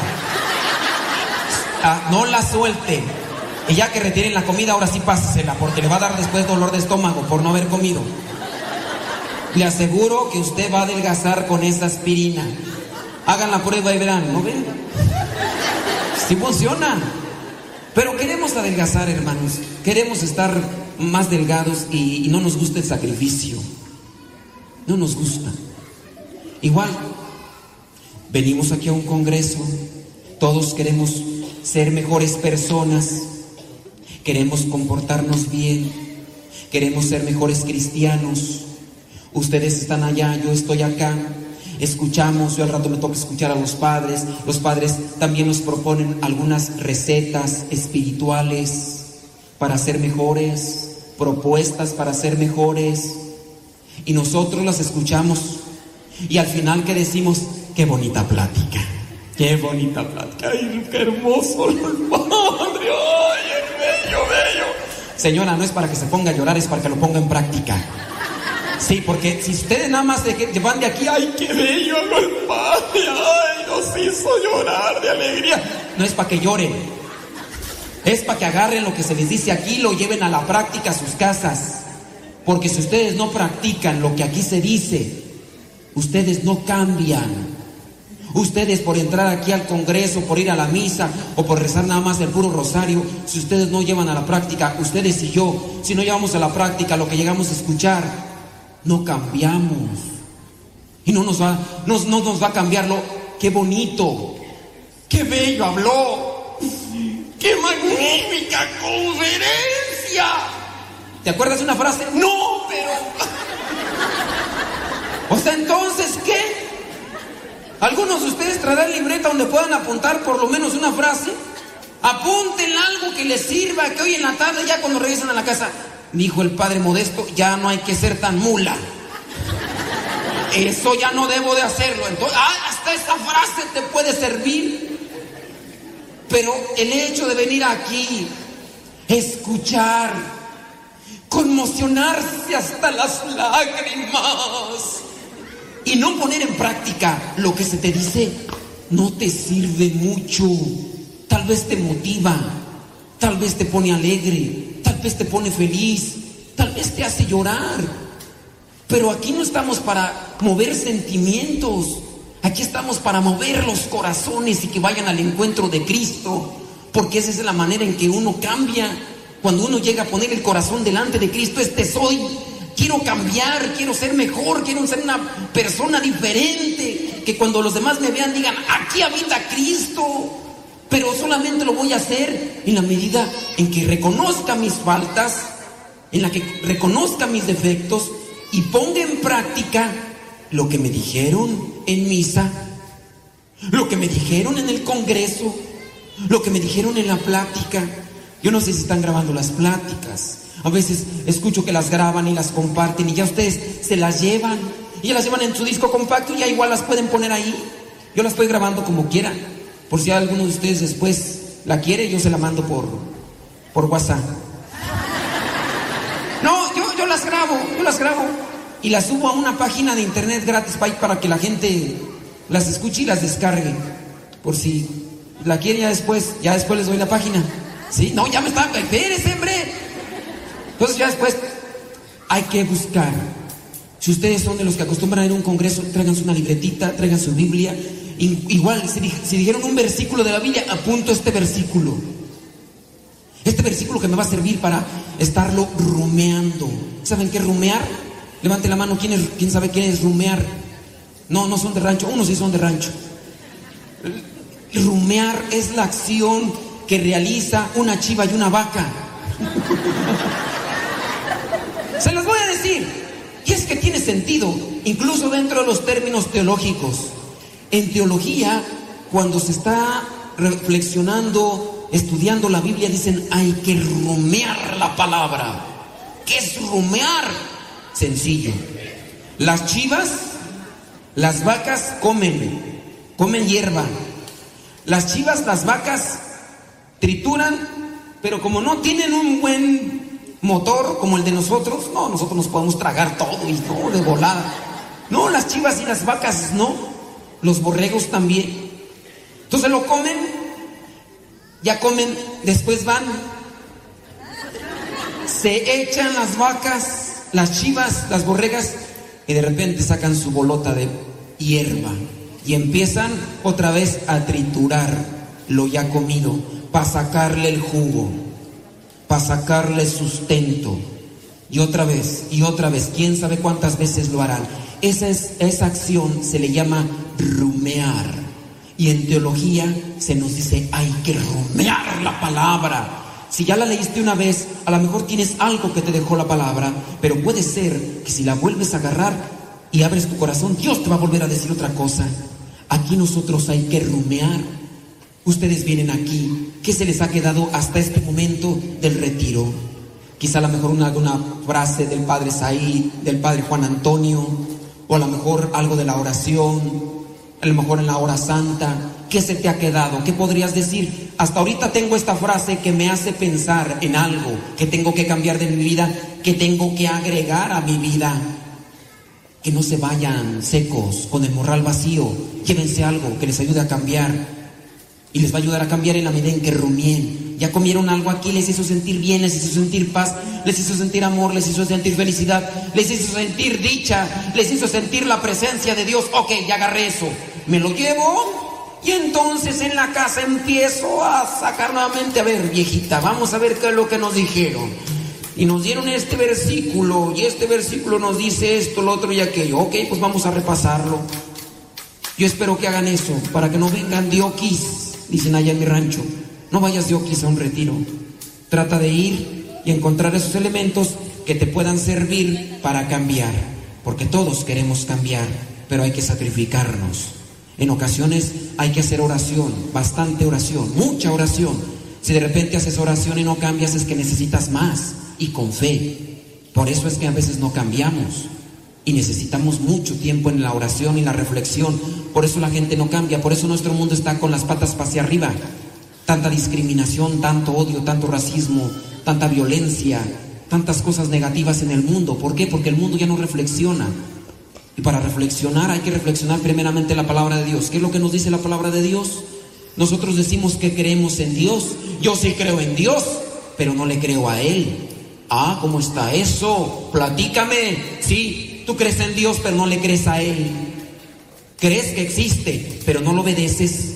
No la suelte. Y ya que retiren la comida, ahora sí pásesela, porque le va a dar después dolor de estómago por no haber comido. Le aseguro que usted va a adelgazar con esa aspirina. Hagan la prueba y verán, ¿no ven? Sí funciona. Pero queremos adelgazar, hermanos. Queremos estar más delgados y no nos gusta el sacrificio. No nos gusta. Igual, venimos aquí a un congreso. Todos queremos ser mejores personas. Queremos comportarnos bien. Queremos ser mejores cristianos. Ustedes están allá, yo estoy acá. Escuchamos, yo al rato me toca escuchar a los padres. Los padres también nos proponen algunas recetas espirituales para ser mejores, propuestas para ser mejores, y nosotros las escuchamos. Y al final, ¿qué decimos? ¡Qué bonita plática! ¡Qué bonita plática! ¡Ay, qué hermoso los padres! ¡Ay, es bello, bello! Señora, no es para que se ponga a llorar, es para que lo ponga en práctica. Sí, porque si ustedes nada más van de aquí, ¡ay, qué bello el padre! ¡Ay, nos hizo llorar de alegría! No es para que lloren, es para que agarren lo que se les dice aquí y lo lleven a la práctica a sus casas. Porque si ustedes no practican lo que aquí se dice, ustedes no cambian. Ustedes, por entrar aquí al congreso, por ir a la misa o por rezar nada más el puro rosario, si ustedes no llevan a la práctica, ustedes y yo, si no llevamos a la práctica lo que llegamos a escuchar, no cambiamos. Y no nos va a cambiarlo. ¡Qué bonito! ¡Qué bello habló! ¡Qué magnífica conferencia! ¿Te acuerdas de una frase? ¡No, pero! O sea, entonces, ¿qué? ¿Algunos de ustedes traerán libreta donde puedan apuntar por lo menos una frase? Apunten algo que les sirva, que hoy en la tarde, ya cuando regresen a la casa, dijo el padre Modesto, ya no hay que ser tan mula. Eso ya no debo de hacerlo. Entonces, hasta esa frase te puede servir. Pero el hecho de venir aquí, escuchar, conmocionarse hasta las lágrimas y no poner en práctica lo que se te dice, no te sirve mucho. Tal vez te motiva, tal vez te pone alegre, tal vez te pone feliz, tal vez te hace llorar. Pero aquí no estamos para mover sentimientos, aquí estamos para mover los corazones y que vayan al encuentro de Cristo, porque esa es la manera en que uno cambia. Cuando uno llega a poner el corazón delante de Cristo, soy, quiero cambiar, quiero ser mejor, quiero ser una persona diferente, que cuando los demás me vean digan, aquí habita Cristo. Pero solamente lo voy a hacer en la medida en que reconozca mis faltas, en la que reconozca mis defectos y ponga en práctica lo que me dijeron en misa, lo que me dijeron en el congreso, lo que me dijeron en la plática. Yo no sé si están grabando las pláticas. A veces escucho que las graban y las comparten y ya ustedes se las llevan y ya las llevan en su disco compacto y ya igual las pueden poner ahí. Yo las estoy grabando como quieran. Por si alguno de ustedes después la quiere, yo se la mando por WhatsApp. No, yo las grabo y las subo a una página de internet gratis para que la gente las escuche y las descargue. Por si la quiere ya después les doy la página. ¿Sí? No, ya me están... ¡Espérese, hombre! Entonces ya después hay que buscar. Si ustedes son de los que acostumbran a ir a un congreso, tráiganse una libretita, traigan su Biblia. Igual, si dijeron un versículo de la Biblia, apunto este versículo. Este versículo que me va a servir para estarlo rumeando. ¿Saben qué es rumear? Levante la mano, ¿quién sabe qué es rumear? No son de rancho, unos sí son de rancho. Rumear es la acción que realiza una chiva y una vaca. Se los voy a decir. Y es que tiene sentido, incluso dentro de los términos teológicos. En teología, cuando se está reflexionando, estudiando la Biblia, dicen, hay que rumear la palabra. ¿Qué es rumear? Sencillo. Las chivas, las vacas comen hierba. Las chivas, las vacas trituran, pero como no tienen un buen motor como el de nosotros, no, nosotros nos podemos tragar todo y no, de volada. No, las chivas y las vacas no, los borregos también. Entonces lo comen, ya comen, después van, se echan las vacas, las chivas, las borregas, y de repente sacan su bolota de hierba y empiezan otra vez a triturar lo ya comido para sacarle el jugo, para sacarle sustento. Y otra vez, quién sabe cuántas veces lo harán. Esa acción se le llama rumear. Y en teología se nos dice, hay que rumear la palabra. Si ya la leíste una vez, a lo mejor tienes algo que te dejó la palabra, pero puede ser que si la vuelves a agarrar y abres tu corazón, Dios te va a volver a decir otra cosa. Aquí nosotros hay que rumear. Ustedes vienen aquí, ¿qué se les ha quedado hasta este momento del retiro? Quizá a lo mejor alguna frase del Padre Said, del Padre Juan Antonio, o a lo mejor algo de la oración, a lo mejor en la hora santa. ¿Qué se te ha quedado? ¿Qué podrías decir? Hasta ahorita tengo esta frase que me hace pensar en algo que tengo que cambiar de mi vida, que tengo que agregar a mi vida. Que no se vayan secos, con el morral vacío. Llévense algo que les ayude a cambiar. Y les va a ayudar a cambiar en la medida en que rumien. Ya comieron algo aquí, les hizo sentir bien, les hizo sentir paz, les hizo sentir amor, les hizo sentir felicidad, les hizo sentir dicha, les hizo sentir la presencia de Dios. Ok, ya agarré eso, me lo llevo y entonces en la casa empiezo a sacar nuevamente. A ver, viejita, vamos a ver qué es lo que nos dijeron. Y nos dieron este versículo, y este versículo nos dice esto, lo otro y aquello. Ok, pues vamos a repasarlo. Yo espero que hagan eso, para que no vengan dioquis, dicen allá en mi rancho. No vayas dioquis a un retiro. Trata de ir y encontrar esos elementos que te puedan servir para cambiar. Porque todos queremos cambiar, pero hay que sacrificarnos. En ocasiones hay que hacer oración, bastante oración, mucha oración. Si de repente haces oración y no cambias, es que necesitas más, y con fe. Por eso es que a veces no cambiamos. Y necesitamos mucho tiempo en la oración y la reflexión. Por eso la gente no cambia. Por eso nuestro mundo está con las patas hacia arriba. Tanta discriminación, tanto odio, tanto racismo, tanta violencia, tantas cosas negativas en el mundo. ¿Por qué? Porque el mundo ya no reflexiona. Y para reflexionar hay que reflexionar primeramente la palabra de Dios. ¿Qué es lo que nos dice la palabra de Dios? Nosotros decimos que creemos en Dios. Yo sí creo en Dios, pero no le creo a Él. Ah, ¿cómo está eso? Platícame. Sí, tú crees en Dios, pero no le crees a Él. Crees que existe, pero no lo obedeces.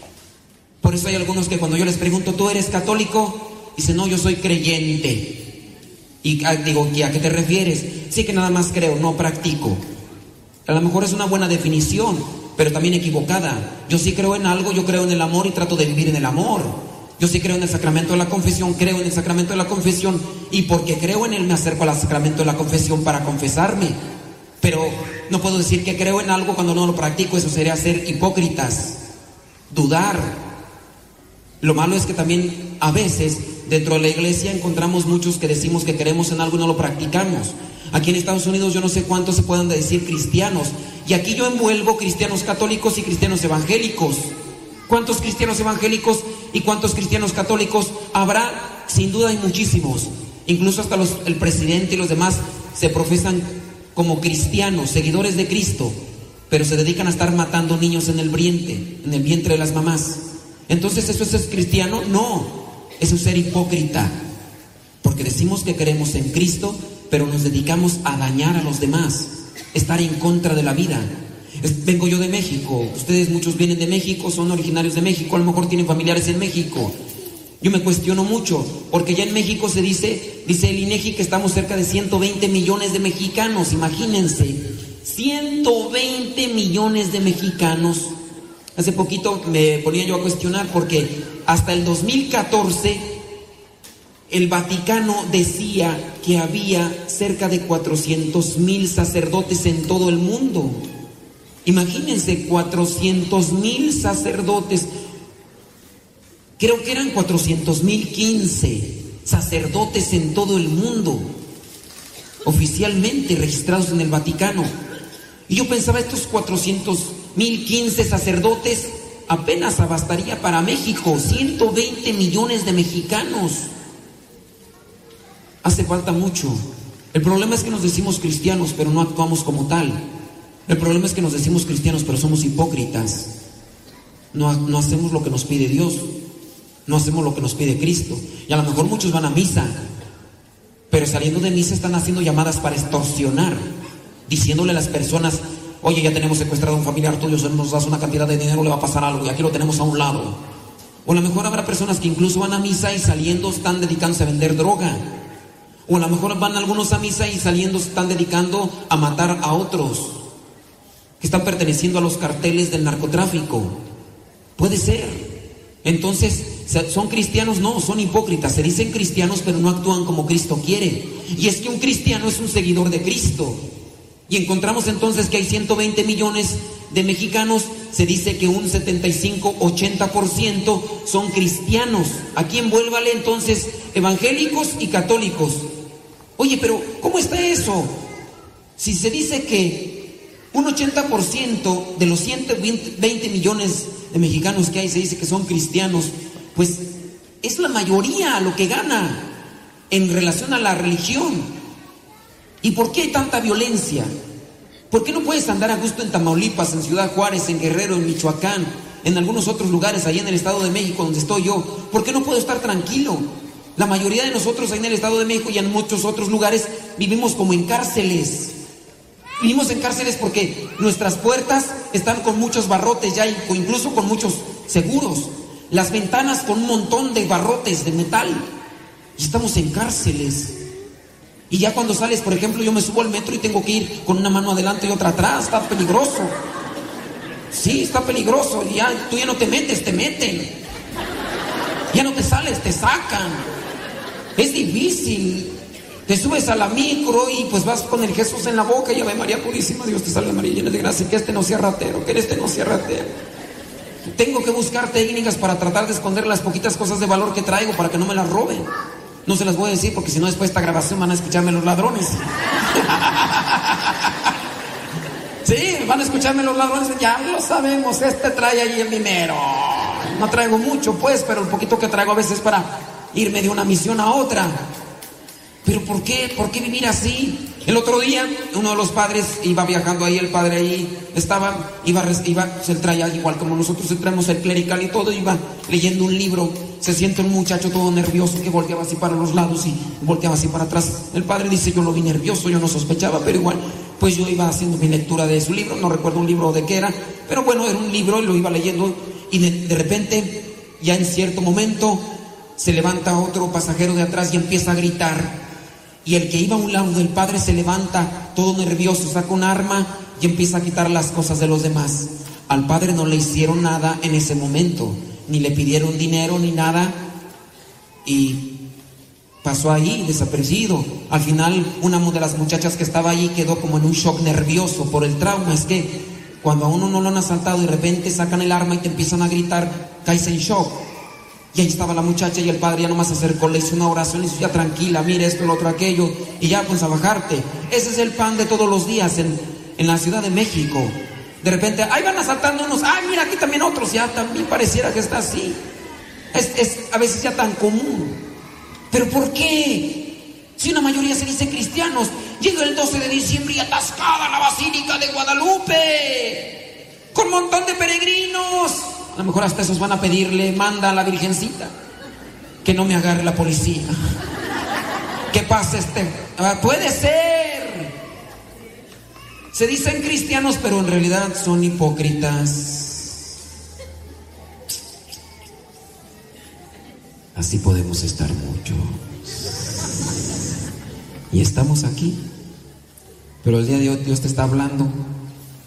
Por eso hay algunos que cuando yo les pregunto, ¿tú eres católico? Dicen, no, yo soy creyente. Y digo, ¿y a qué te refieres? Sí, que nada más creo, no practico. A lo mejor es una buena definición, pero también equivocada. Yo sí creo en algo, yo creo en el amor y trato de vivir en el amor. Yo sí creo en el sacramento de la confesión, creo en el sacramento de la confesión, y porque creo en él me acerco al sacramento de la confesión para confesarme. Pero no puedo decir que creo en algo cuando no lo practico. Eso sería ser hipócritas, dudar. Lo malo es que también a veces dentro de la iglesia encontramos muchos que decimos que creemos en algo y no lo practicamos. Aquí en Estados Unidos yo no sé cuántos se pueden decir cristianos, y aquí yo envuelvo cristianos católicos y cristianos evangélicos. ¿Cuántos cristianos evangélicos y cuántos cristianos católicos habrá? Sin duda hay muchísimos. Incluso hasta el presidente y los demás se profesan como cristianos, seguidores de Cristo, pero se dedican a estar matando niños en el vientre de las mamás. Entonces, ¿eso es cristiano? No, eso es ser hipócrita, porque decimos que creemos en Cristo, pero nos dedicamos a dañar a los demás, estar en contra de la vida. Vengo yo de México, ustedes muchos vienen de México, son originarios de México, a lo mejor tienen familiares en México. Yo me cuestiono mucho, porque ya en México se dice el INEGI que estamos cerca de 120 millones de mexicanos, imagínense, 120 millones de mexicanos. Hace poquito me ponía yo a cuestionar porque hasta el 2014 el Vaticano decía que había cerca de 400,000 sacerdotes en todo el mundo. Imagínense, 400,000 sacerdotes. Creo que eran 400,015 sacerdotes en todo el mundo, oficialmente registrados en el Vaticano. Y yo pensaba, estos 400,015 sacerdotes apenas abastaría para México, 120 millones de mexicanos. Hace falta mucho. El problema es que nos decimos cristianos, pero no actuamos como tal. El problema es que nos decimos cristianos, pero somos hipócritas. No hacemos lo que nos pide Dios. No hacemos lo que nos pide Cristo. Y a lo mejor muchos van a misa, pero saliendo de misa están haciendo llamadas para extorsionar, diciéndole a las personas: oye, ya tenemos secuestrado a un familiar tuyo, si no nos das una cantidad de dinero le va a pasar algo, y aquí lo tenemos a un lado. O a lo mejor habrá personas que incluso van a misa y saliendo están dedicándose a vender droga. O a lo mejor van algunos a misa y saliendo se están dedicando a matar a otros, que están perteneciendo a los carteles del narcotráfico. Puede ser. Entonces, ¿son cristianos? No, son hipócritas. Se dicen cristianos, pero no actúan como Cristo quiere. Y es que un cristiano es un seguidor de Cristo. Y encontramos entonces que hay 120 millones de mexicanos. Se dice que un 75-80% son cristianos. Aquí envuélvale entonces evangélicos y católicos. Oye, pero ¿cómo está eso? Si se dice que un 80% de los 120 millones de mexicanos que hay, se dice que son cristianos, pues es la mayoría lo que gana en relación a la religión. ¿Y por qué hay tanta violencia? ¿Por qué no puedes andar a gusto en Tamaulipas, en Ciudad Juárez, en Guerrero, en Michoacán, en algunos otros lugares, allá en el Estado de México, donde estoy yo? ¿Por qué no puedo estar tranquilo? La mayoría de nosotros ahí en el Estado de México y en muchos otros lugares vivimos como en cárceles. Vivimos en cárceles porque nuestras puertas están con muchos barrotes ya, incluso con muchos seguros. Las ventanas con un montón de barrotes de metal. Y estamos en cárceles. Y ya cuando sales, por ejemplo, yo me subo al metro y tengo que ir con una mano adelante y otra atrás. Está peligroso. Sí, está peligroso. Y ya, tú ya no te metes, te meten. Ya no te sales, te sacan. Es difícil. Te subes a la micro y pues vas con el Jesús en la boca y Ave María Purísima, Dios te salve María, llena de gracia, que este no sea ratero, que este no sea ratero. Tengo que buscar técnicas para tratar de esconder las poquitas cosas de valor que traigo para que no me las roben. No se las voy a decir porque si no después de esta grabación van a escucharme los ladrones. Sí, van a escucharme los ladrones. Ya lo sabemos, este trae ahí el dinero. No traigo mucho pues, pero el poquito que traigo a veces para irme de una misión a otra. Pero ¿por qué? ¿Por qué vivir así? El otro día, uno de los padres iba viajando ahí, el padre ahí estaba, se traía igual como nosotros traemos el clerical y todo, iba leyendo un libro, se siente un muchacho todo nervioso que volteaba así para los lados y volteaba así para atrás. El padre dice, yo lo vi nervioso, yo no sospechaba, pero igual, pues yo iba haciendo mi lectura de su libro, no recuerdo un libro de qué era, pero bueno, era un libro y lo iba leyendo y de repente, ya en cierto momento, se levanta otro pasajero de atrás y empieza a gritar. Y el que iba a un lado del padre se levanta todo nervioso, saca un arma y empieza a quitar las cosas de los demás. Al padre no le hicieron nada en ese momento, ni le pidieron dinero ni nada, y pasó ahí desapercibido. Al final una de las muchachas que estaba ahí quedó como en un shock nervioso por el trauma. Es que cuando a uno no lo han asaltado y de repente sacan el arma y te empiezan a gritar, caes en shock. Y ahí estaba la muchacha y el padre ya nomás se acercó, le hizo una oración, le hizo, ya tranquila, mire esto, lo otro, aquello, y ya pues a bajarte. Ese es el pan de todos los días en la Ciudad de México. De repente, ahí van asaltando unos, ay mira aquí también otros, ya también pareciera que está así. Es a veces ya tan común. ¿Pero por qué? Si una mayoría se dice cristianos, llega el 12 de diciembre y atascada la Basílica de Guadalupe, con un montón de peregrinos. A lo mejor hasta esos van a pedirle, manda a la Virgencita que no me agarre la policía, que pase puede ser. Se dicen cristianos, pero en realidad son hipócritas. Así podemos estar muchos. Y estamos aquí. Pero el día de hoy Dios te está hablando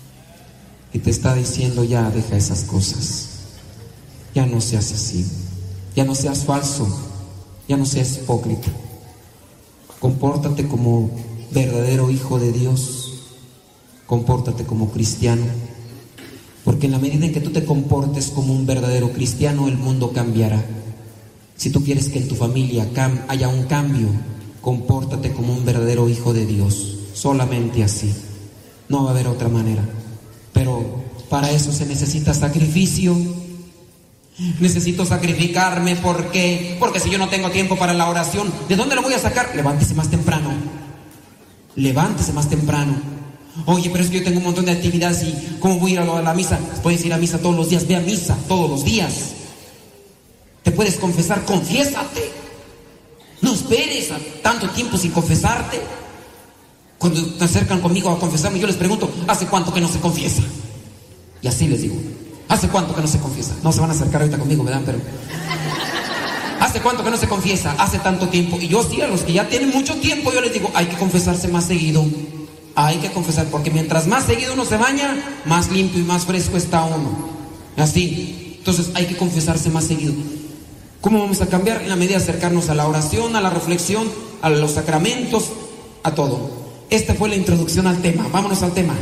y te está diciendo, ya deja esas cosas. Ya no seas así. Ya no seas falso, ya no seas hipócrita. Compórtate como verdadero hijo de Dios. Compórtate como cristiano. Porque en la medida en que tú te comportes como un verdadero cristiano, el mundo cambiará. Si tú quieres que en tu familia haya un cambio, compórtate como un verdadero hijo de Dios. Solamente así. No va a haber otra manera. Pero para eso se necesita sacrificio. Necesito sacrificarme. ¿Por qué? Porque si yo no tengo tiempo para la oración, ¿de dónde lo voy a sacar? Levántese más temprano. Levántese más temprano. Oye, pero es que yo tengo un montón de actividades y ¿cómo voy a ir a la misa? Puedes ir a misa todos los días. Ve a misa todos los días. Te puedes confesar, confiésate. No esperes a tanto tiempo sin confesarte. Cuando te acercan conmigo a confesarme, yo les pregunto, ¿hace cuánto que no se confiesa? Y así les digo, ¿hace cuánto que no se confiesa? No se van a acercar ahorita conmigo, ¿verdad? Pero ¿hace cuánto que no se confiesa? Hace tanto tiempo. Y yo sí, a los que ya tienen mucho tiempo, yo les digo, hay que confesarse más seguido. Hay que confesar, porque mientras más seguido uno se baña, más limpio y más fresco está uno. Así. Entonces hay que confesarse más seguido. ¿Cómo vamos a cambiar? En la medida de acercarnos a la oración, a la reflexión, a los sacramentos, a todo. Esta fue la introducción al tema. Vámonos al tema.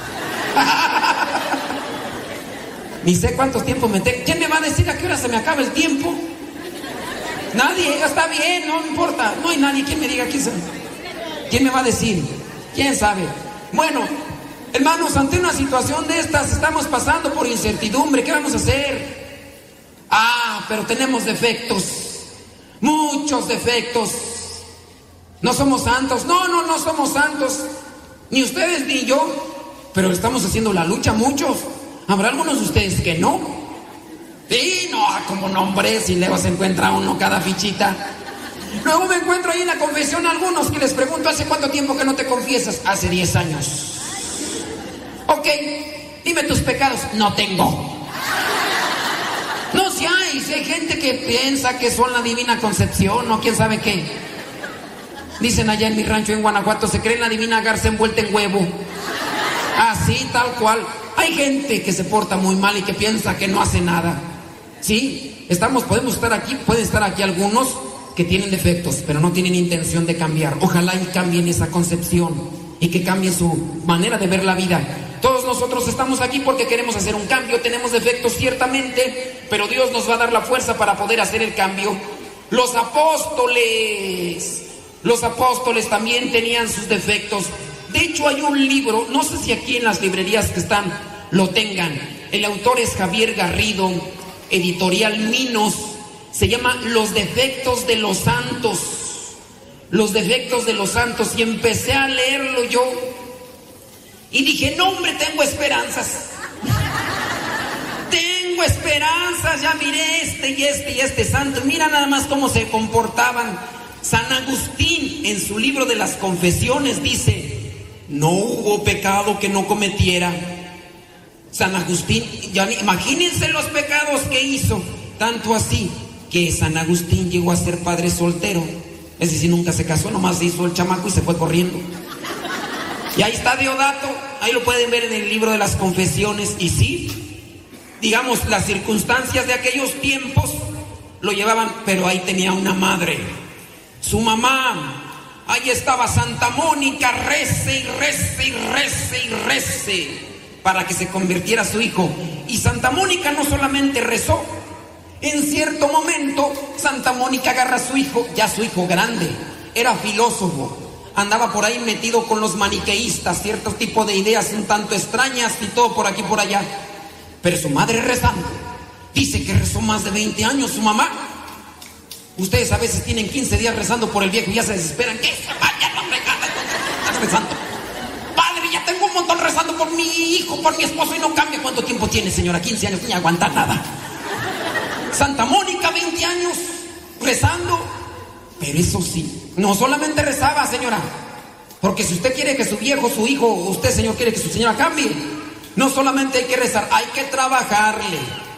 Ni sé cuántos tiempos me tengo. ¿Quién me va a decir a qué hora se me acaba el tiempo? Nadie. Está bien, no importa. No hay nadie. ¿Quién me diga quién me va a decir? ¿Quién sabe? Bueno, hermanos, ante una situación de estas estamos pasando por incertidumbre. ¿Qué vamos a hacer? Pero tenemos defectos. Muchos defectos. No somos santos. No somos santos. Ni ustedes ni yo. Pero estamos haciendo la lucha muchos. Habrá algunos de ustedes que no. Sí, no, como nombres. Y luego se encuentra uno cada fichita. Luego me encuentro ahí en la confesión algunos que les pregunto, ¿hace cuánto tiempo que no te confiesas? Hace 10 años. Ok, dime tus pecados. No tengo. No, si hay gente que piensa que son la Divina Concepción o quién sabe qué. Dicen allá en mi rancho en Guanajuato, se creen la Divina Garza envuelta en huevo. Así, tal cual. Hay gente que se porta muy mal y que piensa que no hace nada. Sí, podemos estar aquí, pueden estar aquí algunos que tienen defectos, pero no tienen intención de cambiar. Ojalá y cambien esa concepción y que cambien su manera de ver la vida. Todos nosotros estamos aquí porque queremos hacer un cambio. Tenemos defectos ciertamente, pero Dios nos va a dar la fuerza para poder hacer el cambio. Los apóstoles también tenían sus defectos. De hecho, hay un libro, no sé si aquí en las librerías que están lo tengan. El autor es Javier Garrido, editorial Minos. Se llama Los defectos de los santos. Los defectos de los santos. Y empecé a leerlo yo. Y dije, no hombre, tengo esperanzas. Tengo esperanzas, ya miré este santo. Mira nada más cómo se comportaban. San Agustín, en su libro de las Confesiones, dice, no hubo pecado que no cometiera. San Agustín, imagínense los pecados que hizo. Tanto así que San Agustín llegó a ser padre soltero. Es decir, nunca se casó, nomás se hizo el chamaco y se fue corriendo. Y ahí está Deodato, ahí lo pueden ver en el libro de las Confesiones. Y sí, digamos, las circunstancias de aquellos tiempos lo llevaban, pero ahí tenía una madre, su mamá. Ahí estaba Santa Mónica, rece para que se convirtiera su hijo. Y Santa Mónica no solamente rezó. En cierto momento, Santa Mónica agarra a su hijo, ya su hijo grande, era filósofo. Andaba por ahí metido con los maniqueístas, cierto tipo de ideas un tanto extrañas y todo por aquí por allá. Pero su madre rezando. Dice que rezó más de 20 años su mamá. Ustedes a veces tienen 15 días rezando por el viejo y ya se desesperan. ¡Que se vaya, hombre! Estás rezando. Padre, ya tengo un montón rezando por mi hijo, por mi esposo y no cambia. ¿Cuánto tiempo tiene, señora? 15 años, ni aguanta nada. Santa Mónica, 20 años rezando. Pero eso sí, no solamente rezaba, señora, porque si usted quiere que su viejo, su hijo, usted, señor, quiere que su señora cambie, no solamente hay que rezar, hay que trabajarle.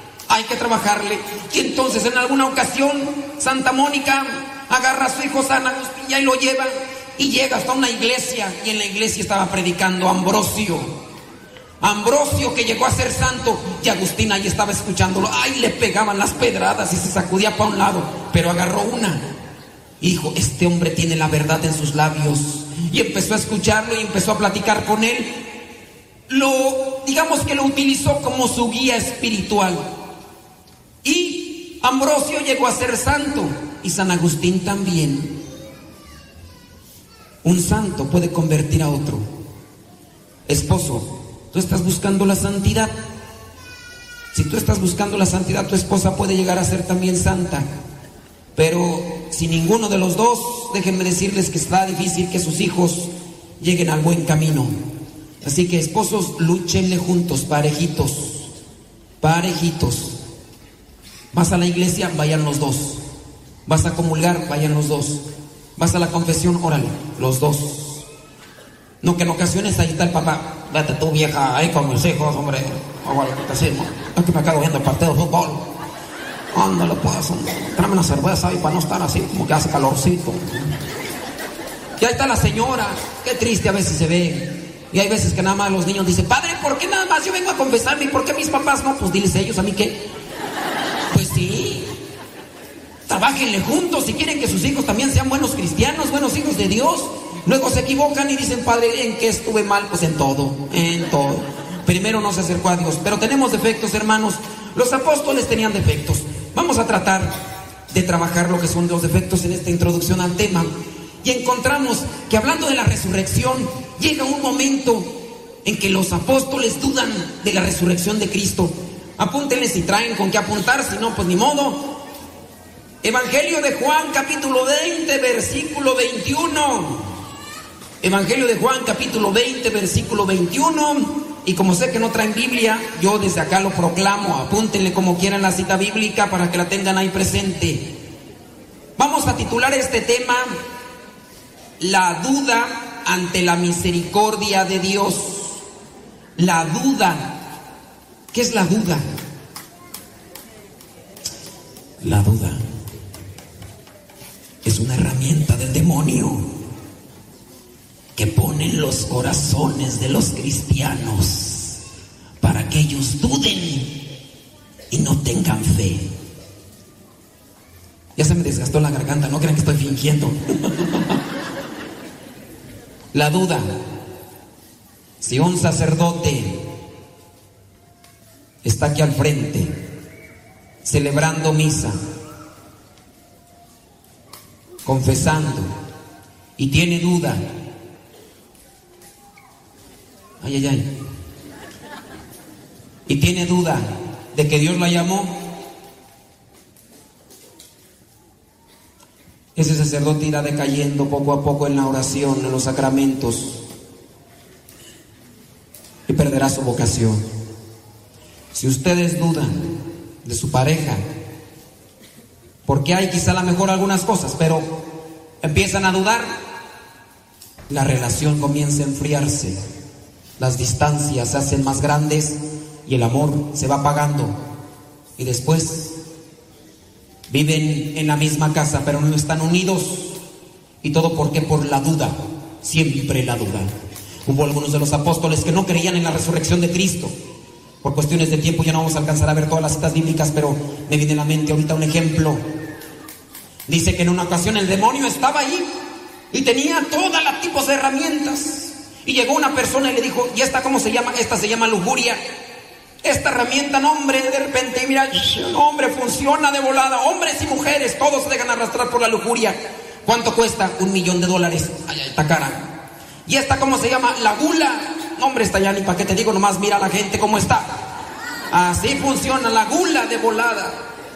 Y entonces en alguna ocasión Santa Mónica agarra a su hijo San Agustín y ahí lo lleva y llega hasta una iglesia, y en la iglesia estaba predicando Ambrosio. Ambrosio, que llegó a ser santo, y Agustín ahí estaba escuchándolo. Ay, le pegaban las pedradas y se sacudía para un lado, pero agarró una y dijo: este hombre tiene la verdad en sus labios. Y empezó a escucharlo y empezó a platicar con él. Digamos que lo utilizó como su guía espiritual. Y Ambrosio llegó a ser santo, y San Agustín también. Un santo puede convertir a otro. Esposo, tú estás buscando la santidad. Si tú estás buscando la santidad, tu esposa puede llegar a ser también santa. Pero si ninguno de los dos, déjenme decirles que está difícil que sus hijos lleguen al buen camino. Así que, esposos, lúchenle juntos, parejitos, parejitos. Vas a la iglesia, vayan los dos. Vas a comulgar, vayan los dos. Vas a la confesión, órale, los dos. No, que en ocasiones ahí está el papá: vete tú, vieja, ahí con mis hijos, hombre. Órale, ¿qué te hacemos? Es que me acabo viendo el partido de fútbol. Ándale, pues, tráeme una cerveza ahí para no estar así, como que hace calorcito. Y ahí está la señora, qué triste a veces se ve. Y hay veces que nada más los niños dicen: padre, ¿por qué nada más yo vengo a confesarme? ¿Y por qué mis papás no? Pues diles ellos, ¿a mí qué? Pues sí. Trabájenle juntos si quieren que sus hijos también sean buenos cristianos, buenos hijos de Dios. Luego se equivocan y dicen: padre, ¿en qué estuve mal? Pues en todo, en todo. Primero no se acercó a Dios. Pero tenemos defectos, hermanos. Los apóstoles tenían defectos. Vamos a tratar de trabajar lo que son los defectos en esta introducción al tema. Y encontramos que, hablando de la resurrección, llega un momento en que los apóstoles dudan de la resurrección de Cristo. Apúntenle si traen con qué apuntar, si no, pues ni modo. Evangelio de Juan, capítulo 20, versículo 21. Evangelio de Juan, capítulo 20, versículo 21. Y como sé que no traen Biblia, yo desde acá lo proclamo. Apúntenle como quieran la cita bíblica para que la tengan ahí presente. Vamos a titular este tema: la duda ante la misericordia de Dios. La duda. ¿Qué es la duda? La duda es una herramienta del demonio que pone en los corazones de los cristianos para que ellos duden y no tengan fe. Ya se me desgastó la garganta, no crean que estoy fingiendo. La duda. Si un sacerdote está aquí al frente celebrando misa, confesando, y tiene duda, y tiene duda de que Dios la llamó, ese sacerdote irá decayendo poco a poco en la oración, en los sacramentos, y perderá su vocación. Si ustedes dudan de su pareja, porque hay quizá a lo mejor algunas cosas, pero empiezan a dudar, la relación comienza a enfriarse, las distancias se hacen más grandes y el amor se va apagando, y después viven en la misma casa pero no están unidos. ¿Y todo por qué? Por la duda, siempre la duda. Hubo algunos de los apóstoles que no creían en la resurrección de Cristo. Por cuestiones de tiempo ya no vamos a alcanzar a ver todas las citas bíblicas, pero me viene a la mente ahorita un ejemplo. Dice que en una ocasión el demonio estaba ahí y tenía todos los tipos de herramientas. Y llegó una persona y le dijo: ¿y esta cómo se llama? Esta se llama lujuria. Esta herramienta, no hombre, de repente, mira, no hombre, funciona de volada. Hombres y mujeres, todos se dejan arrastrar por la lujuria. ¿Cuánto cuesta? $1,000,000. Ay, está cara. ¿Y esta cómo se llama? La gula. No hombre, está ya ni para qué te digo, nomás mira a la gente cómo está. Así funciona la gula de volada.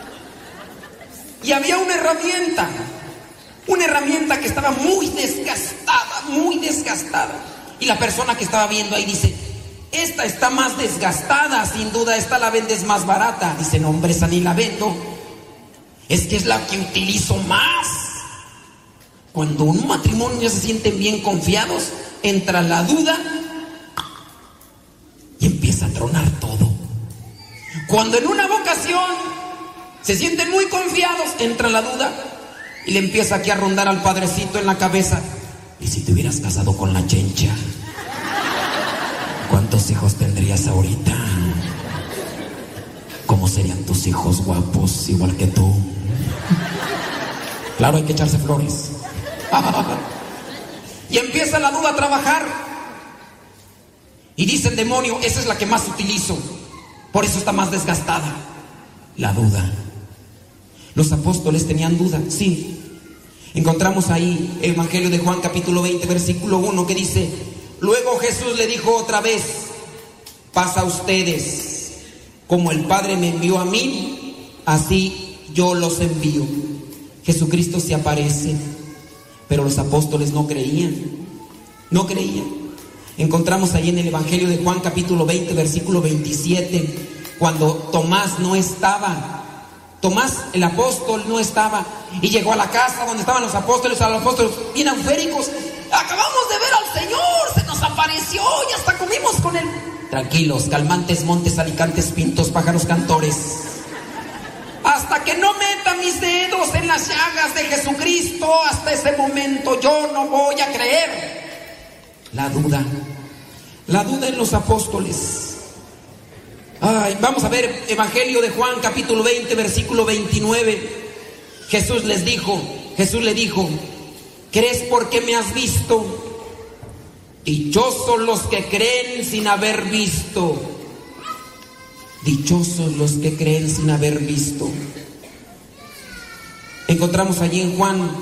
Y había una herramienta que estaba muy desgastada. Y la persona que estaba viendo ahí dice: esta está más desgastada, sin duda esta la vendes más barata. Dice: no hombre, esa ni la vendo, es que es la que utilizo más. Cuando un matrimonio ya se sienten bien confiados, entra la duda y empieza a tronar todo. Cuando en una vocación se sienten muy confiados, entra la duda y le empieza aquí a rondar al padrecito en la cabeza: ¿y si te hubieras casado con la chencha? ¿Cuántos hijos tendrías ahorita? ¿Cómo serían tus hijos guapos igual que tú? Claro, hay que echarse flores. Y empieza la duda a trabajar. Y dice el demonio, esa es la que más utilizo. Por eso está más desgastada. La duda. Los apóstoles tenían duda, sí. Encontramos ahí el Evangelio de Juan capítulo 20, versículo 1, que dice: luego Jesús le dijo otra vez: pasa a ustedes, como el Padre me envió a mí, así yo los envío. Jesucristo se aparece, pero los apóstoles no creían. No creían. Encontramos ahí en el Evangelio de Juan capítulo 20, versículo 27, cuando Tomás no estaba. Tomás, el apóstol, no estaba, y llegó a la casa donde estaban los apóstoles bien eufóricos. Acabamos de ver al Señor, se nos apareció y hasta comimos con él. Tranquilos, calmantes, montes, alicantes, pintos, pájaros, cantores. Hasta que no meta mis dedos en las llagas de Jesucristo, hasta ese momento yo no voy a creer. La duda en los apóstoles. Ay, vamos a ver Evangelio de Juan capítulo 20, versículo 29. Jesús le dijo, ¿crees porque me has visto? Dichosos los que creen sin haber visto. Dichosos los que creen sin haber visto. Encontramos allí en Juan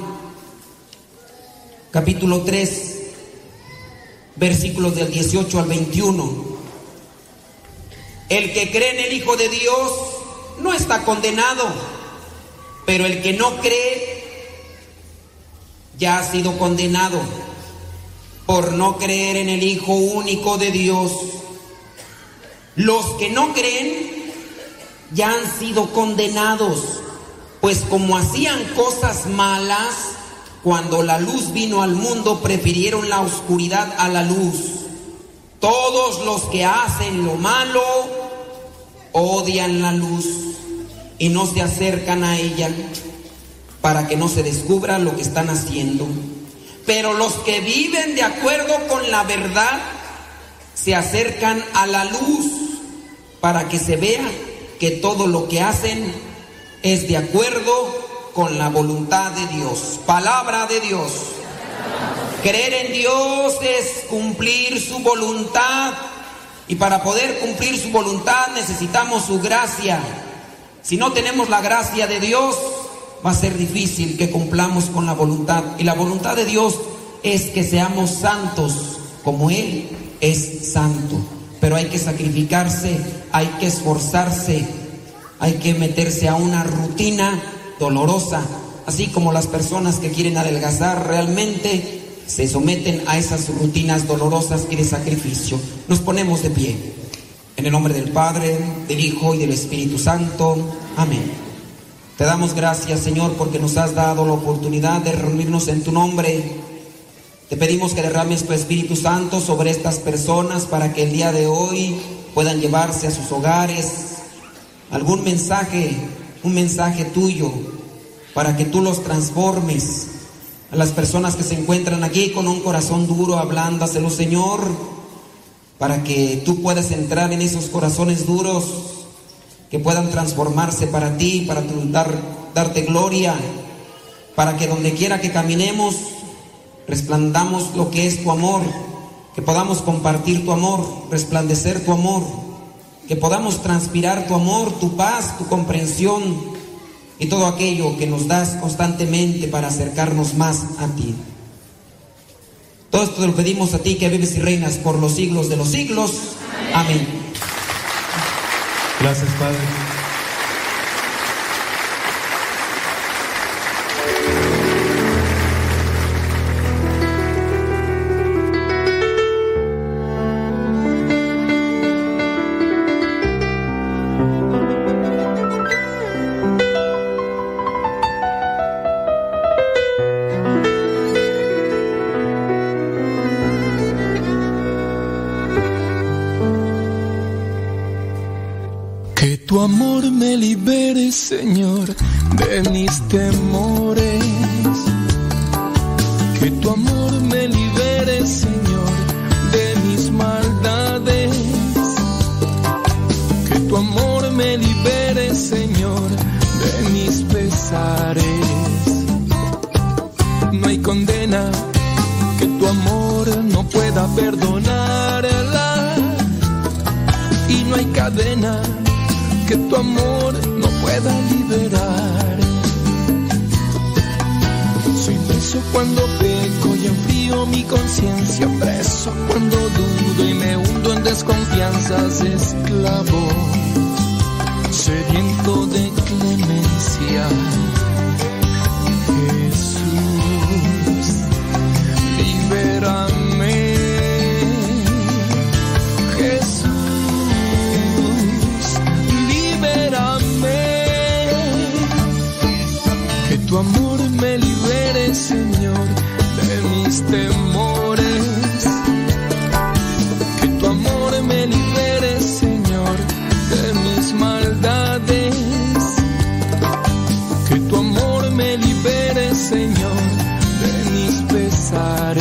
capítulo 3, versículos del 18 al 21. El que cree en el Hijo de Dios no está condenado, pero el que no cree ya ha sido condenado por no creer en el Hijo único de Dios. Los que no creen ya han sido condenados, pues como hacían cosas malas, cuando la luz vino al mundo, prefirieron la oscuridad a la luz. Todos los que hacen lo malo odian la luz y no se acercan a ella para que no se descubra lo que están haciendo. Pero los que viven de acuerdo con la verdad se acercan a la luz para que se vea que todo lo que hacen es de acuerdo con la voluntad de Dios. Palabra de Dios. Creer en Dios es cumplir su voluntad, y para poder cumplir su voluntad necesitamos su gracia. Si no tenemos la gracia de Dios, va a ser difícil que cumplamos con la voluntad. Y la voluntad de Dios es que seamos santos como Él es santo. Pero hay que sacrificarse, hay que esforzarse, hay que meterse a una rutina dolorosa, así como las personas que quieren adelgazar realmente se someten a esas rutinas dolorosas y de sacrificio. Nos ponemos de pie. En el nombre del Padre, del Hijo y del Espíritu Santo. Amén. Te damos gracias, Señor, porque nos has dado la oportunidad de reunirnos en tu nombre. Te pedimos que derrames tu Espíritu Santo sobre estas personas para que el día de hoy puedan llevarse a sus hogares algún mensaje, un mensaje tuyo, para que tú los transformes. A las personas que se encuentran aquí con un corazón duro, ablándaselo, Señor, para que tú puedas entrar en esos corazones duros, que puedan transformarse para ti, para darte gloria, para que donde quiera que caminemos resplandamos lo que es tu amor, que podamos compartir tu amor, resplandecer tu amor, que podamos transpirar tu amor, tu paz, tu comprensión y todo aquello que nos das constantemente para acercarnos más a ti. Todo esto te lo pedimos a ti, que vives y reinas por los siglos de los siglos. Amén. Gracias, Padre. Tu amor me libere, Señor, de mis temores. Que tu amor me libere, Señor, de mis maldades. cadena que tu amor no pueda liberar. Soy preso cuando peco y enfrío mi conciencia, preso cuando dudo y me hundo en desconfianzas, esclavo, sediento de clemencia. Jesús, libérame. Jesús, libérame. Que tu amor me libere, Señor, de mis temores. Que tu amor me libere, Señor, de mis maldades. Que tu amor me libere, Señor, de mis pesares.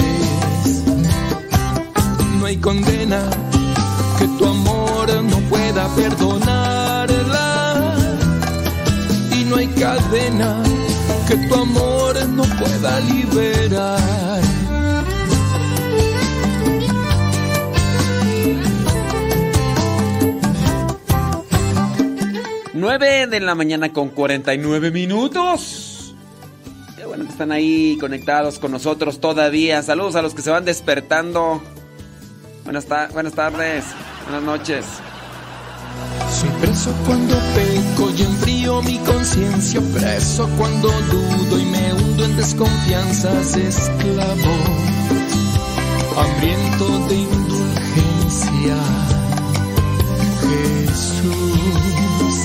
No hay condena que tu amor no pueda perdonarla, y no hay cadena que tu amor no pueda liberar. 9 de la mañana con 49 minutos. Qué bueno que están ahí conectados con nosotros todavía. Saludos a los que se van despertando. Buenas tardes, buenas noches. Soy preso cuando peco y enfrío mi conciencia, preso cuando dudo y me hundo en desconfianzas, esclavo, hambriento de indulgencia. Jesús,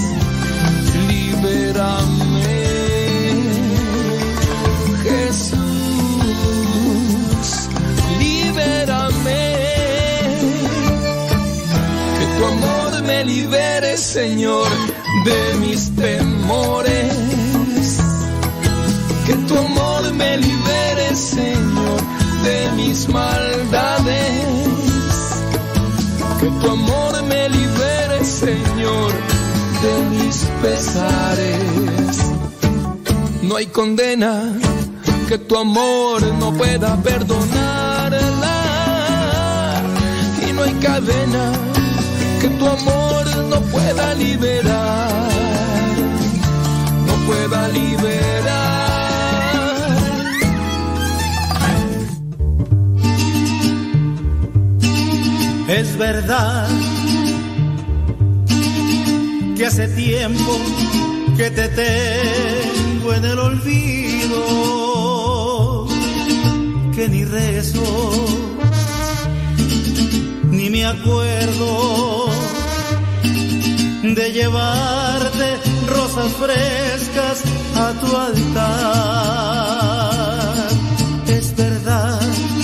libérame. Jesús, libérame. Que tu amor me libere, Señor, de mis temores. Que tu amor me libere, Señor, de mis maldades. Que tu amor me libere, Señor, de mis pesares. No hay condena que tu amor no pueda perdonarla, y no hay cadena que tu amor no pueda liberar, no pueda liberar. Es verdad que hace tiempo que te tengo en el olvido, que ni rezo ni me acuerdo de llevarte rosas frescas a tu altar. Es verdad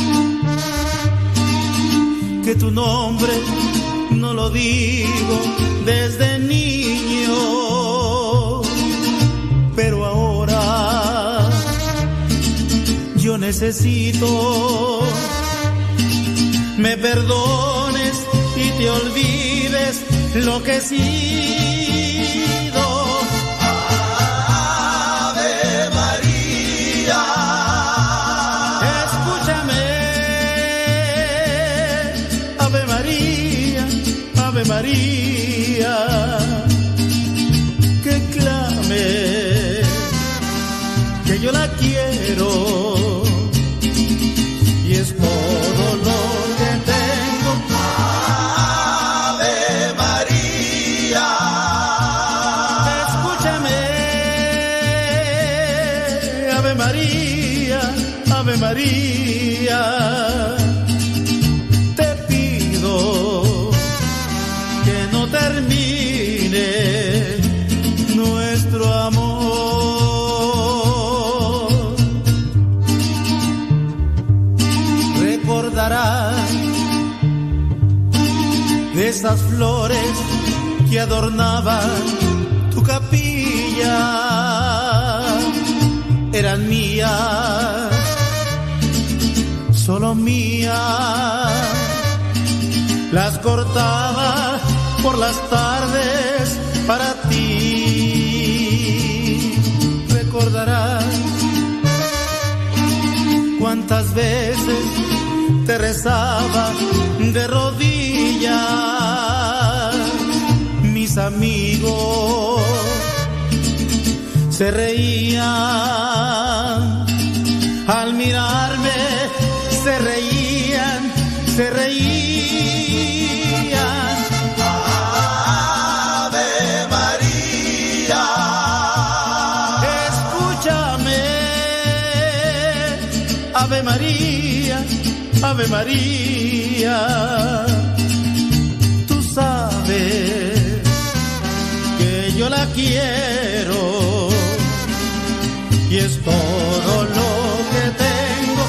que tu nombre no lo digo desde niño, pero ahora yo necesito me perdones y te olvides lo que he sido. Ave María, escúchame. Ave María, Ave María, que clame, que yo la quiero y es todo lo que tengo. Ave María, escúchame. Ave María, Ave María, te pido que no termine nuestro amor. Recordarás de esas flores que adornaban tu capilla, eran mías, solo mías. Las cortaba por las tardes para ti. Recordarás cuántas veces te rezaba de rodillas amigos se reían al mirarme, se reían, se reían. Ave María, escúchame, Ave María, Ave María. Tú sabes que yo la quiero y es todo lo que tengo.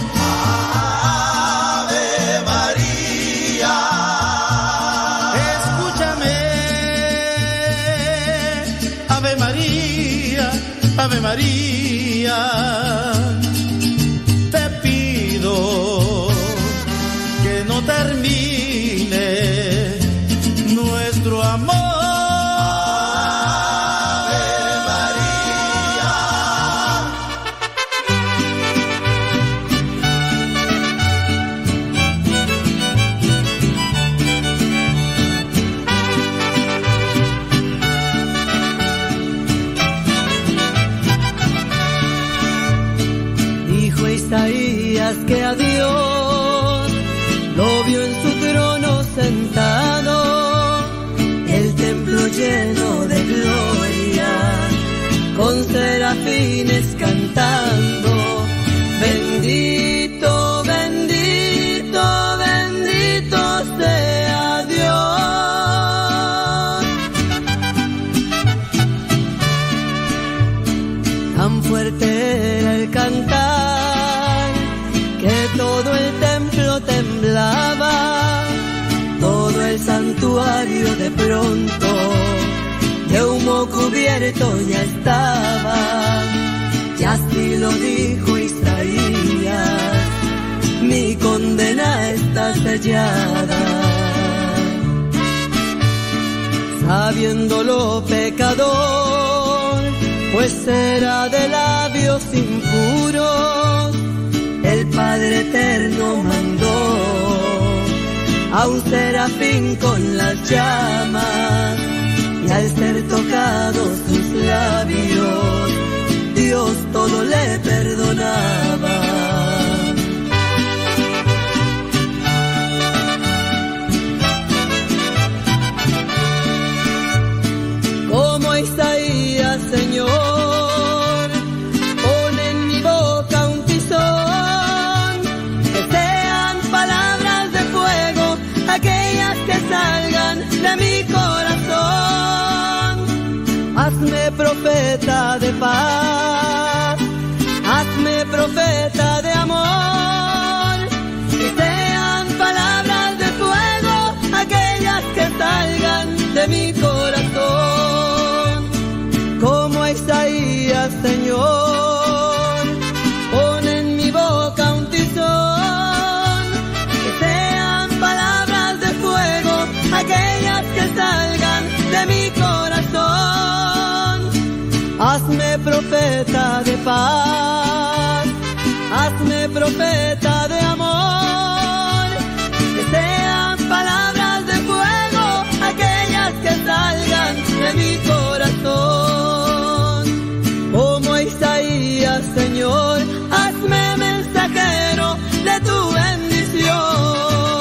Ave María, escúchame, Ave María, Ave María. Te pido que no termine nuestro amor. Isaías que a Dios lo vio en su trono sentado, el templo lleno de gloria, con serafines cantando, bendito, bendito, bendito sea Dios. Tan fuerte era el cantar que todo el templo temblaba, todo el santuario de pronto de humo cubierto ya estaba. Y así lo dijo Isaías, mi condena está sellada. Sabiéndolo pecador, pues era de labios impuros, el Padre Eterno mandó a un serafín con las llamas, y al ser tocados sus labios, Dios todo le perdonaba. Como Isaías, Señor, salgan de mi corazón. Hazme profeta de paz, hazme profeta de amor, que sean palabras de fuego aquellas que salgan de mi corazón. Como Isaías, Señor, pon en mi boca un tizón, que sean palabras de fuego aquellas que salgan de mi corazón. Hazme profeta de paz, hazme profeta de amor, que sean palabras de fuego aquellas que salgan de mi corazón. Como Isaías, Señor, hazme mensajero de tu bendición.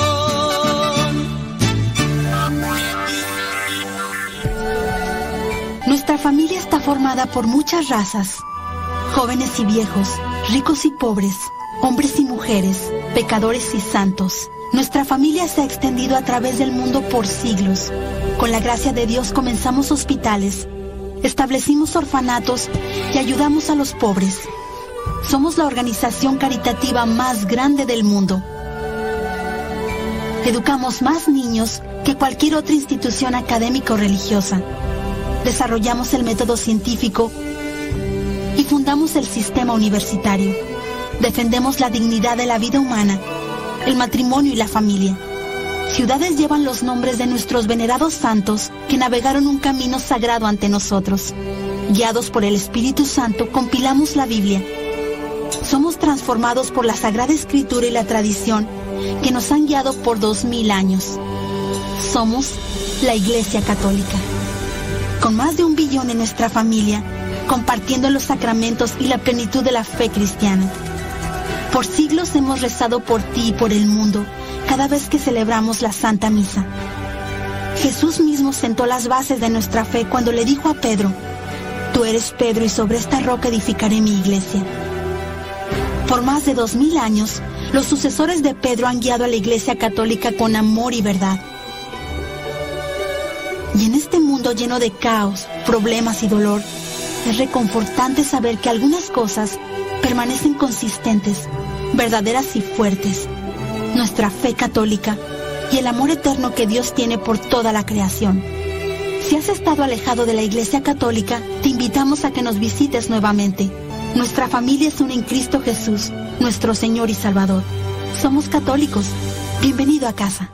Nuestra familia está formada por muchas razas, jóvenes y viejos, ricos y pobres, hombres y mujeres, pecadores y santos. Nuestra familia se ha extendido a través del mundo por siglos. Con la gracia de Dios comenzamos hospitales, establecimos orfanatos y ayudamos a los pobres. Somos la organización caritativa más grande del mundo. Educamos más niños que cualquier otra institución académica o religiosa. Desarrollamos el método científico y fundamos el sistema universitario. Defendemos la dignidad de la vida humana, el matrimonio y la familia. Ciudades llevan los nombres de nuestros venerados santos que navegaron un camino sagrado ante nosotros. Guiados por el Espíritu Santo, compilamos la Biblia. Somos transformados por la Sagrada Escritura y la tradición que nos han guiado por 2000 años. Somos la Iglesia Católica. con más de 1 billón en nuestra familia, compartiendo los sacramentos y la plenitud de la fe cristiana. Por siglos hemos rezado por ti y por el mundo, cada vez que celebramos la Santa Misa. Jesús mismo sentó las bases de nuestra fe cuando le dijo a Pedro: tú eres Pedro y sobre esta roca edificaré mi iglesia. Por más de 2000 años, los sucesores de Pedro han guiado a la Iglesia Católica con amor y verdad. Y en este mundo lleno de caos, problemas y dolor, es reconfortante saber que algunas cosas permanecen consistentes, verdaderas y fuertes. Nuestra fe católica y el amor eterno que Dios tiene por toda la creación. Si has estado alejado de la Iglesia Católica, te invitamos a que nos visites nuevamente. Nuestra familia es una en Cristo Jesús, nuestro Señor y Salvador. Somos católicos. Bienvenido a casa.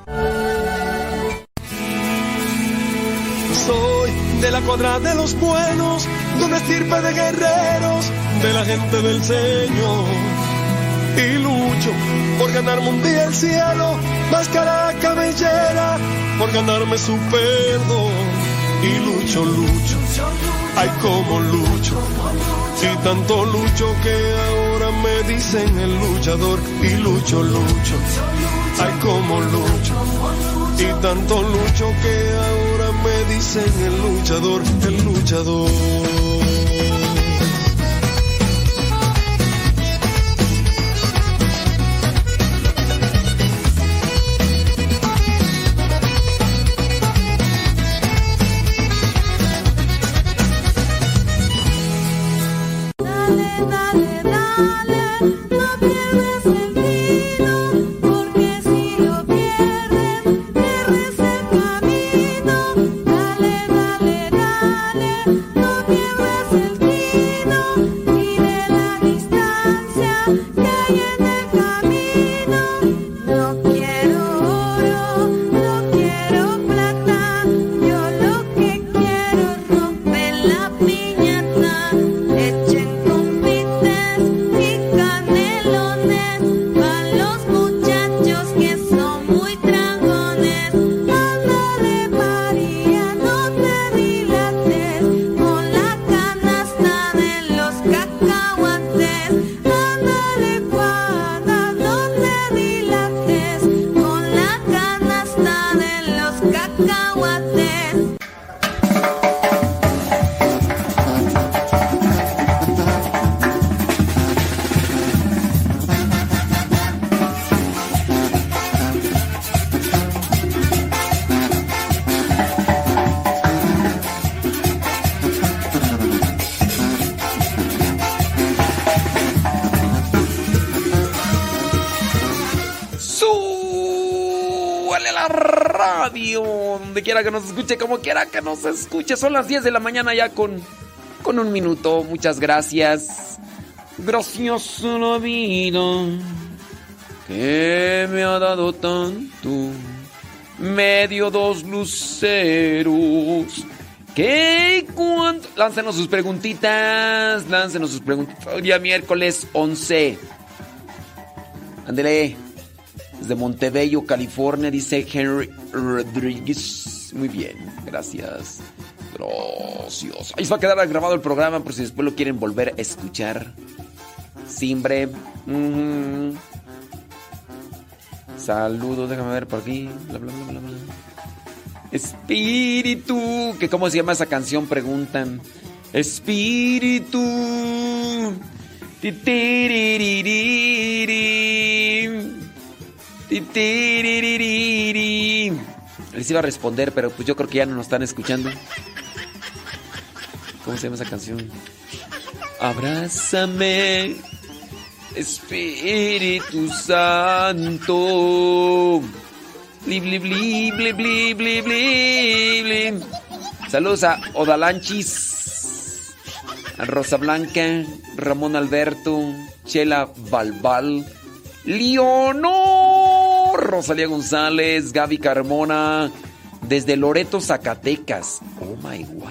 Soy de la cuadra de los buenos, de una estirpe de guerreros, de la gente del Señor. Y lucho por ganarme un día el cielo, máscara cabellera, por ganarme su perdón. Y lucho, ay como lucho, y tanto lucho que ahora me dicen el luchador. Y lucho, ay como lucho, y tanto lucho que ahora me dicen el luchador, el luchador. Que nos escuche, como quiera que nos escuche. Son las 10 de la mañana ya con 1 minuto. Muchas gracias. Gracias a la vida que me ha dado tanto. Medio 2 luceros. ¿Qué? ¿Cuánto? Láncenos sus preguntitas. Hoy día miércoles 11. Ándele. Desde Montebello, California, dice Henry Rodríguez. Muy bien, gracias. Gracias. Ahí se va a quedar grabado el programa por si después lo quieren volver a escuchar. Simbre. Saludos, déjame ver por aquí. Bla, bla, bla, bla, bla. Espíritu. ¿Que cómo se llama esa canción? Preguntan. Espíritu. Les iba a responder, pero pues yo creo que ya no nos están escuchando. ¿Cómo se llama esa canción? Abrázame, Espíritu Santo. Bli, bli, bli, bli, bli, bli, bli, bli. Saludos a Odalanchis, a Rosa Blanca, Ramón Alberto, Chela Balbal, Leonor, Rosalía González, Gaby Carmona, desde Loreto, Zacatecas. Oh my wow.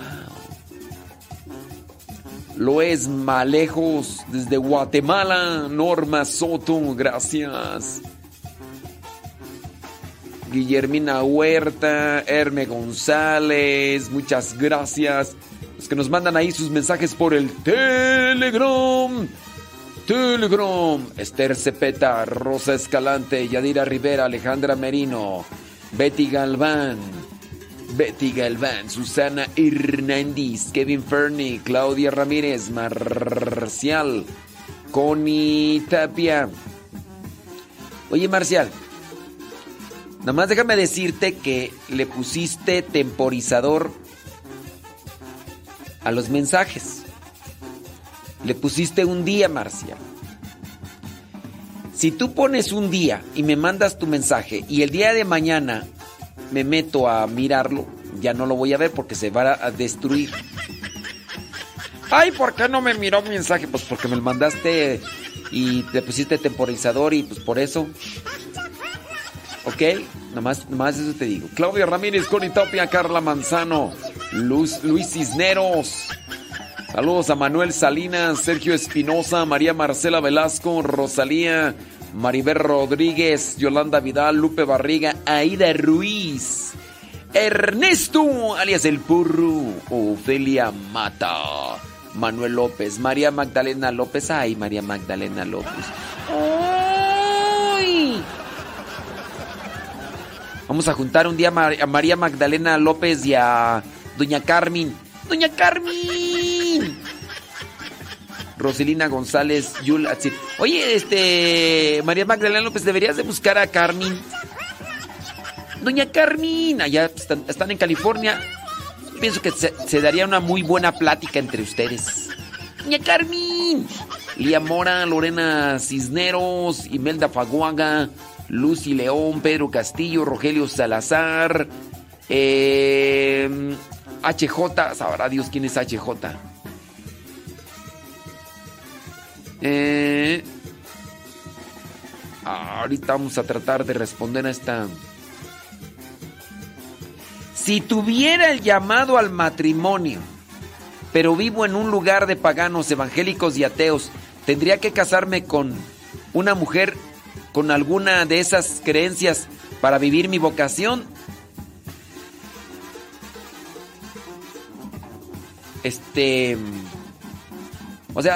Loes Malejos, desde Guatemala, Norma Soto, gracias. Guillermina Huerta, Herme González, muchas gracias. Los que nos mandan ahí sus mensajes por el Telegram. Esther Cepeta, Rosa Escalante, Yadira Rivera, Alejandra Merino, Betty Galván, Susana Hernández, Kevin Fernie, Claudia Ramírez, Marcial, Connie Tapia. Oye, Marcial, nada más déjame decirte que le pusiste temporizador a los mensajes. Le pusiste un día, Marcial. Si tú pones un día y me mandas tu mensaje y el día de mañana me meto a mirarlo, ya no lo voy a ver porque se va a destruir. Ay, ¿por qué no me miró mi mensaje? Pues porque me lo mandaste y le pusiste temporizador y pues por eso. ¿Ok? Nomás eso te digo. Claudia Ramírez, Connie Tapia, Carla Manzano, Luis Cisneros. Saludos a Manuel Salinas, Sergio Espinosa, María Marcela Velasco, Rosalía, Maribel Rodríguez, Yolanda Vidal, Lupe Barriga, Aida Ruiz, Ernesto, alias El Purru, Ofelia Mata, Manuel López, María Magdalena López. Ay, María Magdalena López. ¡Ay! Vamos a juntar un día a María Magdalena López y a Doña Carmen. ¡Doña Carmen! Roselina González, Yul Atzir. Oye, María Magdalena López, deberías de buscar a Carmen. Doña Carmen, allá están en California. Pienso que se daría una muy buena plática entre ustedes. Doña Carmen. Lía Mora, Lorena Cisneros, Imelda Faguaga, Lucy León, Pedro Castillo, Rogelio Salazar, HJ, sabrá Dios quién es HJ. Ahorita vamos a tratar de responder a esta. Si tuviera el llamado al matrimonio, pero vivo en un lugar de paganos, evangélicos y ateos, ¿tendría que casarme con una mujer con alguna de esas creencias para vivir mi vocación? O sea,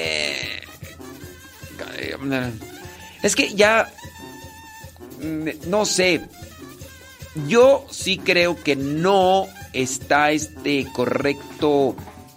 es que ya no sé. Yo sí creo que no está correcto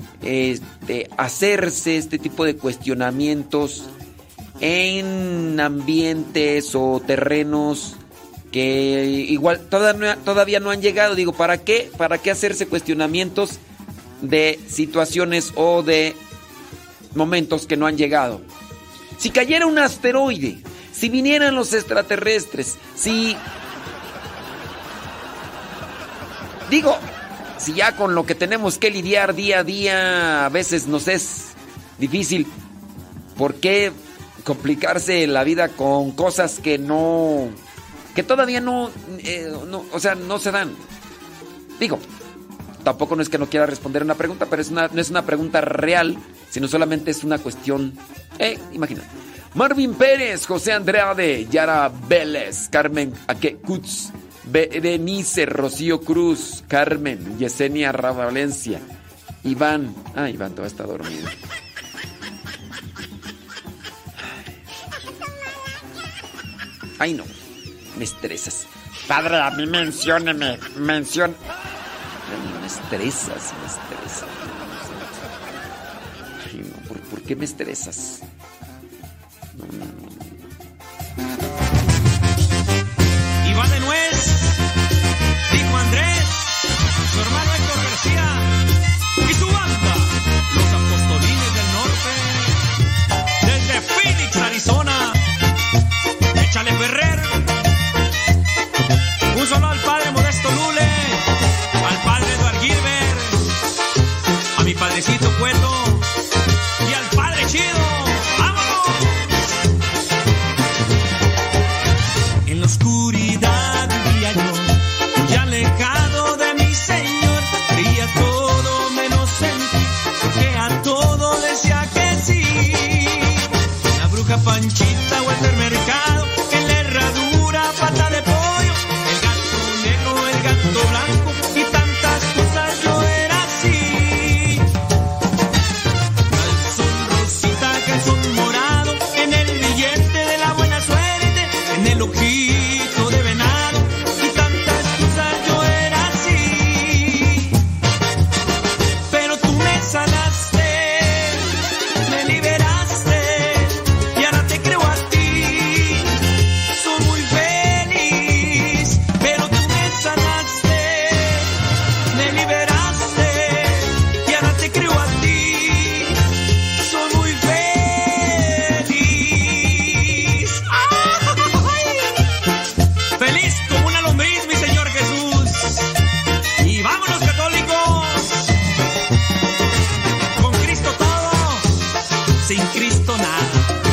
hacerse este tipo de cuestionamientos en ambientes o terrenos que igual todavía no han llegado. Digo, ¿para qué hacerse cuestionamientos de situaciones o de momentos que no han llegado? Si cayera un asteroide, si vinieran los extraterrestres, si ya con lo que tenemos que lidiar día a día a veces nos es difícil, ¿por qué complicarse la vida con cosas que todavía no se dan? Tampoco no es que no quiera responder una pregunta, pero no es una pregunta real, sino solamente es una cuestión. Imagina. Marvin Pérez, José Andrade, Yara Vélez, Carmen Akecuts, Berenice, Rocío Cruz, Carmen, Yesenia Raba Valencia, Iván. Iván todavía está dormido. Ay, no. Me estresas. Padre, a mí mencióneme. Me estresas. Ay, no, ¿por qué me estresas? No. Y va de nuez, dijo Andrés, su hermano Héctor García y su banda, los Apostolines del Norte, desde Phoenix, Arizona. Échale Ferrer. Un solo al padre Modesto Lule, al padre Eduard Gilbert, a mi padrecito Cueto y al padre Chido. ¡Vámonos! En la oscuridad vivía yo, muy alejado gato blanco y tantas cosas yo era así. Calzón rosita, calzón morado, en el billete de la buena suerte, en el ojito de venado y tantas cosas yo era así. Pero tú me sanaste, me liberaste y ahora te creo a ti. Soy muy feliz, pero tú me sanaste, me liberaste y ahora te creo a ti. Soy muy feliz. ¡Ay! Feliz como una lombriz, mi Señor Jesús. Y vámonos, católicos. Con Cristo todo, sin Cristo nada.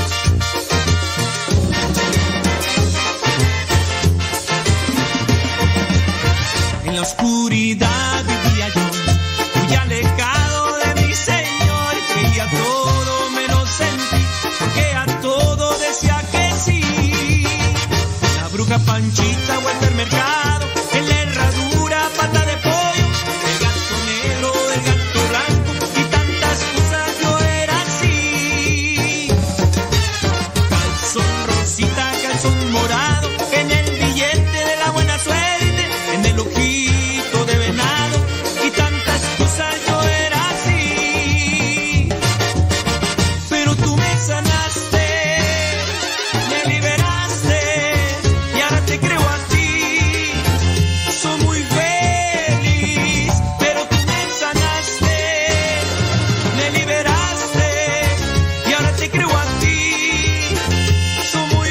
En la oscuridad vivía yo, muy alejado de mi Señor, creía todo menos en ti, porque a todo decía que sí. La bruja Panchita vuelta al mercado, en la herradura pata de pollo, el gato negro, el gato blanco y tantas cosas yo era así. Calzón rosita, calzón morado, en el billete de la buena suerte, en el ojito de venado y tantas cosas yo era así. Pero tú me sanaste, me liberaste y ahora te creo a ti. Soy muy feliz, pero tú me sanaste, me liberaste y ahora te creo a ti. Soy muy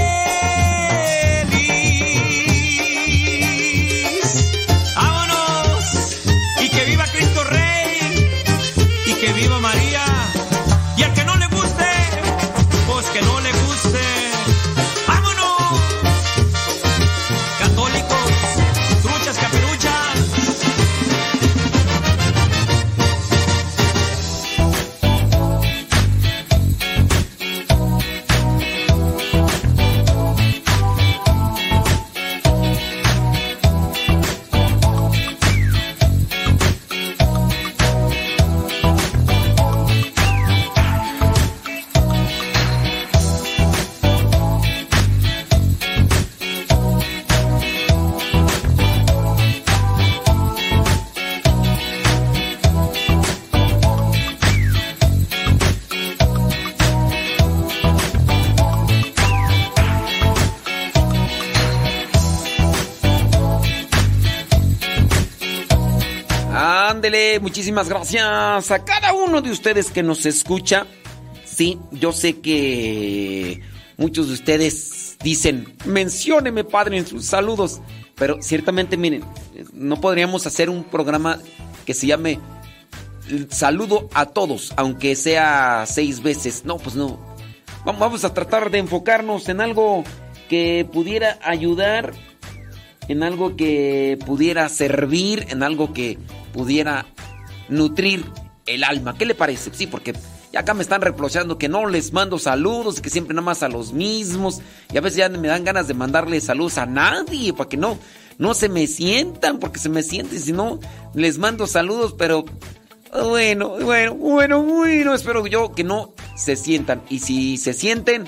feliz. ¡Vámonos! Y que viva Cristo Rey y que viva María. Y al que no le guste, pues que no le guste. ¡Vámonos! Católicos, truchas, caperuchas. Ándele, muchísimas gracias a cada uno de ustedes que nos escucha. Sí, yo sé que muchos de ustedes dicen, mencióneme, padre, en sus saludos. Pero ciertamente, miren, no podríamos hacer un programa que se llame Saludo a Todos, aunque sea 6 veces. No, pues no. Vamos a tratar de enfocarnos en algo que pudiera ayudar, en algo que pudiera servir, en algo que pudiera nutrir el alma. ¿Qué le parece? Sí, porque ya acá me están reprochando que no les mando saludos, que siempre nada más a los mismos, y a veces ya me dan ganas de mandarle saludos a nadie, para que no se me sientan, porque se me sienten, si no les mando saludos, pero bueno, espero yo que no se sientan, y si se sienten,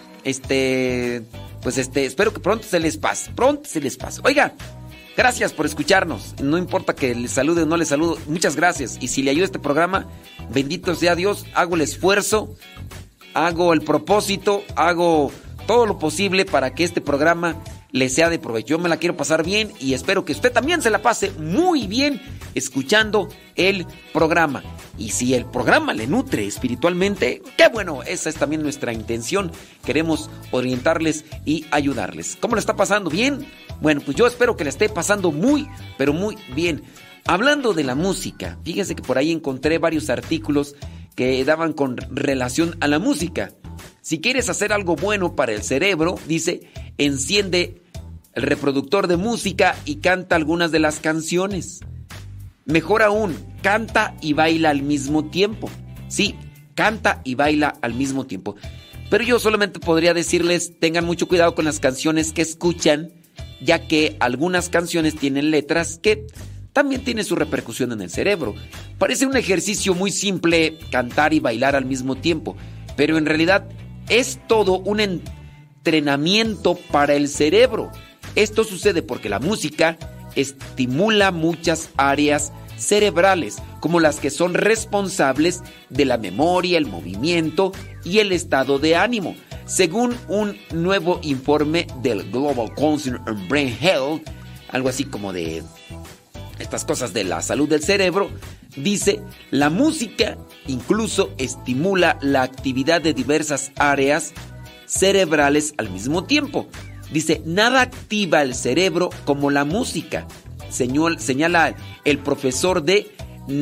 espero que pronto se les pase. Oiga, gracias por escucharnos. No importa que les salude o no les saludo, muchas gracias. Y si le ayuda este programa, bendito sea Dios, hago el esfuerzo, hago el propósito, hago todo lo posible para que este programa le sea de provecho. Yo me la quiero pasar bien y espero que usted también se la pase muy bien escuchando el programa. Y si el programa le nutre espiritualmente, qué bueno, esa es también nuestra intención. Queremos orientarles y ayudarles. ¿Cómo le está pasando? ¿Bien? Bueno, pues yo espero que le esté pasando muy, pero muy bien. Hablando de la música, fíjense que por ahí encontré varios artículos que daban con relación a la música. Si quieres hacer algo bueno para el cerebro, dice, enciende el reproductor de música y canta algunas de las canciones. Mejor aún, canta y baila al mismo tiempo. Sí, canta y baila al mismo tiempo. Pero yo solamente podría decirles, tengan mucho cuidado con las canciones que escuchan ya que algunas canciones tienen letras que también tienen su repercusión en el cerebro. Parece un ejercicio muy simple cantar y bailar al mismo tiempo, pero en realidad es todo un entrenamiento para el cerebro. Esto sucede porque la música estimula muchas áreas cerebrales, como las que son responsables de la memoria, el movimiento y el estado de ánimo. Según un nuevo informe del Global Council on Brain Health, algo así como de estas cosas de la salud del cerebro, dice, la música incluso estimula la actividad de diversas áreas cerebrales al mismo tiempo. Dice, nada activa el cerebro como la música, señala el profesor de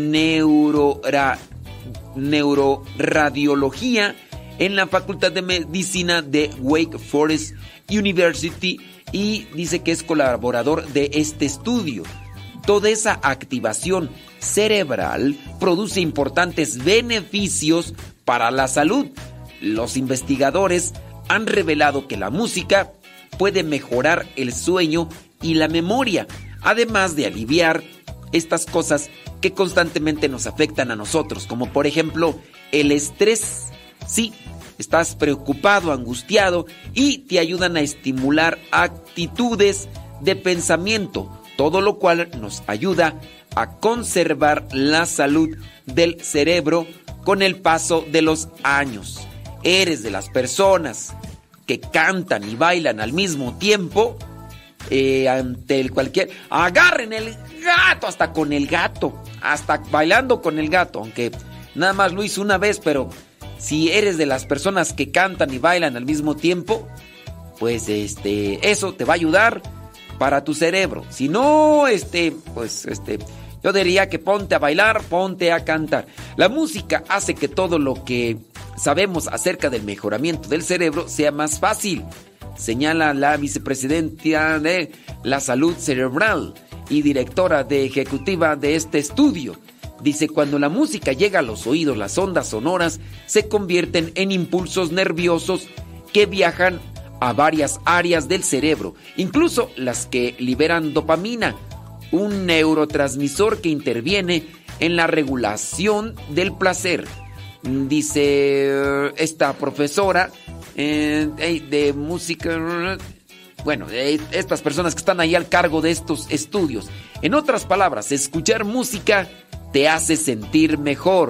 neuroradiología en la Facultad de Medicina de Wake Forest University, y dice que es colaborador de este estudio. Toda esa activación cerebral produce importantes beneficios para la salud. Los investigadores han revelado que la música puede mejorar el sueño y la memoria, además de aliviar estas cosas que constantemente nos afectan a nosotros, como por ejemplo el estrés. Sí, estás preocupado, angustiado, y te ayudan a estimular actitudes de pensamiento, todo lo cual nos ayuda a conservar la salud del cerebro con el paso de los años. ¿Eres de las personas que cantan y bailan al mismo tiempo? Ante el cualquier... Agarren el gato, hasta con el gato, hasta bailando con el gato, aunque nada más lo hice una vez, pero si eres de las personas que cantan y bailan al mismo tiempo, pues eso te va a ayudar para tu cerebro. Si no, yo diría que ponte a bailar, ponte a cantar. La música hace que todo lo que sabemos acerca del mejoramiento del cerebro sea más fácil, señala la vicepresidenta de la salud cerebral y directora ejecutiva de este estudio. Dice, cuando la música llega a los oídos, las ondas sonoras se convierten en impulsos nerviosos que viajan a varias áreas del cerebro, incluso las que liberan dopamina, un neurotransmisor que interviene en la regulación del placer. Dice esta profesora de música, bueno, estas personas que están ahí al cargo de estos estudios. En otras palabras, escuchar música te hace sentir mejor.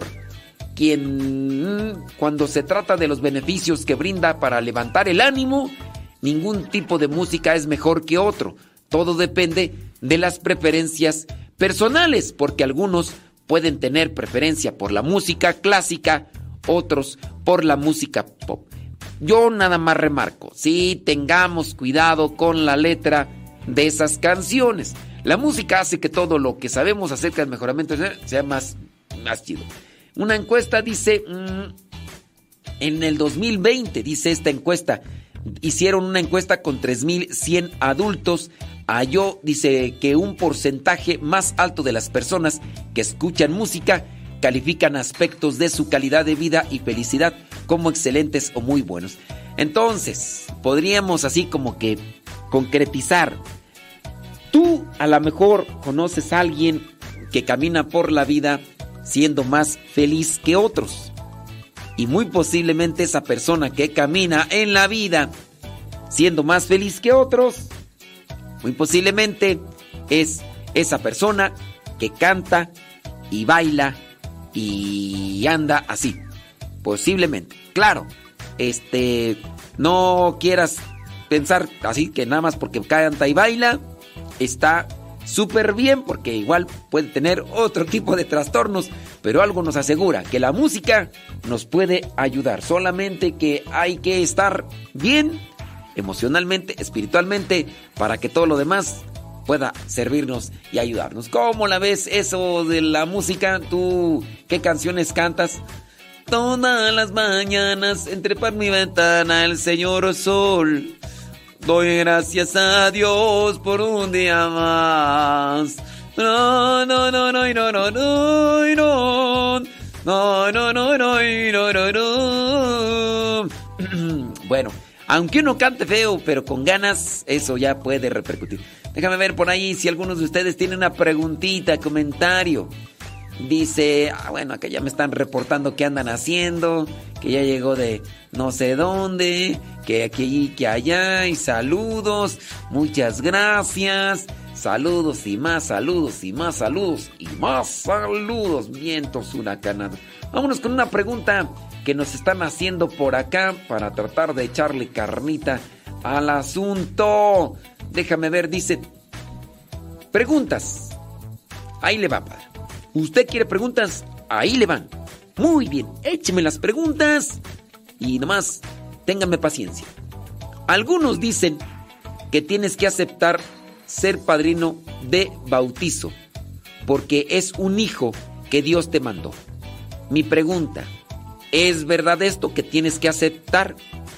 Cuando se trata de los beneficios que brinda para levantar el ánimo, ningún tipo de música es mejor que otro. Todo depende de las preferencias personales, porque algunos pueden tener preferencia por la música clásica, otros por la música pop. Yo nada más remarco, sí, tengamos cuidado con la letra de esas canciones. La música hace que todo lo que sabemos acerca del mejoramiento sea más chido. Una encuesta dice, en el 2020, dice esta encuesta, hicieron una encuesta con 3,100 adultos. Halló, dice, que un porcentaje más alto de las personas que escuchan música califican aspectos de su calidad de vida y felicidad como excelentes o muy buenos. Entonces, podríamos así como que concretizar. Tú a lo mejor conoces a alguien que camina por la vida siendo más feliz que otros. Y muy posiblemente esa persona que camina en la vida siendo más feliz que otros, muy posiblemente es esa persona que canta y baila y anda así. Posiblemente. Claro, no quieras pensar así que nada más porque canta y baila está súper bien, porque igual puede tener otro tipo de trastornos, pero algo nos asegura que la música nos puede ayudar. Solamente que hay que estar bien emocionalmente, espiritualmente, para que todo lo demás pueda servirnos y ayudarnos. ¿Cómo la ves eso de la música? ¿Tú qué canciones cantas? Todas las mañanas entrepar mi ventana el señor sol. Doy gracias a Dios por un día más. No, no, no, no, no, no, no, no. No, no, no, no, no, no, no. Bueno, Aunque uno cante feo, pero con ganas, eso ya puede repercutir. Déjame ver por ahí si algunos de ustedes tienen una preguntita, comentario. Dice, bueno, acá ya me están reportando qué andan haciendo, que ya llegó de no sé dónde, que aquí, que allá, y saludos, muchas gracias, saludos y más saludos y más saludos y más saludos, vientos huracanados. Vámonos con una pregunta que nos están haciendo por acá para tratar de echarle carnita al asunto. Déjame ver, dice, preguntas, ahí le va, padre. ¿Usted quiere preguntas? Ahí le van. Muy bien, écheme las preguntas y nomás ténganme paciencia. Algunos dicen que tienes que aceptar ser padrino de bautizo porque es un hijo que Dios te mandó. Mi pregunta, ¿es verdad esto que tienes que aceptar?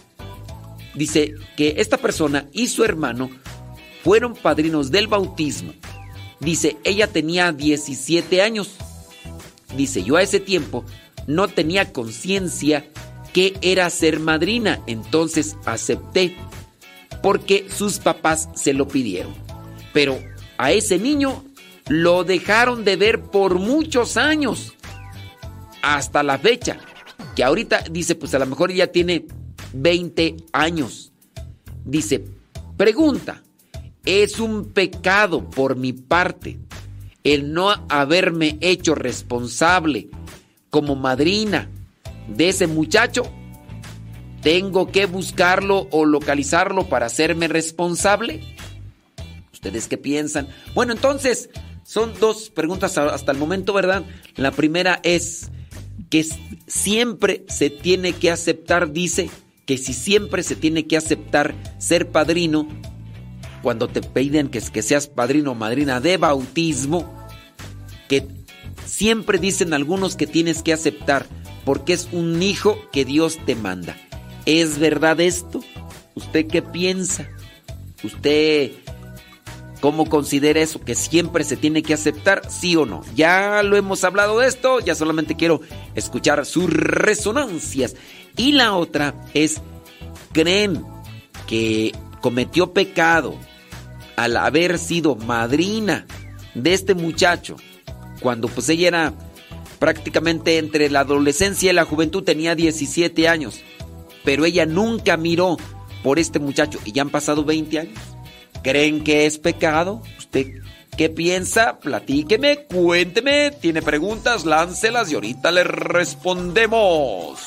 Dice que esta persona y su hermano fueron padrinos del bautismo. Dice, ella tenía 17 años. Dice, yo a ese tiempo no tenía conciencia que era ser madrina, entonces acepté, porque sus papás se lo pidieron. Pero a ese niño lo dejaron de ver por muchos años, hasta la fecha, que ahorita, dice, pues a lo mejor ya tiene 20 años. Dice, pregunta, ¿es un pecado por mi parte el no haberme hecho responsable como madrina de ese muchacho? ¿Tengo que buscarlo o localizarlo para hacerme responsable? ¿Ustedes qué piensan? Bueno, entonces, son dos preguntas hasta el momento, ¿verdad? La primera es que siempre se tiene que aceptar, dice, que si siempre se tiene que aceptar ser padrino, cuando te piden que seas padrino o madrina de bautismo, que siempre dicen algunos que tienes que aceptar, porque es un hijo que Dios te manda. ¿Es verdad esto? ¿Usted qué piensa? ¿Usted cómo considera eso? ¿Que siempre se tiene que aceptar? ¿Sí o no? Ya lo hemos hablado de esto, ya solamente quiero escuchar sus resonancias. Y la otra es, ¿creen que cometió pecado al haber sido madrina de este muchacho cuando pues ella era prácticamente entre la adolescencia y la juventud, tenía 17 años, pero ella nunca miró por este muchacho y ya han pasado 20 años? ¿Creen que es pecado? ¿Usted qué piensa? Platíqueme, cuénteme, tiene preguntas, láncelas y ahorita le respondemos.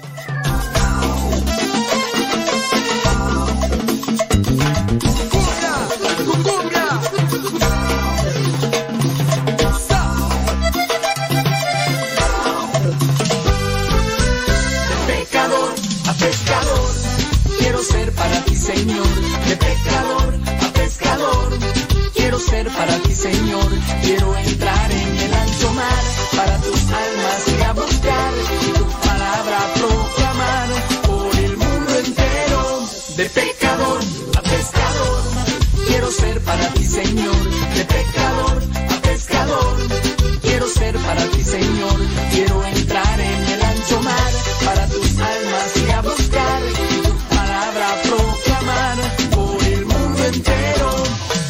Pescador, quiero ser para ti, Señor. De pecador a pescador, quiero ser para ti, Señor. Quiero entrar en el ancho mar, para tus almas ir a buscar y tu palabra proclamar por el mundo entero. De pecador a pescador, quiero ser para ti, Señor. De pecador a pescador, quiero ser para ti, Señor. Quiero entrar en el ancho mar, para tus almas ir a buscar y tu palabra proclamar por el mundo entero.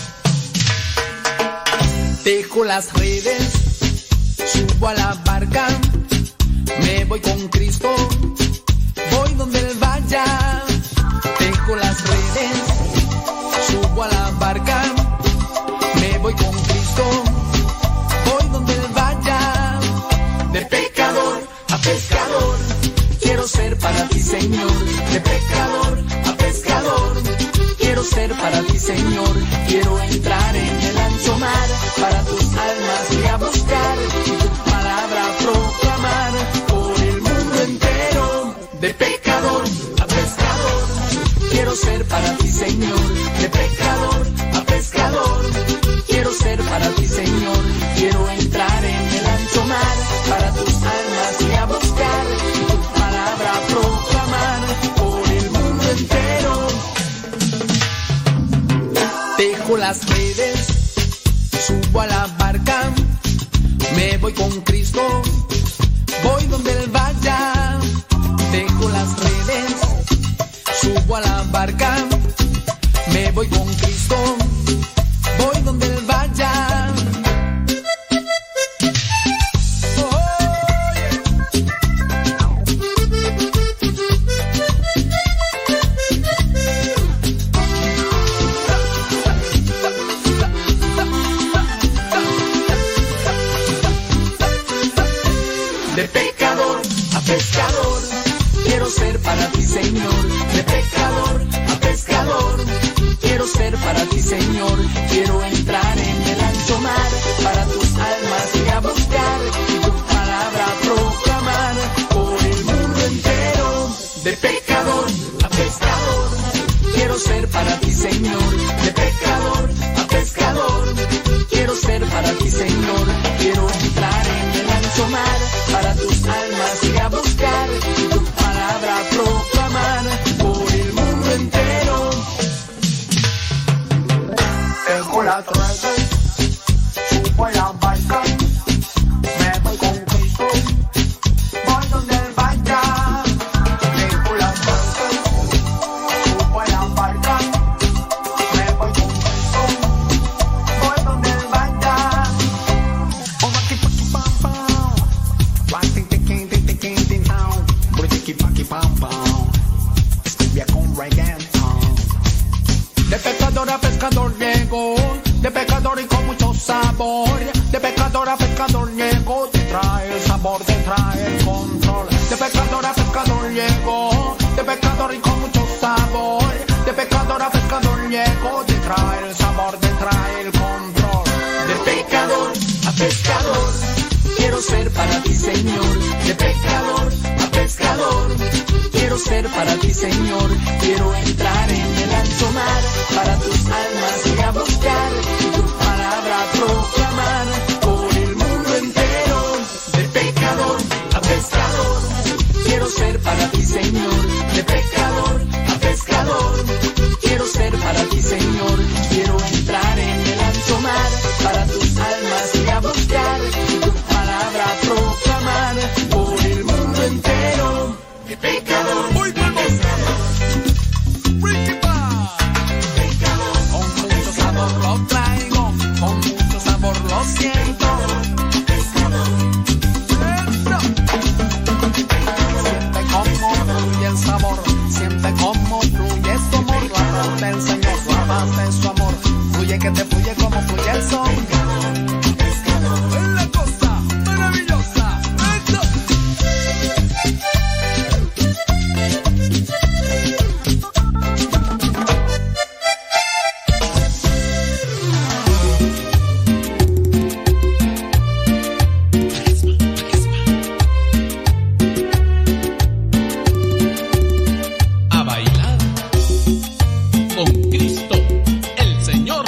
Dejo las redes, subo a la barca, me voy con Cristo, voy donde Él vaya. Dejo las redes, subo a la barca, me voy con Cristo, voy donde Él vaya. De pecador a pescador, quiero ser para ti, Señor. De pecador a pescador, quiero ser para ti, Señor. Quiero entrar en el ancho mar, para tus almas ir a buscar y tu palabra proclamar por el mundo entero. De pecador a pescador, quiero ser para ti, Señor. De pecador a pescador, quiero ser para ti, Señor. Quiero entrar en el ancho mar, para tus almas ir a buscar y tu palabra proclamar por el mundo entero. Dejo las redes, subo a la barca, me voy con Cristo, voy donde Él vaya. Dejo las redes, subo a la De pecador a pescador, quiero ser para ti, Señor. De pecador a pescador, quiero ser para ti, Señor. Quiero entrar en el ancho mar, para tus almas y a buscar y tu palabra proclamar por el mundo entero. De pecador a pescador, quiero ser para ti, Señor. De pecador a pescador, quiero ser para ti, Señor. Quiero entrar en el ancho mar, para tus almas y a buscar y tu palabra proclamar por el mundo entero. Tengo la suerte, subo la barca, me voy con Cristo, voy donde Él vaya. Tengo la suerte, subo la barca, me voy con Cristo, voy donde Él vaya. Oh, aquí, paki, pam, pam, right, ting, ting, ting, down, buriki, paki, pam, pam, estudia con reggaeton. De pecador a pescador llego, de pecador y con mucho sabor. De pecador a pescador llego, te trae el sabor, te trae el control. De pecador a pescador llego, de pecador y con mucho sabor. De pecador a pescador llego, te trae el sabor, te trae el control. De pecador a pescador, quiero ser para ti, Señor. De pecador a pescador, quiero ser para ti, Señor. Quiero entrar en el ancho mar, para tus almas y a buscar y tu palabra proclamar por el mundo entero. De pecador a pescador, quiero ser para ti, Señor. De pecador a pescador, quiero ser para ti, Señor. Quiero entrar en el ancho mar, para tus almas y a buscar y tu palabra proclamar por el mundo entero. De pecador a pescador. Con mucho sabor lo traigo, con mucho sabor lo siento. Siente cómo fluye el sabor, siente cómo fluye su amor. La paz del Señor, la paz de su amor, fluye que te fluye como fluye el sol. Es la cosa maravillosa. A bailar con Cristo el Señor.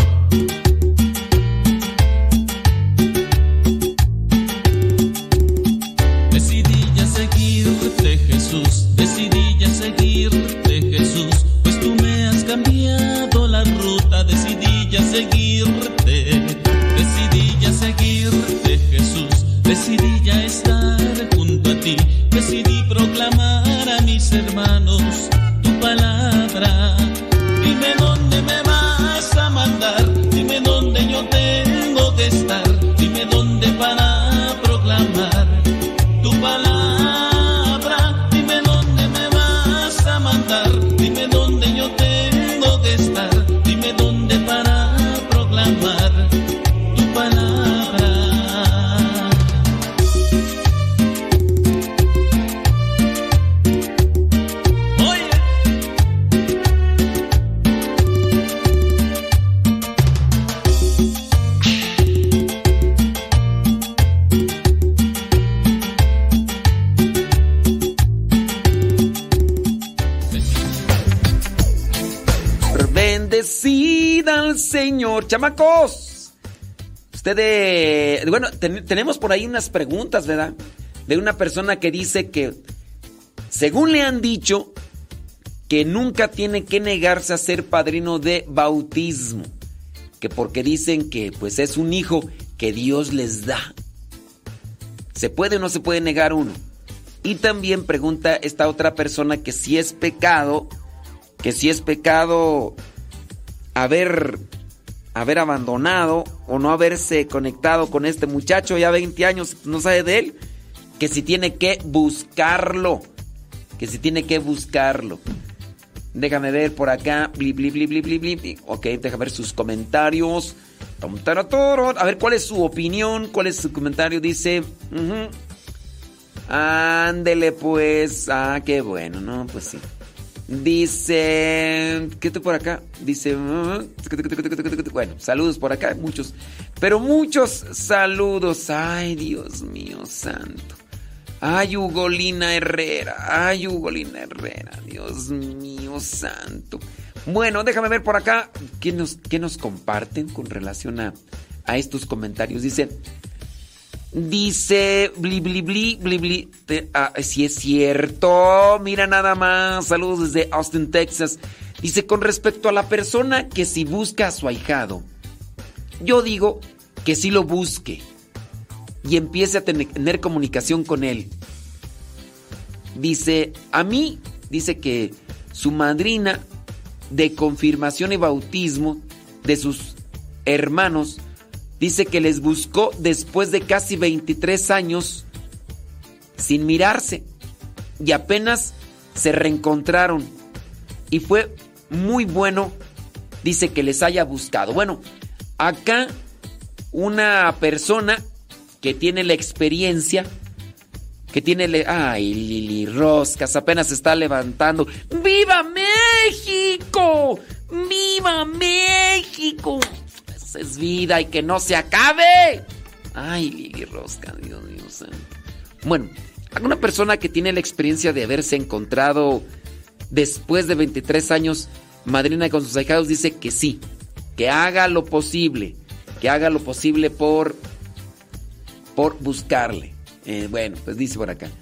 Decidí ya seguirte, Jesús, decidí ya seguirte, Jesús, pues tú me has cambiado la ruta. Decidí ya seguirte, decidí ya seguirte, Jesús, decidí ya estar junto a ti, decidí proclamar a mis hermanos tu palabra. Dime dónde me vas a mandar, dime dónde yo tengo que estar, dime dónde para proclamar tu palabra. Dime dónde me vas a mandar, dime dónde yo tengo que estar, dime dónde para proclamar tu palabra. Oye. Bendecida al Señor. Chamacos, ustedes, bueno, tenemos por ahí unas preguntas, ¿verdad? De una persona que dice que, según le han dicho, que nunca tiene que negarse a ser padrino de bautismo, que porque dicen que pues es un hijo que Dios les da. ¿Se puede o no se puede negar uno? Y también pregunta esta otra persona que si es pecado haber abandonado o no haberse conectado con este muchacho ya 20 años, no sabe de él, que si tiene que buscarlo, Déjame ver por acá. Ok, déjame ver sus comentarios. A ver, ¿cuál es su opinión? ¿Cuál es su comentario? Dice... Ándele pues. Ah, qué bueno, ¿no? Pues sí. Dice... ¿Qué tú por acá? Dice... Bueno, saludos por acá, muchos. Pero muchos saludos. Ay, Dios mío santo. Ay, Ugolina Herrera. Ay, Ugolina Herrera. Dios mío santo. Bueno, déjame ver por acá. ¿Qué nos comparten con relación a estos comentarios? Dice, bli. Sí es cierto. Mira nada más. Saludos desde Austin, Texas. Dice, con respecto a la persona que si busca a su ahijado, yo digo que sí lo busque y empiece a tener comunicación con él. Dice, a mí, dice que su madrina de confirmación y bautismo de sus hermanos, dice que les buscó después de casi 23 años sin mirarse y apenas se reencontraron. Y fue muy bueno, dice, que les haya buscado. Bueno, acá una persona que tiene la experiencia, que tiene... ¡Ay, Lili Roscas! Apenas se está levantando. ¡Viva México! ¡Viva México! Es vida y que no se acabe. Ay, Lili Rosca, Dios mío santo. Bueno, alguna persona que tiene la experiencia de haberse encontrado después de 23 años madrina con sus ahijados, dice que sí, que haga lo posible por buscarle. Bueno, pues dice por acá.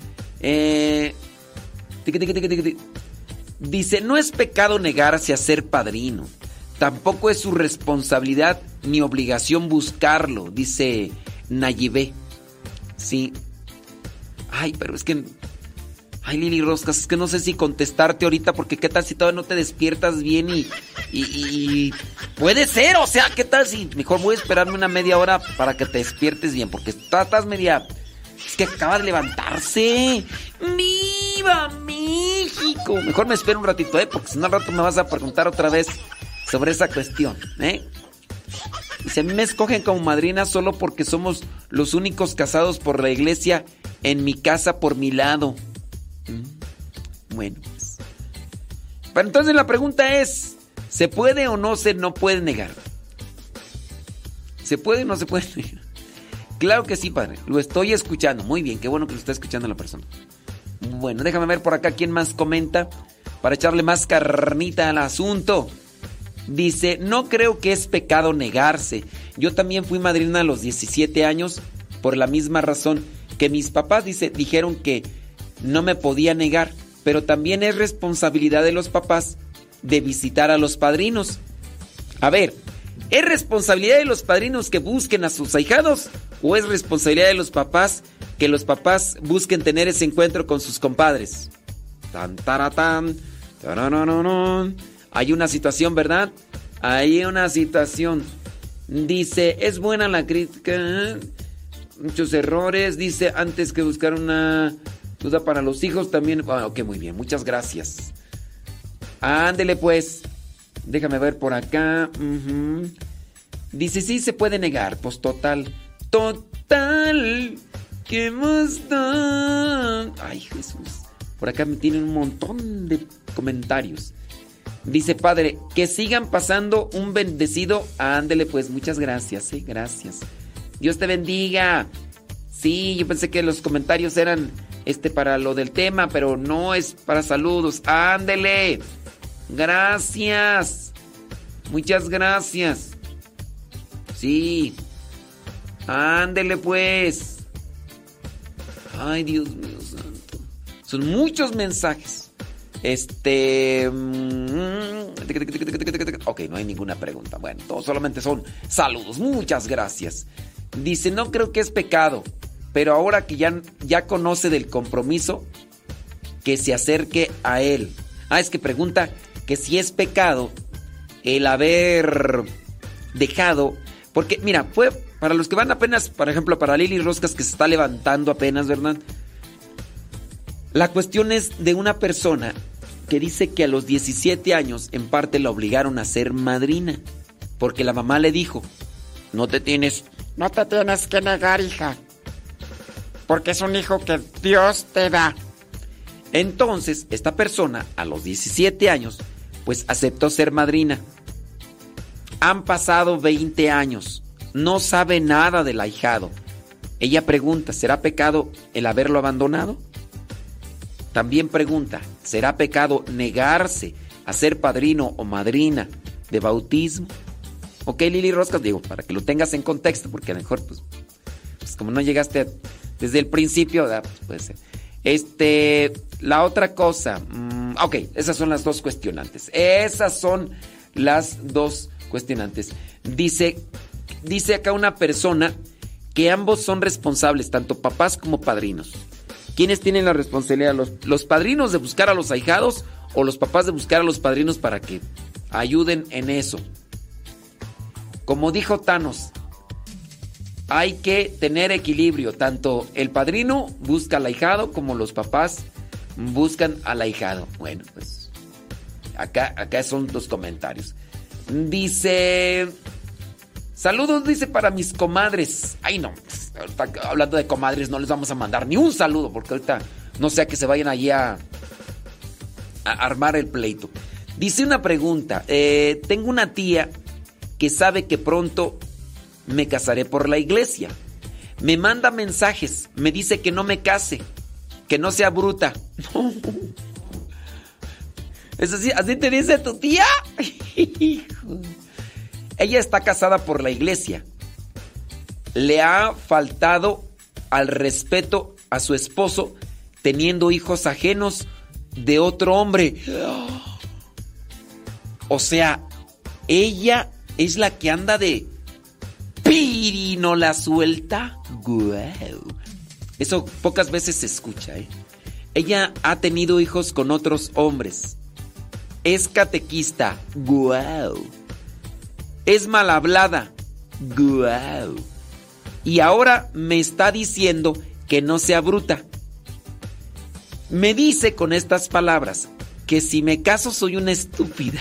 Dice, no es pecado negarse a ser padrino. Tampoco es su responsabilidad ni obligación buscarlo, dice Nayibé. Sí. Ay, pero es que... Ay, Lili Roscas, es que no sé si contestarte ahorita, porque qué tal si todavía no te despiertas bien y puede ser, o sea, qué tal si mejor voy a esperarme una media hora para que te despiertes bien, porque estás media... Es que acaba de levantarse. ¡Viva México! Mejor me espero un ratito, porque si no al rato me vas a preguntar otra vez sobre esa cuestión, Dice, a mí me escogen como madrina solo porque somos los únicos casados por la iglesia en mi casa por mi lado. Bueno, pues. Pero entonces la pregunta es, ¿se puede o no se no puede negar? ¿Se puede o no se puede negar? Claro que sí, padre. Lo estoy escuchando. Muy bien, qué bueno que lo está escuchando la persona. Bueno, déjame ver por acá quién más comenta para echarle más carnita al asunto. Dice, no creo que es pecado negarse. Yo también fui madrina a los 17 años por la misma razón que mis papás, dijeron que no me podía negar, pero también es responsabilidad de los papás de visitar a los padrinos. A ver, ¿es responsabilidad de los padrinos que busquen a sus ahijados o es responsabilidad de los papás que los papás busquen tener ese encuentro con sus compadres? Tan, taratán, tarararán. Hay una situación, ¿verdad? Hay una situación. Dice, es buena la crítica, muchos errores. Dice, antes que buscar una duda para los hijos también. Bueno, ok, muy bien, muchas gracias. Ándele pues. Déjame ver por acá. Dice, sí se puede negar. Pues total. ¿Qué más da? Ay, Jesús. Por acá me tienen un montón de comentarios. Dice, padre, que sigan pasando un bendecido. Ándele pues, muchas gracias, gracias. Dios te bendiga. Sí, yo pensé que los comentarios eran para lo del tema, pero no, es para saludos. Ándele. Gracias. Muchas gracias. Sí. Ándele pues. Ay, Dios mío santo. Son muchos mensajes. Ok, no hay ninguna pregunta. Bueno, todos solamente son saludos. Muchas gracias. Dice, no creo que es pecado, pero ahora que ya conoce del compromiso, que se acerque a él. Es que pregunta que si es pecado el haber dejado. Porque, mira, fue para los que van apenas, por ejemplo, para Lili Roscas, que se está levantando apenas, ¿verdad? La cuestión es de una persona que dice que a los 17 años en parte la obligaron a ser madrina, porque la mamá le dijo, no te tienes que negar, hija. porque es un hijo que Dios te da. Entonces, esta persona, a los 17 años, pues aceptó ser madrina. Han pasado 20 años, no sabe nada del ahijado. Ella pregunta, ¿será pecado el haberlo abandonado? También pregunta, ¿será pecado negarse a ser padrino o madrina de bautismo? Ok, Lili Roscas, digo, para que lo tengas en contexto, porque a lo mejor, pues como no llegaste desde el principio, ¿verdad? Pues puede ser. La otra cosa, ok, esas son las dos cuestionantes. Dice acá una persona que ambos son responsables, tanto papás como padrinos. ¿Quiénes tienen la responsabilidad? ¿Los padrinos de buscar a los ahijados o los papás de buscar a los padrinos para que ayuden en eso? Como dijo Thanos, hay que tener equilibrio. Tanto el padrino busca al ahijado como los papás buscan al ahijado. Bueno, pues acá son los comentarios. Dice, saludos, dice, para mis comadres. Ay, no, hablando de comadres, no les vamos a mandar ni un saludo, porque ahorita no sea que se vayan allí a armar el pleito. Dice una pregunta, tengo una tía que sabe que pronto me casaré por la iglesia. Me manda mensajes, me dice que no me case, que no sea bruta. No. ¿Es así? ¿Así te dice tu tía? Ella está casada por la iglesia. Le ha faltado al respeto a su esposo teniendo hijos ajenos de otro hombre. O sea, ella es la que anda de piri, no la suelta. Wow. Eso pocas veces se escucha, ¿eh? Ella ha tenido hijos con otros hombres. Es catequista. Wow. Es mal hablada. Wow. Y ahora me está diciendo que no sea bruta. Me dice con estas palabras que si me caso soy una estúpida.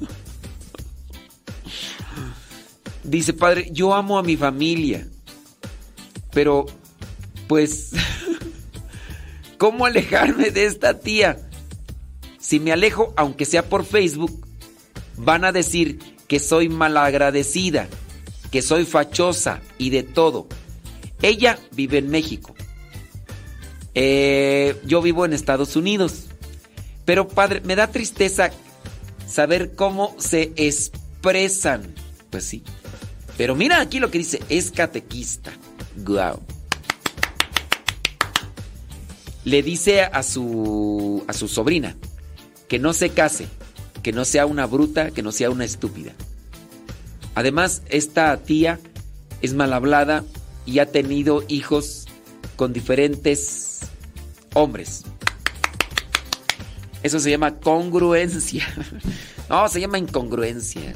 Dice, padre, yo amo a mi familia, pero pues, ¿cómo alejarme de esta tía? Si me alejo, aunque sea por Facebook, van a decir que soy malagradecida, que soy fachosa y de todo. Ella vive en México. Yo vivo en Estados Unidos. Pero padre, me da tristeza saber cómo se expresan. Pues sí. Pero mira aquí lo que dice, es catequista. Wow. Le dice a su sobrina que no se case, que no sea una bruta, que no sea una estúpida. Además, esta tía es mal hablada y ha tenido hijos con diferentes hombres. Eso se llama congruencia. No, se llama incongruencia.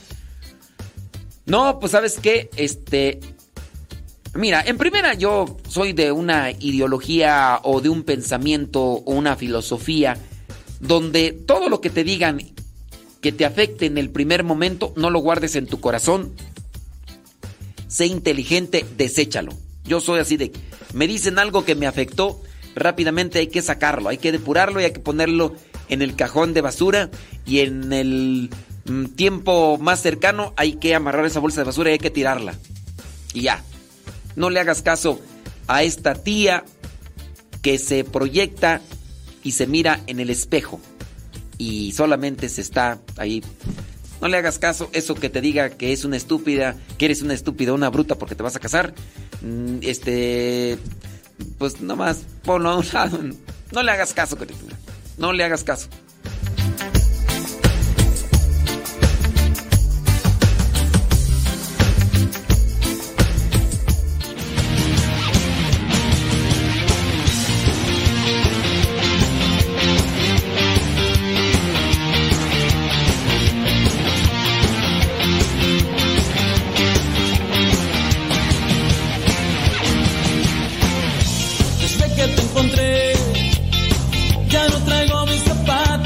No, pues ¿sabes qué? Mira, en primera yo soy de una ideología o de un pensamiento o una filosofía donde todo lo que te digan que te afecte en el primer momento, no lo guardes en tu corazón. Sé inteligente, deséchalo. Yo soy así de, me dicen algo que me afectó, rápidamente hay que sacarlo, hay que depurarlo y hay que ponerlo en el cajón de basura y en el tiempo más cercano hay que amarrar esa bolsa de basura y hay que tirarla. Y ya, no le hagas caso a esta tía que se proyecta y se mira en el espejo y solamente se está ahí. No le hagas caso eso que te diga que es una estúpida, que eres una estúpida, una bruta porque te vas a casar. Pues nomás ponlo a un lado. No le hagas caso, criatura. No le hagas caso. Desde que te encontré, ya no traigo mis zapatos.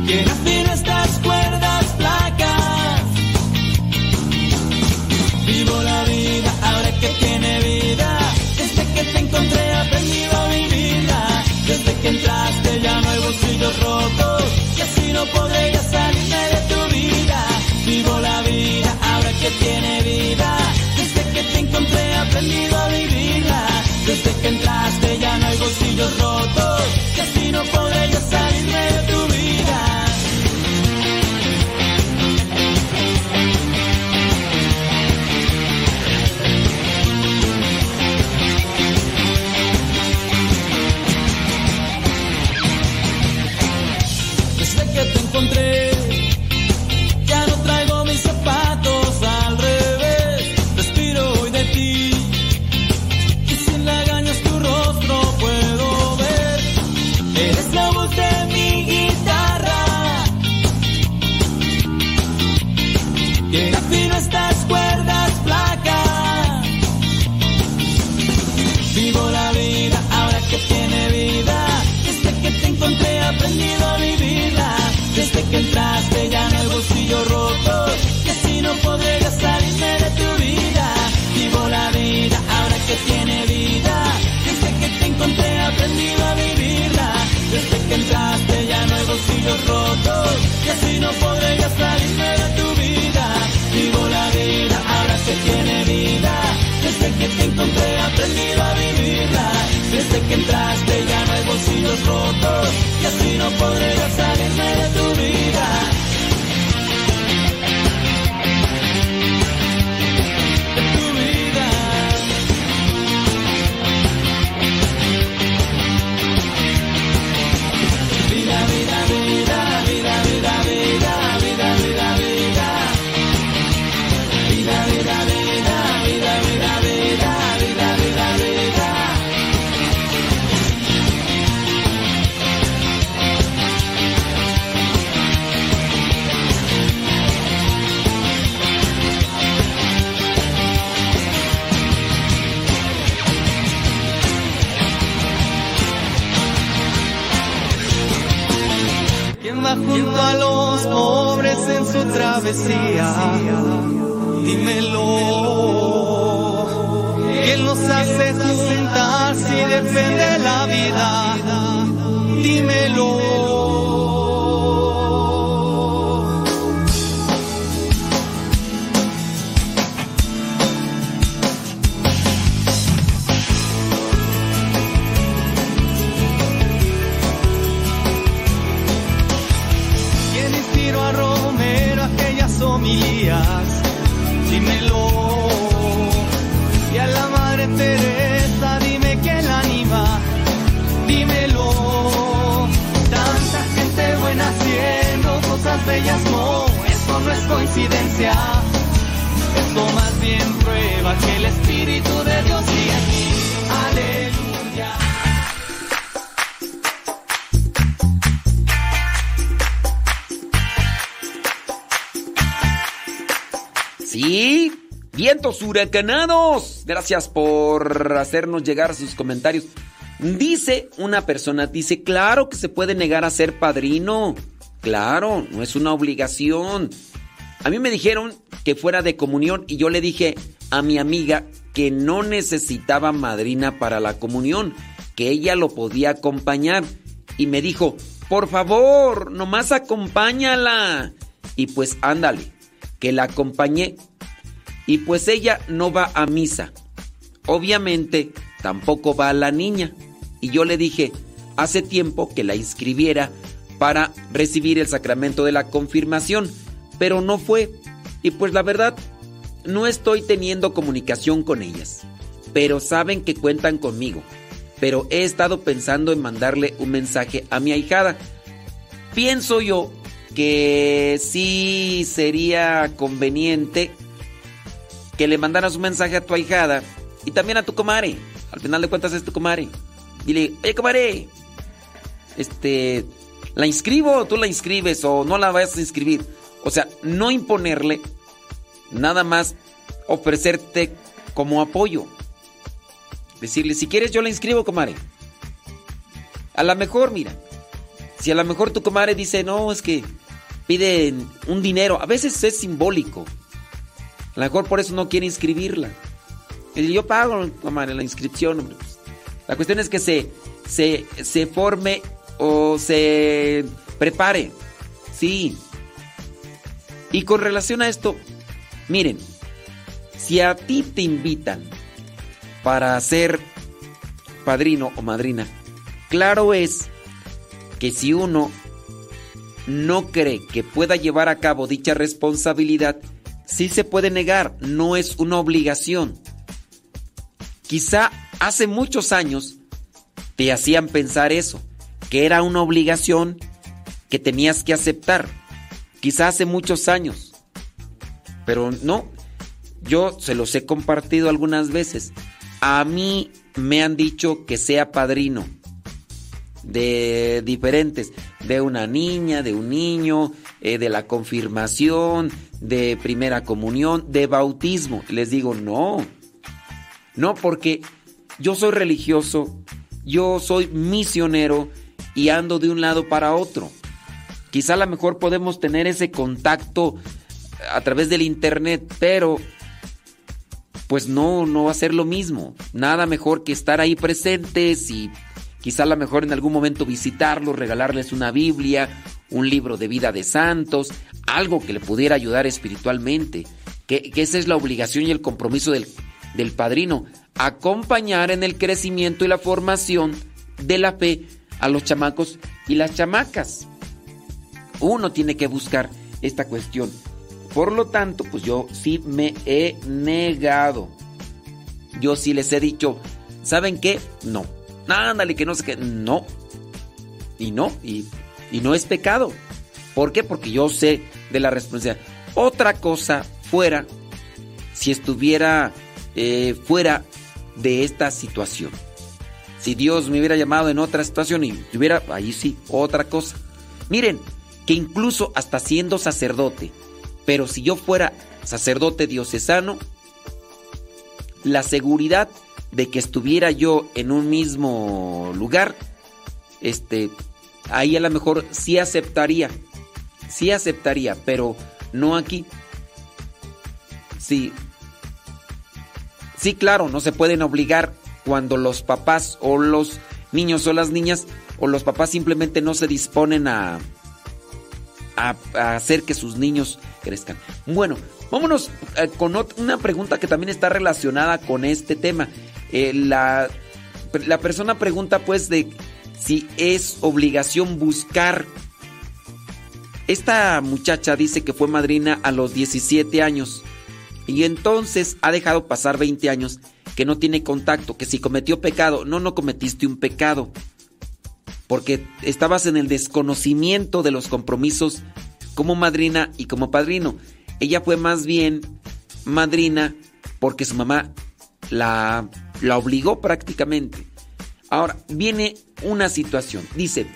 Quien afina estas cuerdas flacas. Vivo la vida ahora que tiene vida. Desde que te encontré he aprendido a vivirla. Desde que entraste ya no hay bolsillos rotos. Y así no podré ya salirme de tu vida. Vivo la vida ahora que tiene vida. Desde que te encontré he aprendido a vivirla. Desde que entraste ya no hay bolsillos rotos. Y así no podré ya salirme de tu vida. Desde que te encontré ya no traigo mis zapatos al revés. Respiro hoy de ti y sin lagañas tu rostro puedo ver. Eres la voz de mi guitarra que afina estas cuerdas flacas. Vivo la vida ahora que tiene vida. Desde que te encontré he aprendido a vivirla. Desde que entraste ya no hay bolsillos rotos. Y así no podré ya salirme de tu vida. Vivo la vida ahora que tiene vida. Desde que te encontré he aprendido a vivirla. Desde que entraste ya no hay bolsillos rotos. Y así no podré ya salirme de tu vida. Vivo la vida ahora que tiene vida. Desde que te encontré he aprendido a vivirla. Desde que entraste ya no hay bolsillos rotos. Y así no podré ya salirme de tu vida. De tu vida. Vida, vida, vida, vida, vida, vida, vida, vida, vida. Vida, vida, vida, vida, vida, vida, vida, vida, vida. ¿Quién va junto a los pobres en su travesía? Dímelo. ¿Quién los hace juntar si depende la vida? Dímelo. ¿Quién inspiró a Romero aquellas homilías? Dímelo. Y a la Madre Teresa dime quién la anima. Dímelo. Tanta gente buena haciendo cosas bellas, no, eso no es coincidencia. Esto más bien prueba que el Espíritu de Dios sigue aquí. Aleluya. Sí, vientos huracanados. Gracias por hacernos llegar sus comentarios. Dice una persona, dice, claro que se puede negar a ser padrino. Claro, no es una obligación. A mí me dijeron que fuera de comunión y yo le dije a mi amiga que no necesitaba madrina para la comunión, que ella lo podía acompañar. Y me dijo, por favor, nomás acompáñala. Y pues ándale, que la acompañé. Y pues ella no va a misa. Obviamente tampoco va la niña. Y yo le dije, hace tiempo que la inscribiera para recibir el sacramento de la confirmación, pero no fue. Y pues la verdad, no estoy teniendo comunicación con ellas, pero saben que cuentan conmigo. Pero he estado pensando en mandarle un mensaje a mi ahijada. Pienso yo que sí sería conveniente que le mandaras un mensaje a tu ahijada y también a tu comadre. Al final de cuentas es tu comadre. Dile, oye, comadre, ¿la inscribo o tú la inscribes o no la vas a inscribir? O sea, no imponerle, nada más ofrecerte como apoyo. Decirle, si quieres yo la inscribo, comadre. A lo mejor, mira, Si a lo mejor tu comadre dice, no, es que piden un dinero, a veces es simbólico. A lo mejor por eso no quiere inscribirla. Y yo pago, comadre, la inscripción, hombre. La cuestión es que se forme o se prepare. Sí. Y con relación a esto, miren, si a ti te invitan para ser padrino o madrina, claro es que si uno no cree que pueda llevar a cabo dicha responsabilidad, sí se puede negar, no es una obligación. Quizá hace muchos años te hacían pensar eso, que era una obligación que tenías que aceptar. Quizá hace muchos años. Pero no, yo se los he compartido algunas veces. A mí me han dicho que sea padrino de diferentes, de una niña, de un niño, de la confirmación, de primera comunión, de bautismo. Les digo, no, porque yo soy religioso, yo soy misionero y ando de un lado para otro. Quizá a lo mejor podemos tener ese contacto a través del internet, pero pues no va a ser lo mismo. Nada mejor que estar ahí presentes y quizá a lo mejor en algún momento visitarlos, regalarles una Biblia, un libro de vida de santos, algo que le pudiera ayudar espiritualmente. Que esa es la obligación y el compromiso del padrino, acompañar en el crecimiento y la formación de la fe a los chamacos y las chamacas. Uno tiene que buscar esta cuestión. Por lo tanto, pues yo sí me he negado. Yo sí les he dicho, ¿saben qué? No. Ándale, que no sé qué. No. Y no es pecado. ¿Por qué? Porque yo sé de la responsabilidad. Otra cosa fuera, si estuviera fuera de esta situación. Si Dios me hubiera llamado en otra situación y tuviera, ahí sí, otra cosa. Miren, que incluso hasta siendo sacerdote, pero si yo fuera sacerdote diocesano, la seguridad de que estuviera yo en un mismo lugar, ahí a lo mejor sí aceptaría, pero no aquí. Sí, claro, no se pueden obligar cuando los papás o los niños o las niñas o los papás simplemente no se disponen a hacer que sus niños crezcan. Bueno, vámonos con una pregunta que también está relacionada con este tema. La persona pregunta pues de si es obligación buscar. Esta muchacha dice que fue madrina a los 17 años y entonces ha dejado pasar 20 años que no tiene contacto, que si cometió pecado. No cometiste un pecado, porque estabas en el desconocimiento de los compromisos como madrina y como padrino. Ella fue más bien madrina porque su mamá la obligó prácticamente. Ahora, viene una situación. Dice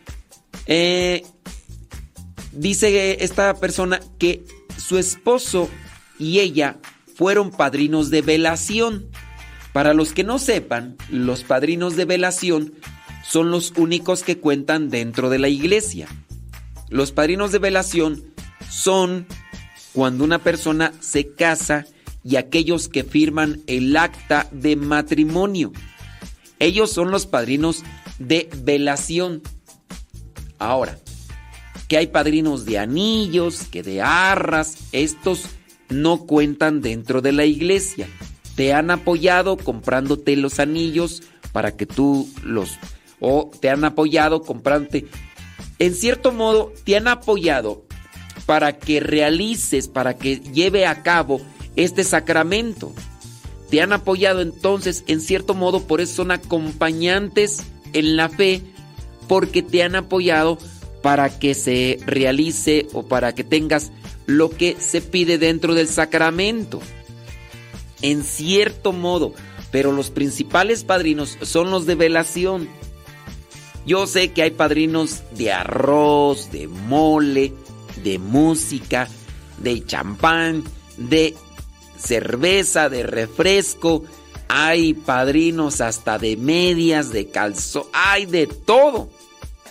esta persona que su esposo y ella fueron padrinos de velación. Para los que no sepan, los padrinos de velación son los únicos que cuentan dentro de la iglesia. Los padrinos de velación son cuando una persona se casa y aquellos que firman el acta de matrimonio. Ellos son los padrinos de velación. Ahora, que hay padrinos de anillos, que de arras, estos no cuentan dentro de la iglesia. Te han apoyado comprándote los anillos para que tú o te han apoyado comprándote. En cierto modo, te han apoyado para que realices, para que lleve a cabo este sacramento. Te han apoyado entonces, en cierto modo, por eso son acompañantes en la fe, porque te han apoyado para que se realice o para que tengas lo que se pide dentro del sacramento. En cierto modo, pero los principales padrinos son los de velación. Yo sé que hay padrinos de arroz, de mole, de música, de champán, de cerveza, de refresco. Hay padrinos hasta de medias, de calzón, hay de todo.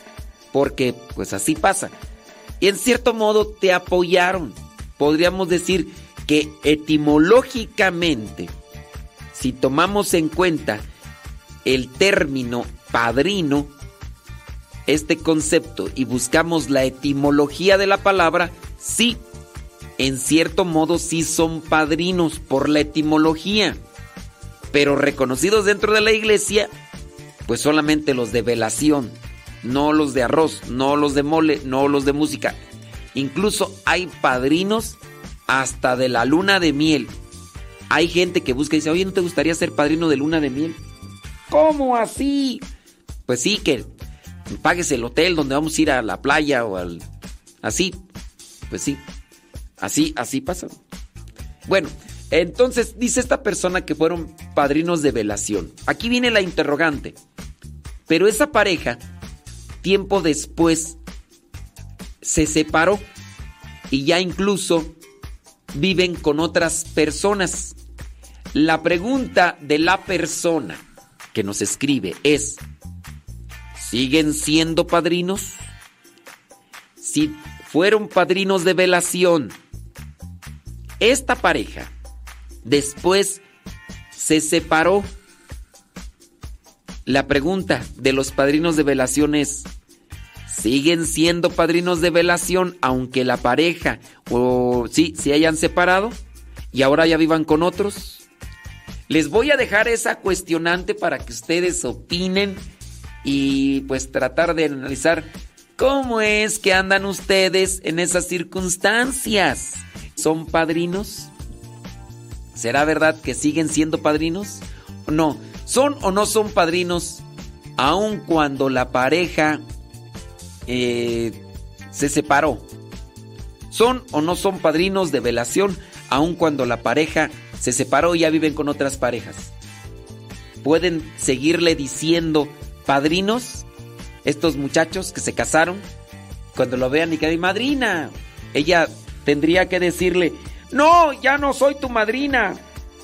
porque pues así pasa. Y en cierto modo te apoyaron. Podríamos decir que etimológicamente, si tomamos en cuenta el término padrino, este concepto, y buscamos la etimología de la palabra, sí, en cierto modo sí son padrinos por la etimología, pero reconocidos dentro de la iglesia, pues solamente los de velación, no los de arroz, no los de mole, no los de música. Incluso hay padrinos hasta de la luna de miel. Hay gente que busca y dice, oye, ¿no te gustaría ser padrino de luna de miel? ¿Cómo así? Pues sí, que pagues el hotel donde vamos a ir a la playa o al... Así, pues sí, así pasa. Bueno, entonces dice esta persona que fueron padrinos de velación. Aquí viene la interrogante. Pero esa pareja, tiempo después, se separó y ya incluso viven con otras personas. La pregunta de la persona que nos escribe es: ¿siguen siendo padrinos? Si fueron padrinos de velación, esta pareja después se separó. La pregunta de los padrinos de velación es: ¿siguen siendo padrinos de velación aunque la pareja o sí, se hayan separado y ahora ya vivan con otros? Les voy a dejar esa cuestionante para que ustedes opinen y pues tratar de analizar cómo es que andan ustedes en esas circunstancias. ¿Son padrinos? ¿Será verdad que siguen siendo padrinos? No, ¿son o no son padrinos aun cuando la pareja se separó? ¿Son o no son padrinos de velación aun cuando la pareja se separó y ya viven con otras parejas? ¿Pueden seguirle diciendo padrinos estos muchachos que se casaron? Cuando lo vean y que hay madrina, ella tendría que decirle: no, ya no soy tu madrina.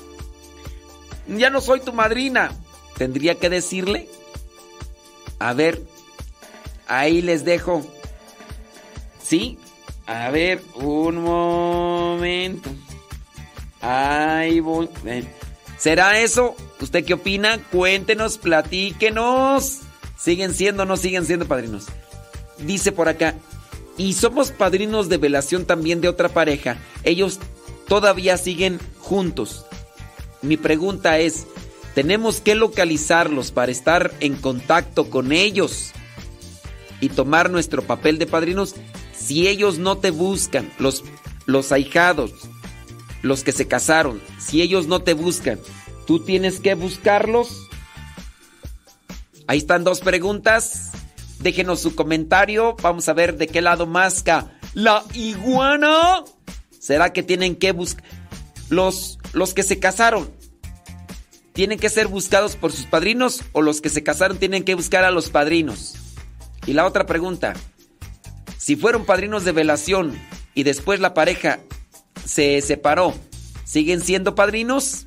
Ya no soy tu madrina. Tendría que decirle. A ver, ahí les dejo. ¿Sí? A ver, un momento. Ahí voy. ¿Será eso? ¿Usted qué opina? Cuéntenos, platíquenos. ¿Siguen siendo o no siguen siendo padrinos? Dice por acá: y somos padrinos de velación también de otra pareja. Ellos todavía siguen juntos. Mi pregunta es: ¿tenemos que localizarlos para estar en contacto con ellos y tomar nuestro papel de padrinos? Si ellos no te buscan, los ahijados, los que se casaron, si ellos no te buscan, ¿tú tienes que buscarlos? Ahí están dos preguntas. Déjenos su comentario. Vamos a ver de qué lado masca la iguana. ¿Será que tienen que buscar? Los que se casaron, ¿tienen que ser buscados por sus padrinos o los que se casaron tienen que buscar a los padrinos? Y la otra pregunta: si fueron padrinos de velación y después la pareja se separó, ¿siguen siendo padrinos?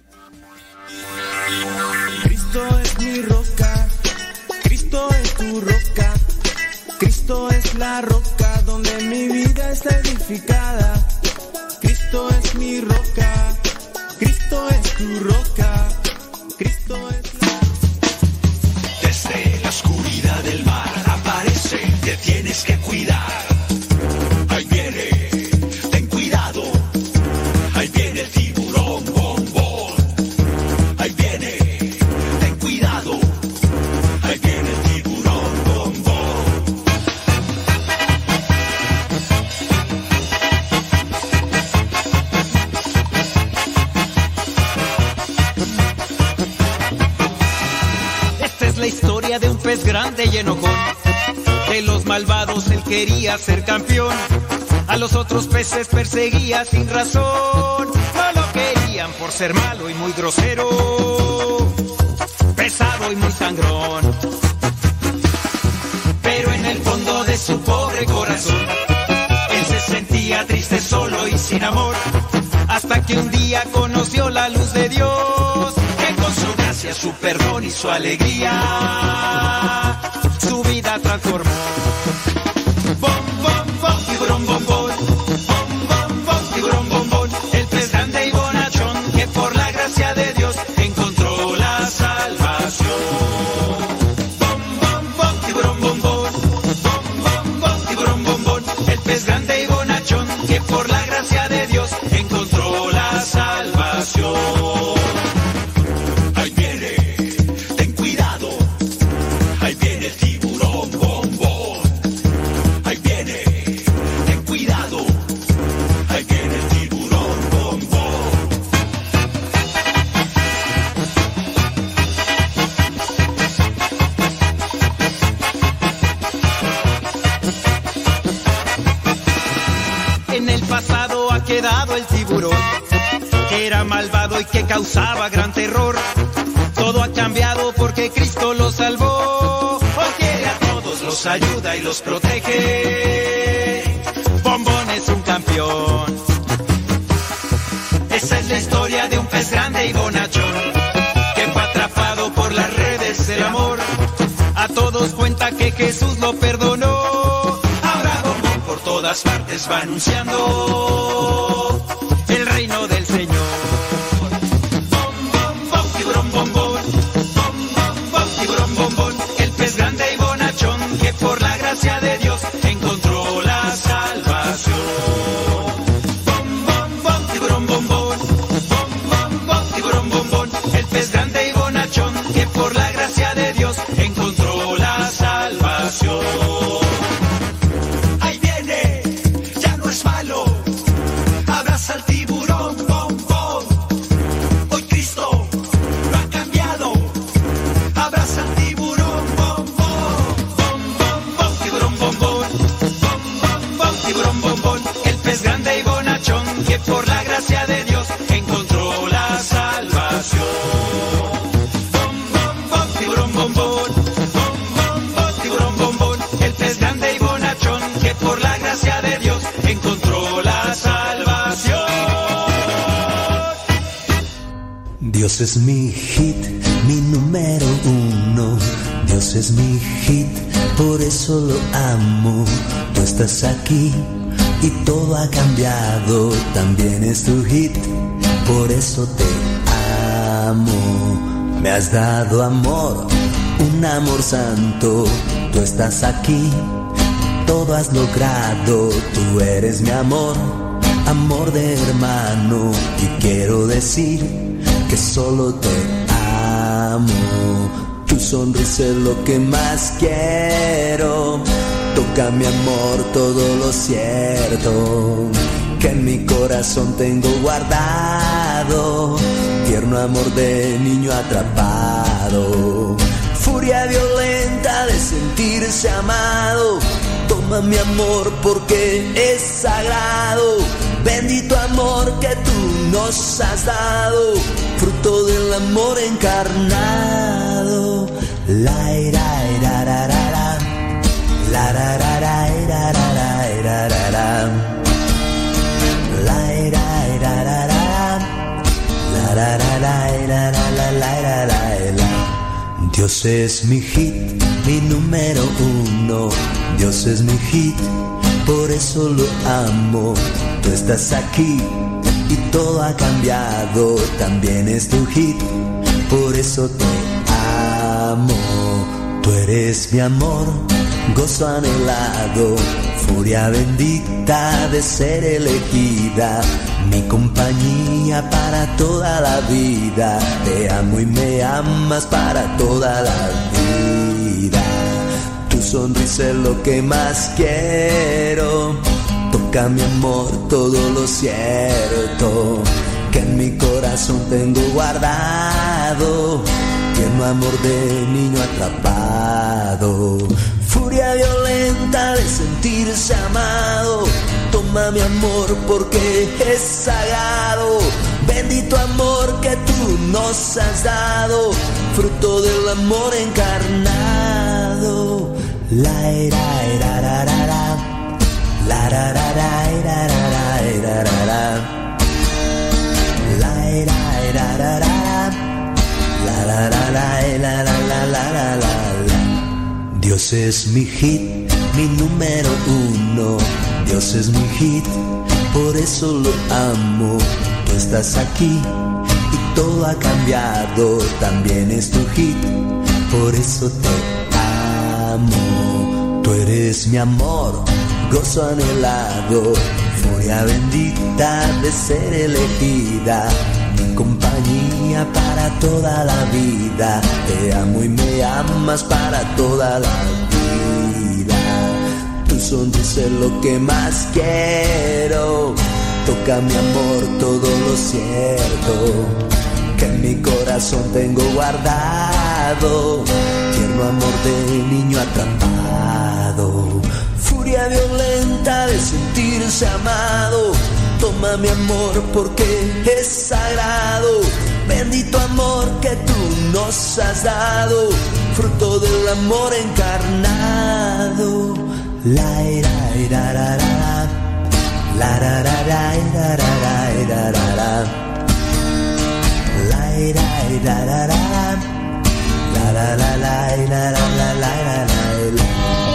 Cristo es mi roca, Cristo es tu roca, Cristo es la roca donde mi vida está edificada. Cristo es mi roca, Cristo es tu roca, Cristo es la... Desde la oscuridad del mar aparece, te tienes que cuidar. Ahí viene, ten cuidado. Ahí viene el tiburón, bombón. Ahí viene, ten cuidado. Ahí viene el tiburón, bombón. Esta es la historia de un pez grande y enojón. De los malvados él quería ser campeón. A los otros peces perseguía sin razón. No lo querían por ser malo y muy grosero, pesado y muy sangrón. Pero en el fondo de su pobre corazón, él se sentía triste, solo y sin amor. Hasta que un día conoció la luz de Dios, que con su gracia, su perdón y su alegría su vida transformó. Bom, bom, bom, tiburón, bombón. Bom, bom, bom, tiburón, bombón. El pez grande y bonachón que por la gracia de Dios encontró la salvación. Bom, bom, bom, tiburón, bombón. Bom, bom, bom, tiburón, bombón. El pez grande y bonachón que por la gracia de Dios encontró la salvación. Ahí viene, ten cuidado. Ahí viene el tiburón bombón. Ahí viene, ten cuidado. Ahí viene el tiburón bombón. En el pasado ha quedado el tiburón, que era malvado y que causaba gran terror. Todo ha cambiado porque Cristo lo salvó. Hoy quiere a todos, los ayuda y los protege. Bombón es un campeón. Esa es la historia de un pez grande y bonachón, que fue atrapado por las redes del amor. A todos cuenta que Jesús lo perdonó. Ahora Bombón por todas partes va anunciando el reino del Señor. Bom, bom, bom, tiburón, bombón. Bom, bom, bom, tiburón, bombón. El pez grande y bonachón que por la gracia de Dios encontró la salvación. Bom, bom, bom, tiburón, bombón. Bom, bom, bom, tiburón, bombón. El pez grande y bonachón que por la gracia de Dios encontró la salvación. Ahí viene, ya no es malo. Abraza al tiburón bombón. Hoy Cristo lo ha cambiado. Abraza al tiburón bombón. Bom, bom, bom, tiburón, bombón. Bom, bom, bom, tiburón, bombón. El pez grande y bonachón que por la gracia de Dios encontró la salvación. Bom, bom, bom, tiburón, bombón. Bom, bom, bom, tiburón, bombón. El pez grande y bonachón que por la gracia de Dios encontró la salvación. Dios es mi hit, mi número uno. Dios es mi hit, por eso lo amo. Tú estás aquí y todo ha cambiado. También es tu hit, por eso te amo. Me has dado amor, un amor santo. Tú estás aquí, todo has logrado. Tú eres mi amor, amor de hermano. Y quiero decir que solo te amo. Tu sonrisa es lo que más quiero. Toca mi amor todo lo cierto que en mi corazón tengo guardado. Tierno amor de niño atrapado. Furia violenta de sentirse amado. Toma mi amor porque es sagrado. Bendito amor que tú nos has dado. Fruto del amor encarnado. La ira ira ra ra ra. La ra ra ra ira ra ra ira ra ra. La ira ira ra ra. La ra ra ra ira ra la la ira ra la. Dios es mi hit, mi número uno. Dios es mi hit, por eso lo amo. Tú estás aquí y todo ha cambiado. También es tu hit, por eso te amo. Tú eres mi amor, gozo anhelado. Furia bendita de ser elegida. Mi compañía para toda la vida. Te amo y me amas para toda la vida. Tu sonrisa es lo que más quiero. Toca mi amor todo lo cierto que en mi corazón tengo guardado. Tierno amor de niño atrapado. Furia violenta de sentirse amado. Toma mi amor porque es sagrado. Bendito amor que tú nos has dado. Fruto del amor encarnado. La ira ira ra ra ra. La ra ra ra ira ra ra ira ra ra. La ira ira ra ra. La ra ra ra ira la la la la la la. Dios Dios es mi hit, mi número uno. Dios es mi hit, por eso lo amo. Tú estás aquí y todo ha cambiado. También es tu hit, por eso te amo. Tú eres mi amor, gozo anhelado, furia bendita de ser elegida, mi compañía para toda la vida. Te amo y me amas para toda la vida. Tu sonrisa es lo que más quiero. Toca mi amor todo lo cierto que en mi corazón tengo guardado. Tierno amor de niño atrapado. Furia violenta de sentirse amado. Toma mi amor porque es sagrado. Bendito amor que tú nos has dado. Fruto del amor encarnado. La ira ira ra ra. La ra ra ra ira ra ra ira ra ra. La ira ira ra ra. La la la la ira ra la la ira ra la.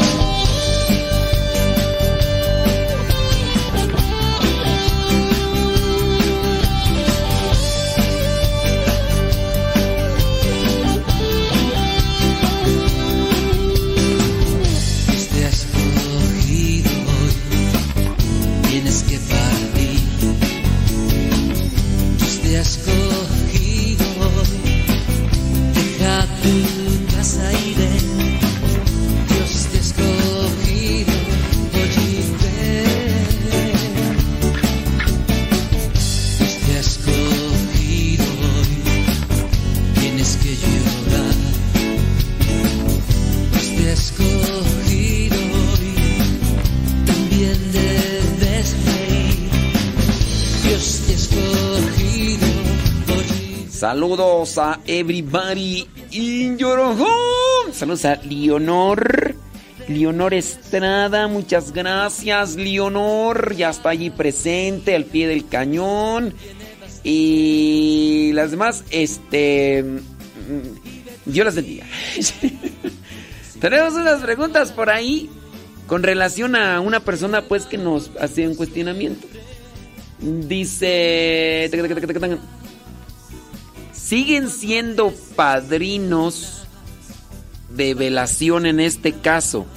Escogido, deja tu casa y ven. Dios te ha escogido, oye ven. Dios te ha escogido hoy, tienes que llorar. Dios te ha escogido hoy, también debes reír. Dios te ha escogido. Saludos a everybody in your home. Saludos a Leonor. Leonor Estrada, muchas gracias, Leonor. Ya está allí presente, al pie del cañón. Y las demás, Dios las bendiga. Tenemos unas preguntas por ahí con relación a una persona pues que nos hace un cuestionamiento. Dice... ¿Siguen siendo padrinos de velación en este caso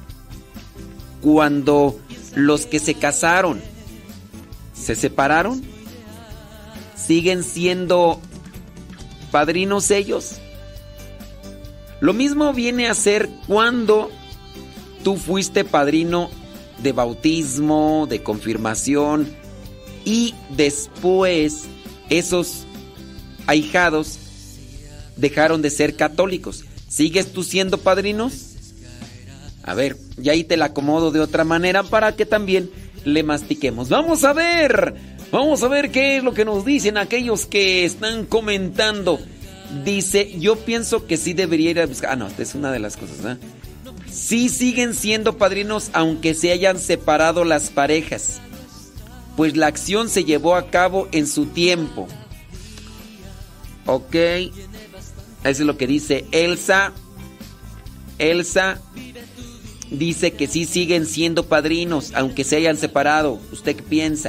cuando los que se casaron se separaron? ¿Siguen siendo padrinos ellos? Lo mismo viene a ser cuando tú fuiste padrino de bautismo, de confirmación, y después esos ahijados dejaron de ser católicos. ¿Sigues tú siendo padrinos? A ver, y ahí te la acomodo de otra manera para que también le mastiquemos. Vamos a ver qué es lo que nos dicen aquellos que están comentando. Dice, yo pienso que sí debería ir a buscar... Ah, no, esta es una de las cosas, ¿eh? Sí siguen siendo padrinos aunque se hayan separado las parejas, pues la acción se llevó a cabo en su tiempo. Ok, eso es lo que dice Elsa. Elsa dice que sí siguen siendo padrinos, aunque se hayan separado. ¿Usted qué piensa?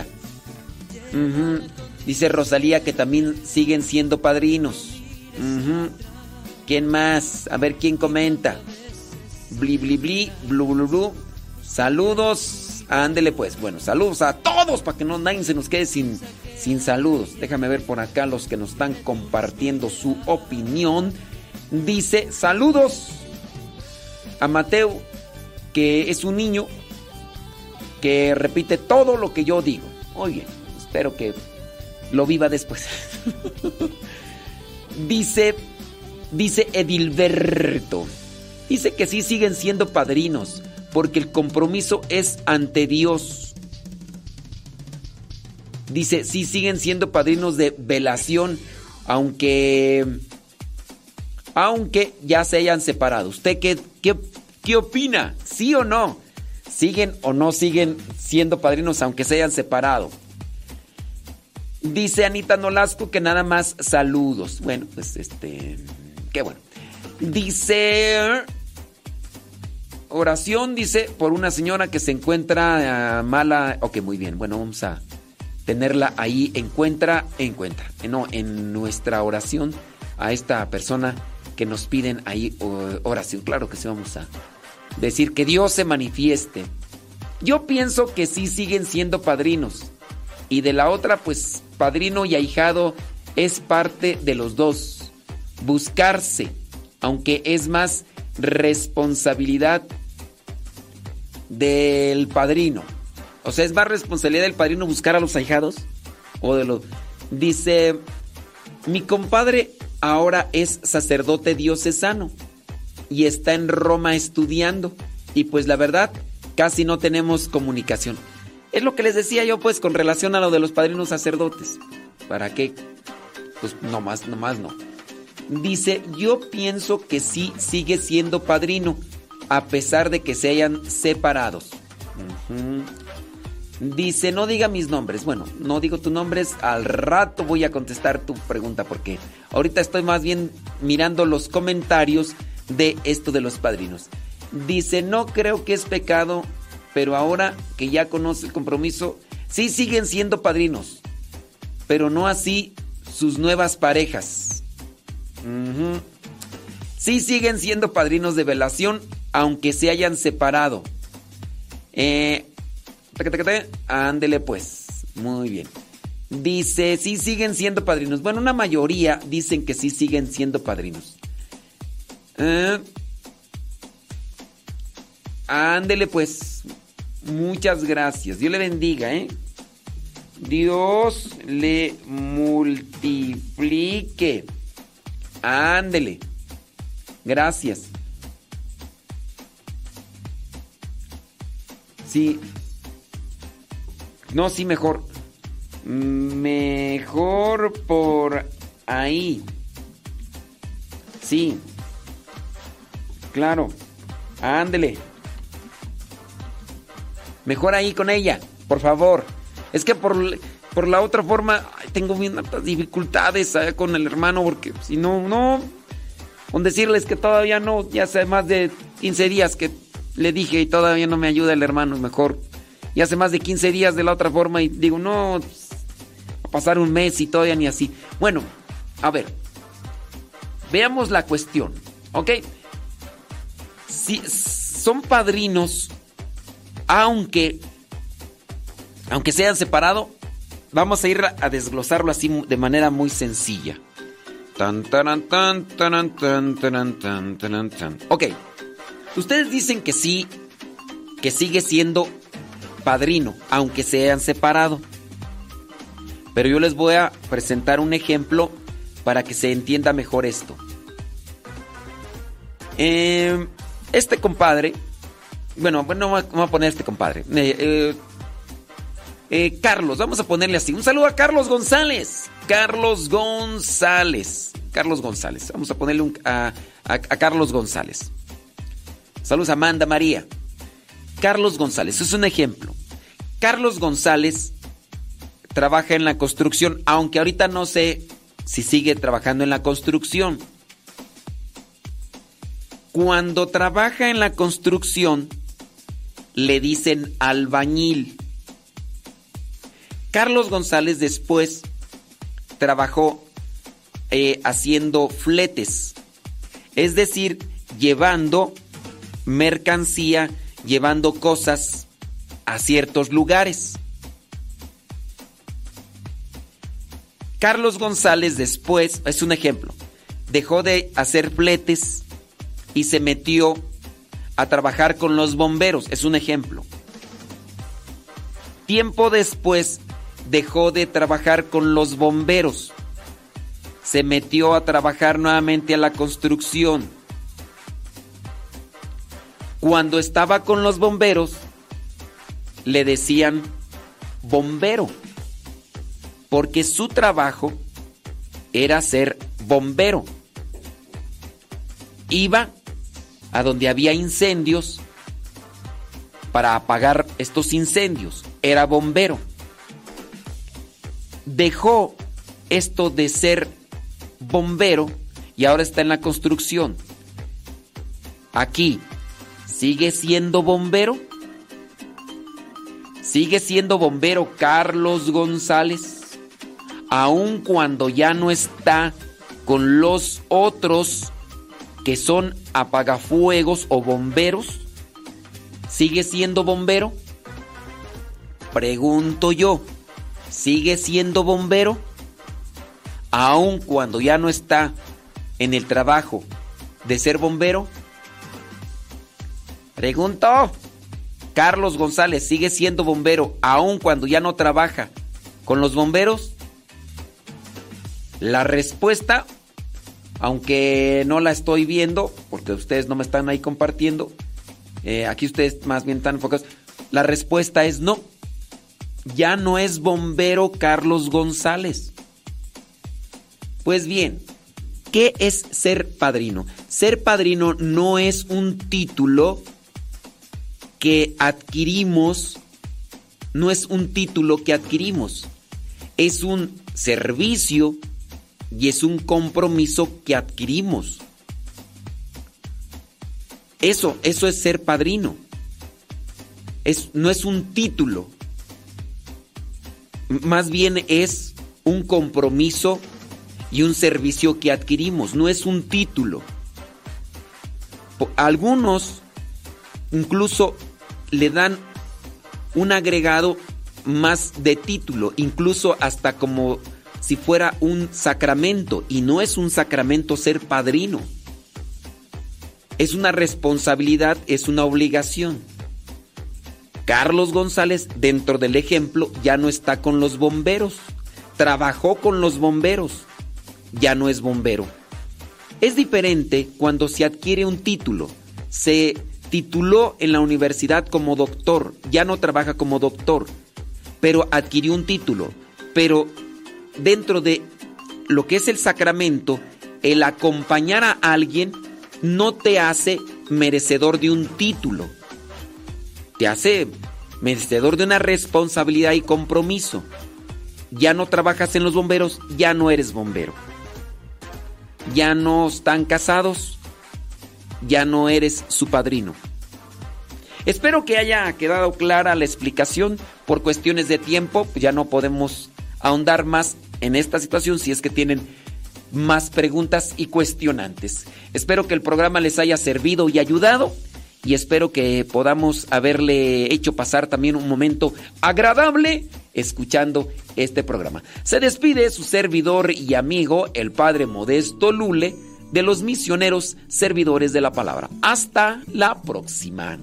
Dice Rosalía que también siguen siendo padrinos. ¿Quién más? A ver quién comenta. Bli, bli, bli, blu, blu, blu. Saludos. Ándele pues. Bueno, saludos a todos para que no nadie se nos quede sin saludos. Déjame ver por acá los que nos están compartiendo su opinión. Dice, saludos a Mateo, que es un niño que repite todo lo que yo digo. Oye, espero que lo viva después. Dice Edilberto. Dice que sí siguen siendo padrinos, porque el compromiso es ante Dios. Dice, sí siguen siendo padrinos de velación, aunque ya se hayan separado. ¿Usted qué opina? ¿Sí o no? ¿Siguen o no siguen siendo padrinos aunque se hayan separado? Dice Anita Nolasco que nada más saludos. Bueno, pues qué bueno. Dice oración, dice, por una señora que se encuentra mala. Ok, muy bien. Bueno, vamos a tenerla ahí. En nuestra oración a esta persona que nos piden ahí oración. Claro que sí, vamos a decir que Dios se manifieste. Yo pienso que sí siguen siendo padrinos. Y de la otra, pues, padrino y ahijado es parte de los dos. Buscarse, aunque es más responsabilidad del padrino. O sea, es más responsabilidad del padrino buscar a los ahijados o de los... Dice, mi compadre ahora es sacerdote diocesano y está en Roma estudiando y pues la verdad casi no tenemos comunicación. Es lo que les decía yo, pues, con relación a lo de los padrinos sacerdotes. ¿Para qué? Pues nomás no. Dice, yo pienso que sí sigue siendo padrino, a pesar de que se hayan separados. Dice, no diga mis nombres. Bueno, no digo tus nombres, al rato voy a contestar tu pregunta, porque ahorita estoy más bien mirando los comentarios de esto de los padrinos. Dice, no creo que es pecado, pero ahora que ya conoce el compromiso, sí siguen siendo padrinos, pero no así sus nuevas parejas. Sí siguen siendo padrinos de velación, aunque se hayan separado. Ándele pues. Muy bien. Dice, sí siguen siendo padrinos. Bueno, una mayoría dicen que sí siguen siendo padrinos. Ándele pues. Muchas gracias. Dios le bendiga, Dios le multiplique. Ándele. Gracias. Sí. No, sí, mejor. Mejor por ahí. Sí. Claro. Ándele. Mejor ahí con ella, por favor. Es que por la otra forma tengo bien altas dificultades con el hermano, porque si no, con decirles que todavía no, ya hace más de 15 días que le dije y todavía no me ayuda el hermano, mejor. Y hace más de 15 días de la otra forma y digo, no, va a pasar un mes y todavía ni así. Bueno, a ver, veamos la cuestión, ¿ok? Si son padrinos, aunque se hayan separado, vamos a ir a desglosarlo así de manera muy sencilla. Ok, ustedes dicen que sí, que sigue siendo padrino, aunque se hayan separado. Pero yo les voy a presentar un ejemplo para que se entienda mejor esto. Este compadre, bueno, vamos a poner este compadre. Carlos, vamos a ponerle así. Un saludo a Carlos González. Carlos González. Vamos a ponerle a Carlos González. Saludos a Amanda María. Carlos González, es un ejemplo. Carlos González trabaja en la construcción, aunque ahorita no sé si sigue trabajando en la construcción. Cuando trabaja en la construcción, le dicen albañil. Carlos González después trabajó haciendo fletes, es decir, llevando mercancía, llevando cosas a ciertos lugares. Carlos González después, es un ejemplo, dejó de hacer fletes y se metió a trabajar con los bomberos, es un ejemplo. Tiempo después dejó de trabajar con los bomberos, se metió a trabajar nuevamente a la construcción. Cuando estaba con los bomberos, le decían bombero, porque su trabajo era ser bombero. Iba a donde había incendios para apagar estos incendios. Era bombero. Dejó esto de ser bombero y ahora está en la construcción. Aquí ¿Sigue siendo bombero? ¿Sigue siendo bombero Carlos González? Aun cuando ya no está con los otros que son apagafuegos o bomberos. ¿Sigue siendo bombero? Pregunto yo, ¿sigue siendo bombero? Aun cuando ya no está en el trabajo de ser bombero. Pregunto, Carlos González, ¿sigue siendo bombero aun cuando ya no trabaja con los bomberos? La respuesta, aunque no la estoy viendo, porque ustedes no me están ahí compartiendo, aquí ustedes más bien están enfocados, la respuesta es no. Ya no es bombero Carlos González. Pues bien, ¿qué es ser padrino? Ser padrino no es un título que adquirimos, es un servicio y es un compromiso que adquirimos. Eso es ser padrino. No es un título. Más bien es un compromiso y un servicio que adquirimos. No es un título. Algunos incluso le dan un agregado más de título, incluso hasta como si fuera un sacramento, y no es un sacramento ser padrino. Es una responsabilidad, es una obligación. Carlos González, dentro del ejemplo, ya no está con los bomberos. Trabajó con los bomberos, ya no es bombero. Es diferente cuando se adquiere un título. Se tituló en la universidad como doctor, ya no trabaja como doctor, pero adquirió un título. Pero dentro de lo que es el sacramento, el acompañar a alguien no te hace merecedor de un título. Te hace merecedor de una responsabilidad y compromiso. Ya no trabajas en los bomberos, ya no eres bombero. Ya no están casados, ya no eres su padrino. Espero que haya quedado clara la explicación. Por cuestiones de tiempo, ya no podemos ahondar más en esta situación si es que tienen más preguntas y cuestionantes. Espero que el programa les haya servido y ayudado, y espero que podamos haberle hecho pasar también un momento agradable escuchando este programa. Se despide su servidor y amigo, el Padre Modesto Lule, de los misioneros servidores de la palabra. Hasta la próxima.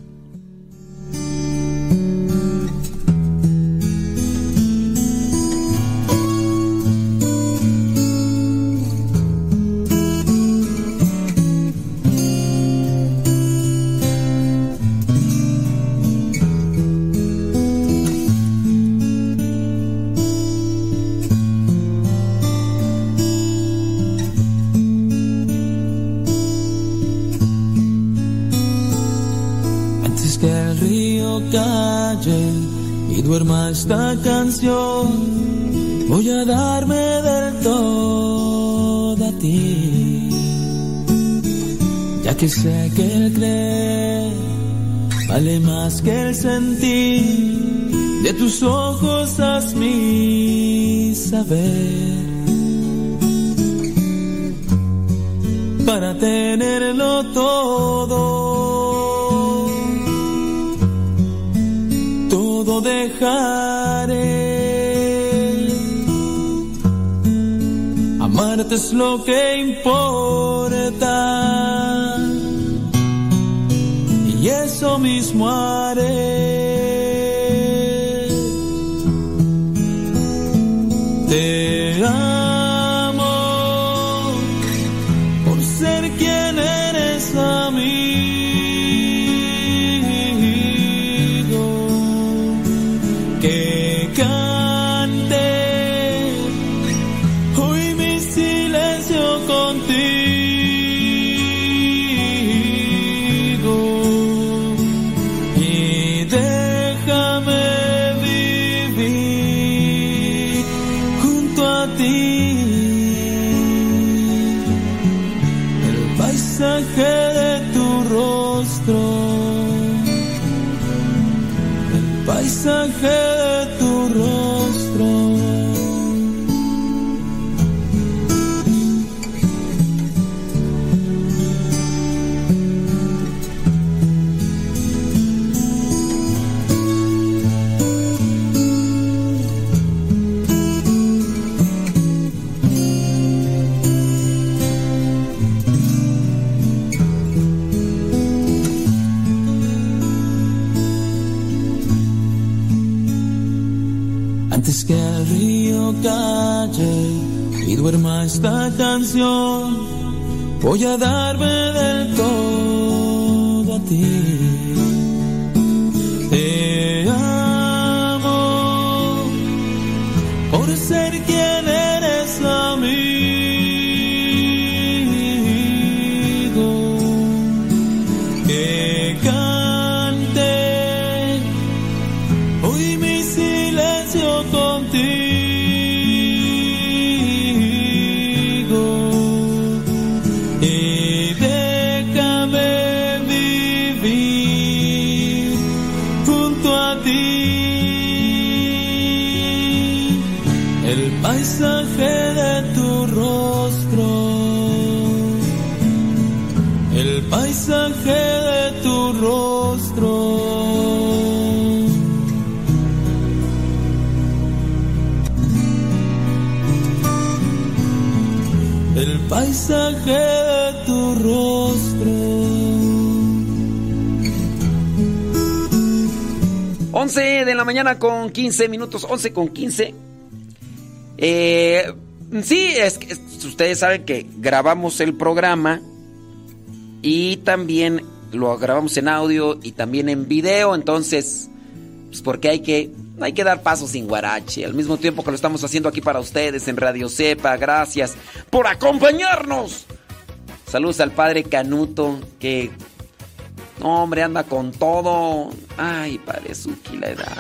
Calle y duerma esta canción, voy a darme del todo a ti, ya que sé que el creer vale más que el sentir, de tus ojos haz mi saber, para tenerlo todo dejaré. Amarte es lo que importa, y eso mismo haré. Te amo por ser quien eres a mí. Que cante hoy mi silencio contigo, y déjame vivir junto a ti. El paisaje de tu rostro paisaje de tu rostro. Antes que el río calle y duerma esta canción, voy a darme del todo a ti. Te amo por ser quien eres amigo. Que cante hoy mi silencio contigo y déjame vivir junto a ti. El paisaje de tu rostro, el paisaje de tu rostro. El paisaje de tu rostro. 11 de la mañana con 15 minutos, 11 con 15. Sí, es que ustedes saben que grabamos el programa y también lo grabamos en audio y también en video, entonces, pues porque hay que dar paso sin guarache, al mismo tiempo que lo estamos haciendo aquí para ustedes en Radio Cepa. Gracias por acompañarnos. Saludos al padre Canuto, que, no, hombre, anda con todo. Ay, padre Suki, la edad.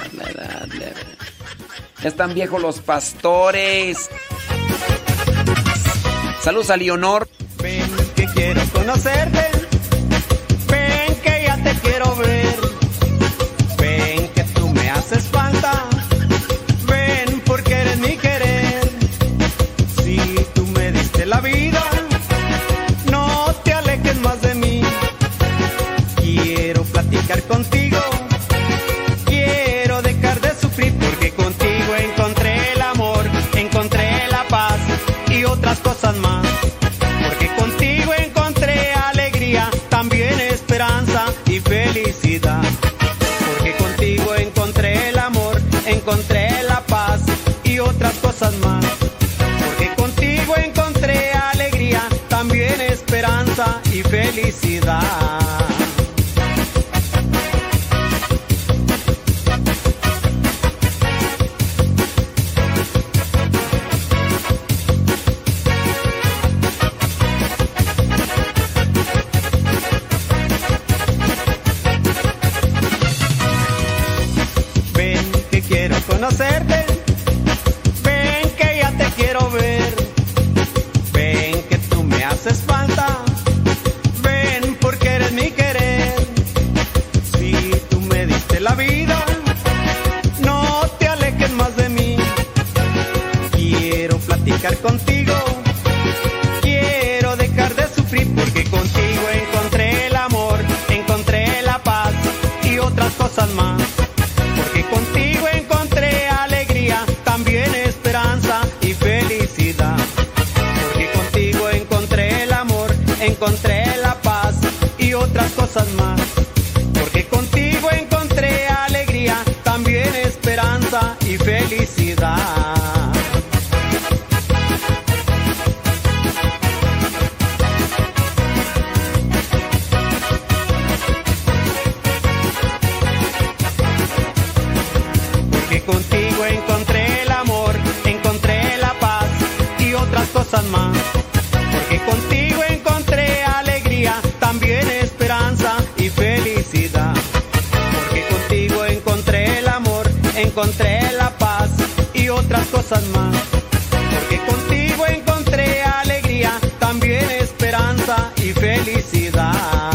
Ya están viejos los pastores. Saludos a Leonor. Ven que quiero conocerte, ven que ya te quiero ver, ven que tú me haces falta, ven porque eres mi querer. Si tú me diste la vida, no te alejes más de mí. Quiero platicar contigo, quiero dejar de sufrir, porque contigo encontré el amor, encontré la paz y otras cosas más. Porque contigo encontré alegría, también esperanza y felicidad. Porque contigo encontré el amor, encontré la paz y otras cosas más. Porque contigo encontré alegría, también esperanza y felicidad. Conocerte, ven que ya te quiero ver, ven que tú me haces falta, ven porque eres mi querer. Si tú me diste la vida, no te alejes más de mí. Quiero platicar contigo, quiero dejar de sufrir, porque contigo encontré el amor, encontré la paz y otras cosas más. Porque contigo encontré alegría, también esperanza y felicidad. Porque contigo encontré el amor, encontré la paz y otras cosas más. Porque contigo encontré alegría, también esperanza y felicidad. Contigo encontré el amor, encontré la paz y otras cosas más. Porque contigo encontré alegría, también esperanza y felicidad. Porque contigo encontré el amor, encontré la paz y otras cosas más. Porque contigo encontré alegría, también esperanza y felicidad.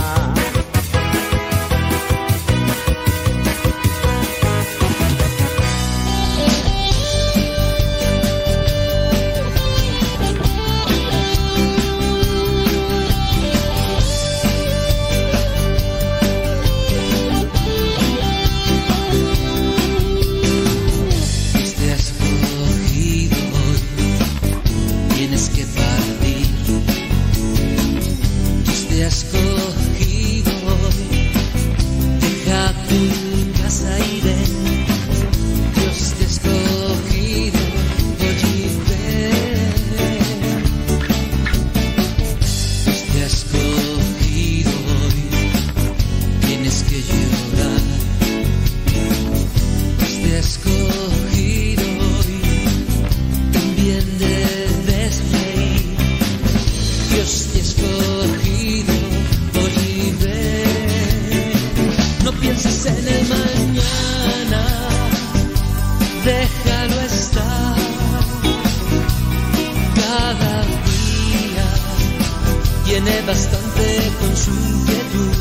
tiene bastante con su inquietud.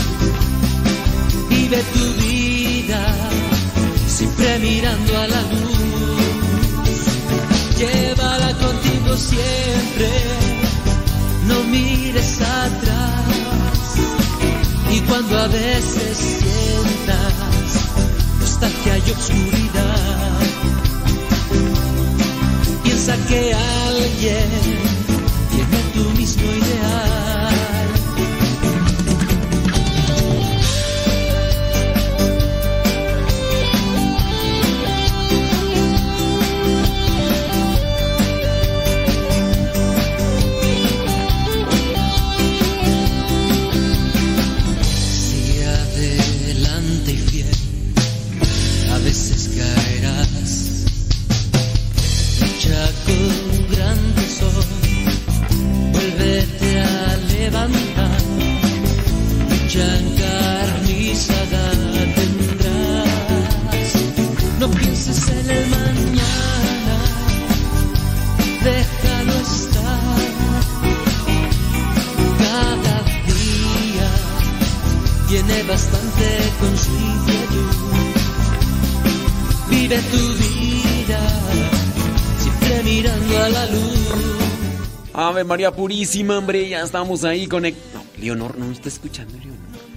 Vive tu vida siempre mirando a la luz. Llévala contigo siempre, no mires atrás. Y cuando a veces sientas nostalgia y oscuridad, piensa que alguien tiene tu mismo ideal. No pienses en el mañana, déjalo estar. Cada día tiene bastante con su inquietud. Vive tu vida siempre mirando a la luz. Ave María Purísima, hombre, ya estamos ahí conectados. No, Leonor no me está escuchando, Leonor.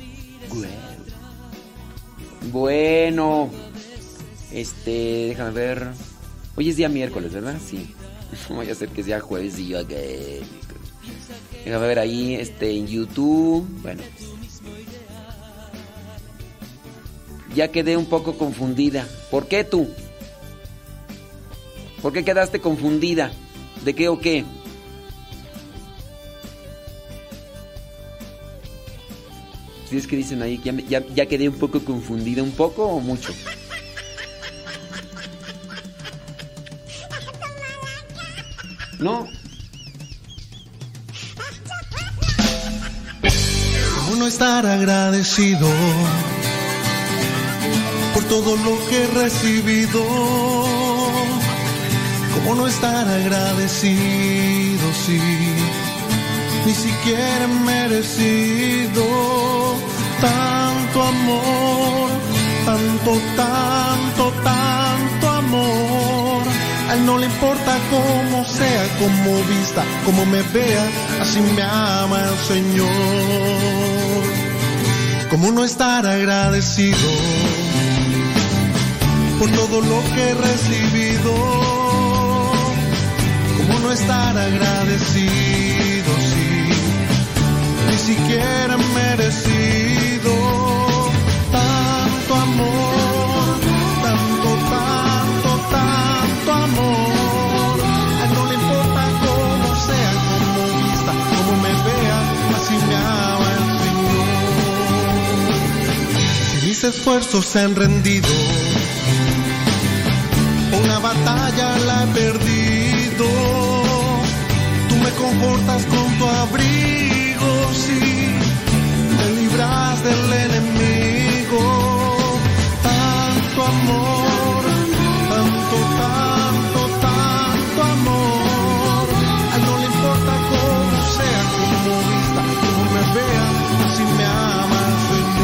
Bueno, déjame ver. Hoy es día miércoles, ¿verdad? Sí. Voy a hacer que sea jueves y yo acá. Déjame ver ahí, en YouTube. Bueno. Ya quedé un poco confundida. ¿Por qué tú? ¿Por qué quedaste confundida? ¿De qué o qué? Si es que dicen ahí que ya quedé un poco confundida. ¿Un poco o mucho? No. ¿Cómo no estar agradecido por todo lo que he recibido? ¿Cómo no estar agradecido si ni siquiera he merecido tanto amor, tanto amor? A él no le importa cómo sea, cómo vista, cómo me vea, así me ama el Señor. ¿Cómo no estar agradecido por todo lo que he recibido? ¿Cómo no estar agradecido si ni siquiera he merecido tanto amor, tanto amor? A él no le importa cómo sea, cómo vista, cómo me vea, así me ama el Señor. Si mis esfuerzos se han rendido, una batalla la he perdido, tú me confortas con tu abrigo, sí, me libras del enemigo. Tanto amor, tanto amor. A él no le importa cómo sea, cómo vista, cómo me vea, así me ama el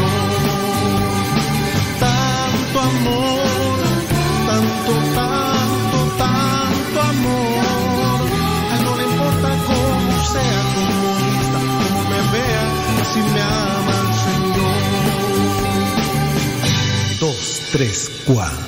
Señor. Tanto amor, tanto amor. A él no le importa cómo sea, cómo vista, cómo me vea, así me ama el Señor. 2, 3, 4.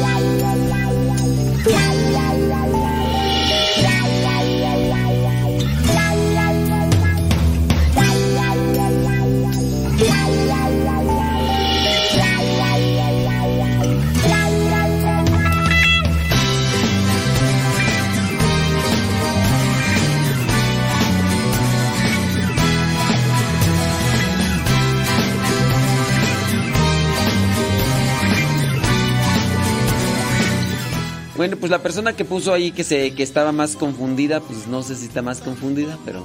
Bueno, pues la persona que puso ahí que estaba más confundida, pues no sé si está más confundida, pero...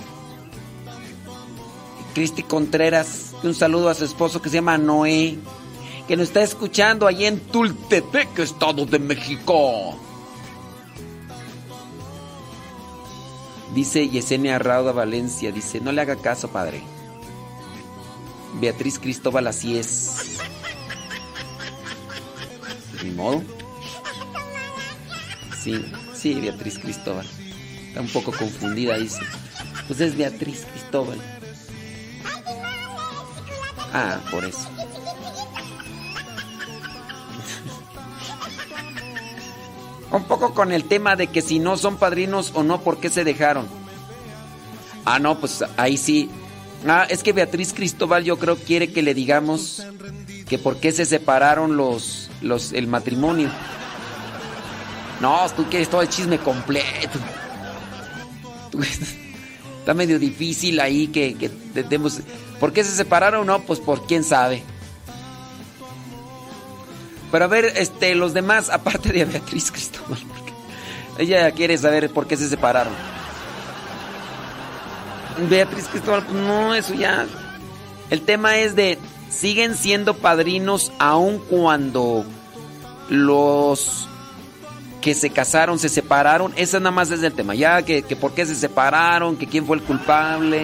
Cristi Contreras, un saludo a su esposo que se llama Noé, que nos está escuchando allí en Tultepec, Estado de México. Dice Yesenia Rauda Valencia, dice, no le haga caso, padre. Beatriz Cristóbal, así es. Ni modo. Sí, Beatriz Cristóbal. Está un poco confundida, dice. Pues es Beatriz Cristóbal. Ah, por eso. Un poco con el tema de que si no son padrinos o no, ¿por qué se dejaron? Ah, no, pues ahí sí. Ah, es que Beatriz Cristóbal yo creo quiere que le digamos que por qué se separaron el matrimonio. No, tú quieres todo el chisme completo. Está medio difícil ahí que demos. ¿Por qué se separaron? No, pues por quién sabe. Pero a ver, los demás, aparte de Beatriz Cristóbal, porque ella quiere saber por qué se separaron. Beatriz Cristóbal, pues no, eso ya. El tema es de, siguen siendo padrinos aun cuando los que se casaron se separaron. Esa nada más es el tema. Ya que por qué se separaron, que quién fue el culpable.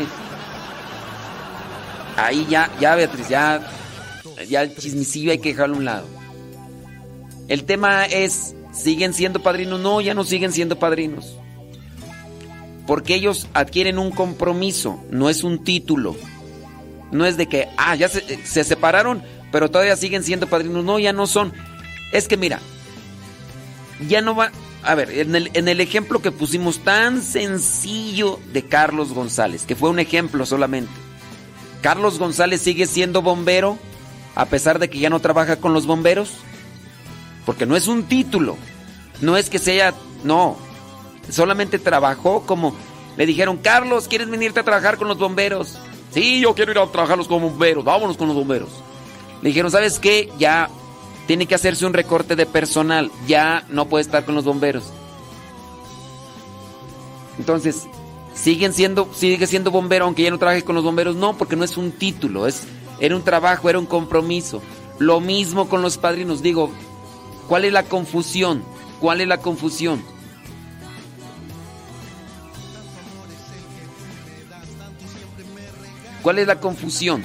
Ahí ya Beatriz, ya el chismecillo hay que dejarlo a un lado. El tema es, ¿siguen siendo padrinos? No, ya no siguen siendo padrinos. Porque ellos adquieren un compromiso, no es un título. No es de que, ya se separaron, pero todavía siguen siendo padrinos. No, ya no son. Es que mira, ya no va... A ver, en el ejemplo que pusimos tan sencillo de Carlos González, que fue un ejemplo solamente. Carlos González sigue siendo bombero, a pesar de que ya no trabaja con los bomberos. Porque no es un título, no es que sea, no, solamente trabajó como, le dijeron, Carlos, ¿quieres venirte a trabajar con los bomberos? Sí, yo quiero ir a trabajar con los bomberos, vámonos con los bomberos. Le dijeron, ¿sabes qué? Ya tiene que hacerse un recorte de personal, ya no puede estar con los bomberos. Entonces, sigue siendo bombero aunque ya no trabaje con los bomberos, no, porque no es un título, era un trabajo, era un compromiso. Lo mismo con los padrinos, digo, ¿cuál es la confusión? ¿Cuál es la confusión? ¿Cuál es la confusión?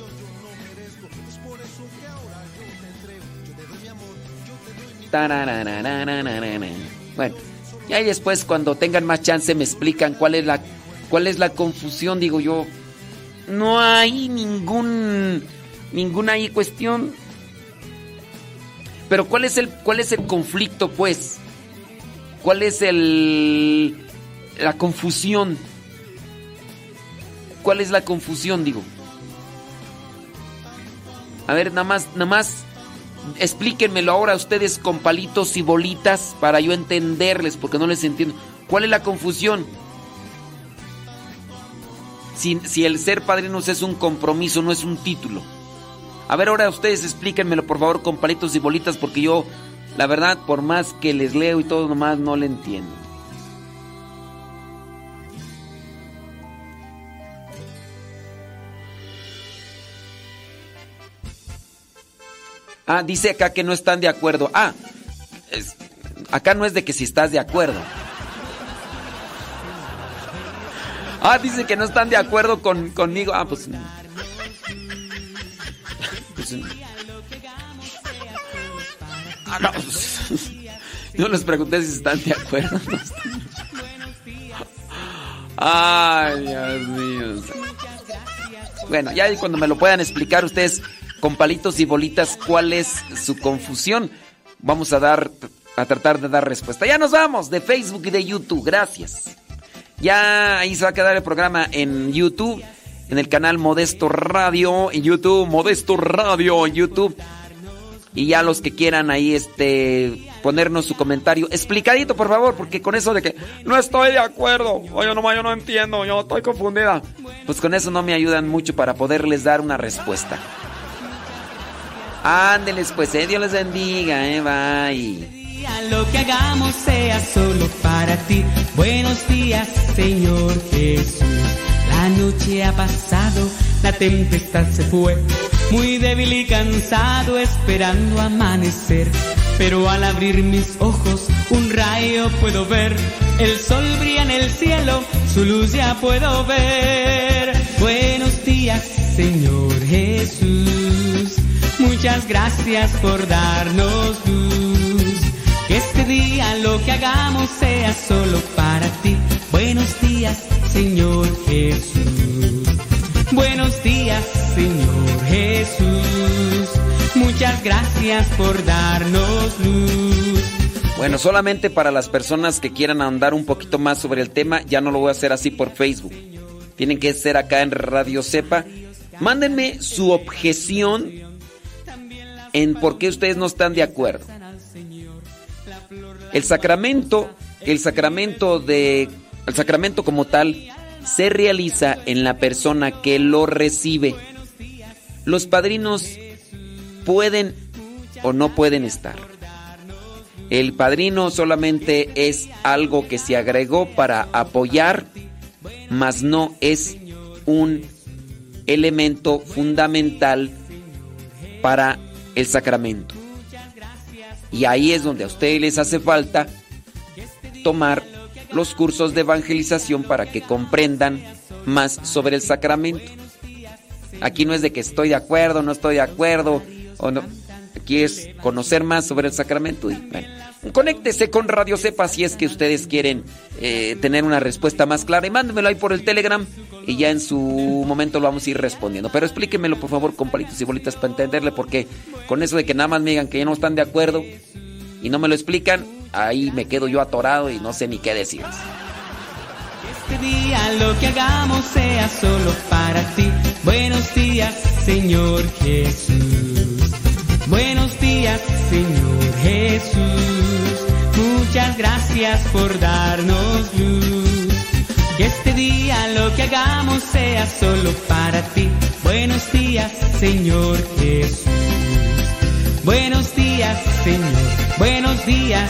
Bueno, y ahí después cuando tengan más chance me explican cuál es la confusión, digo yo. No hay ninguna ahí cuestión. Pero ¿cuál es el conflicto, pues? ¿Cuál es la confusión? ¿Cuál es la confusión, digo? A ver, nada más explíquenmelo ahora ustedes con palitos y bolitas para yo entenderles, porque no les entiendo. ¿Cuál es la confusión? Si el ser padrinos es un compromiso, no es un título. A ver, ahora ustedes explíquenmelo, por favor, con palitos y bolitas, porque yo, la verdad, por más que les leo y todo, nomás no le entiendo. Dice acá que no están de acuerdo. Acá no es de que si estás de acuerdo. Dice que no están de acuerdo conmigo. Pues... no, pues, yo les pregunté si están de acuerdo. No están. Ay, Dios mío. Bueno, ya cuando me lo puedan explicar ustedes con palitos y bolitas cuál es su confusión, vamos a tratar de dar respuesta. Ya nos vamos de Facebook y de YouTube. Gracias. Ya ahí se va a quedar el programa en YouTube, en el canal Modesto Radio en YouTube, Modesto Radio en YouTube. Y ya los que quieran ahí ponernos su comentario explicadito, por favor, porque con eso de que no estoy de acuerdo, yo no entiendo, yo estoy confundida, pues con eso no me ayudan mucho para poderles dar una respuesta. Ándeles pues, Dios les bendiga, bye. Lo que hagamos sea solo para ti. Buenos días, Señor Jesús. La noche ha pasado, la tempestad se fue. Muy débil y cansado, esperando amanecer. Pero al abrir mis ojos, un rayo puedo ver. El sol brilla en el cielo, su luz ya puedo ver. Buenos días, Señor Jesús. Muchas gracias por darnos luz. Que este día lo que hagamos sea solo para ti. Buenos días, Señor Jesús. Buenos días, Señor Jesús. Muchas gracias por darnos luz. Bueno, solamente para las personas que quieran ahondar un poquito más sobre el tema, ya no lo voy a hacer así por Facebook. Tienen que ser acá en Radio Cepa. Mándenme su objeción en por qué ustedes no están de acuerdo. El sacramento como tal se realiza en la persona que lo recibe. Los padrinos pueden o no pueden estar. El padrino solamente es algo que se agregó para apoyar, mas no es un elemento fundamental para el sacramento. Y ahí es donde a ustedes les hace falta tomar los cursos de evangelización para que comprendan más sobre el sacramento. Aquí no es de que estoy de acuerdo, no estoy de acuerdo, o no. Aquí es conocer más sobre el sacramento. Y, bueno, conéctese con Radio Cepa si es que ustedes quieren tener una respuesta más clara. Y mándenmelo ahí por el Telegram y ya en su momento lo vamos a ir respondiendo. Pero explíquenmelo, por favor, con palitos y bolitas para entenderle, porque con eso de que nada más me digan que ya no están de acuerdo y no me lo explican, ahí me quedo yo atorado y no sé ni qué decir. Este día lo que hagamos sea solo para ti. Buenos días, Señor Jesús. Buenos días, Señor Jesús. Muchas gracias por darnos luz. Que este día lo que hagamos sea solo para ti. Buenos días, Señor Jesús. Buenos días, Señor. Buenos días.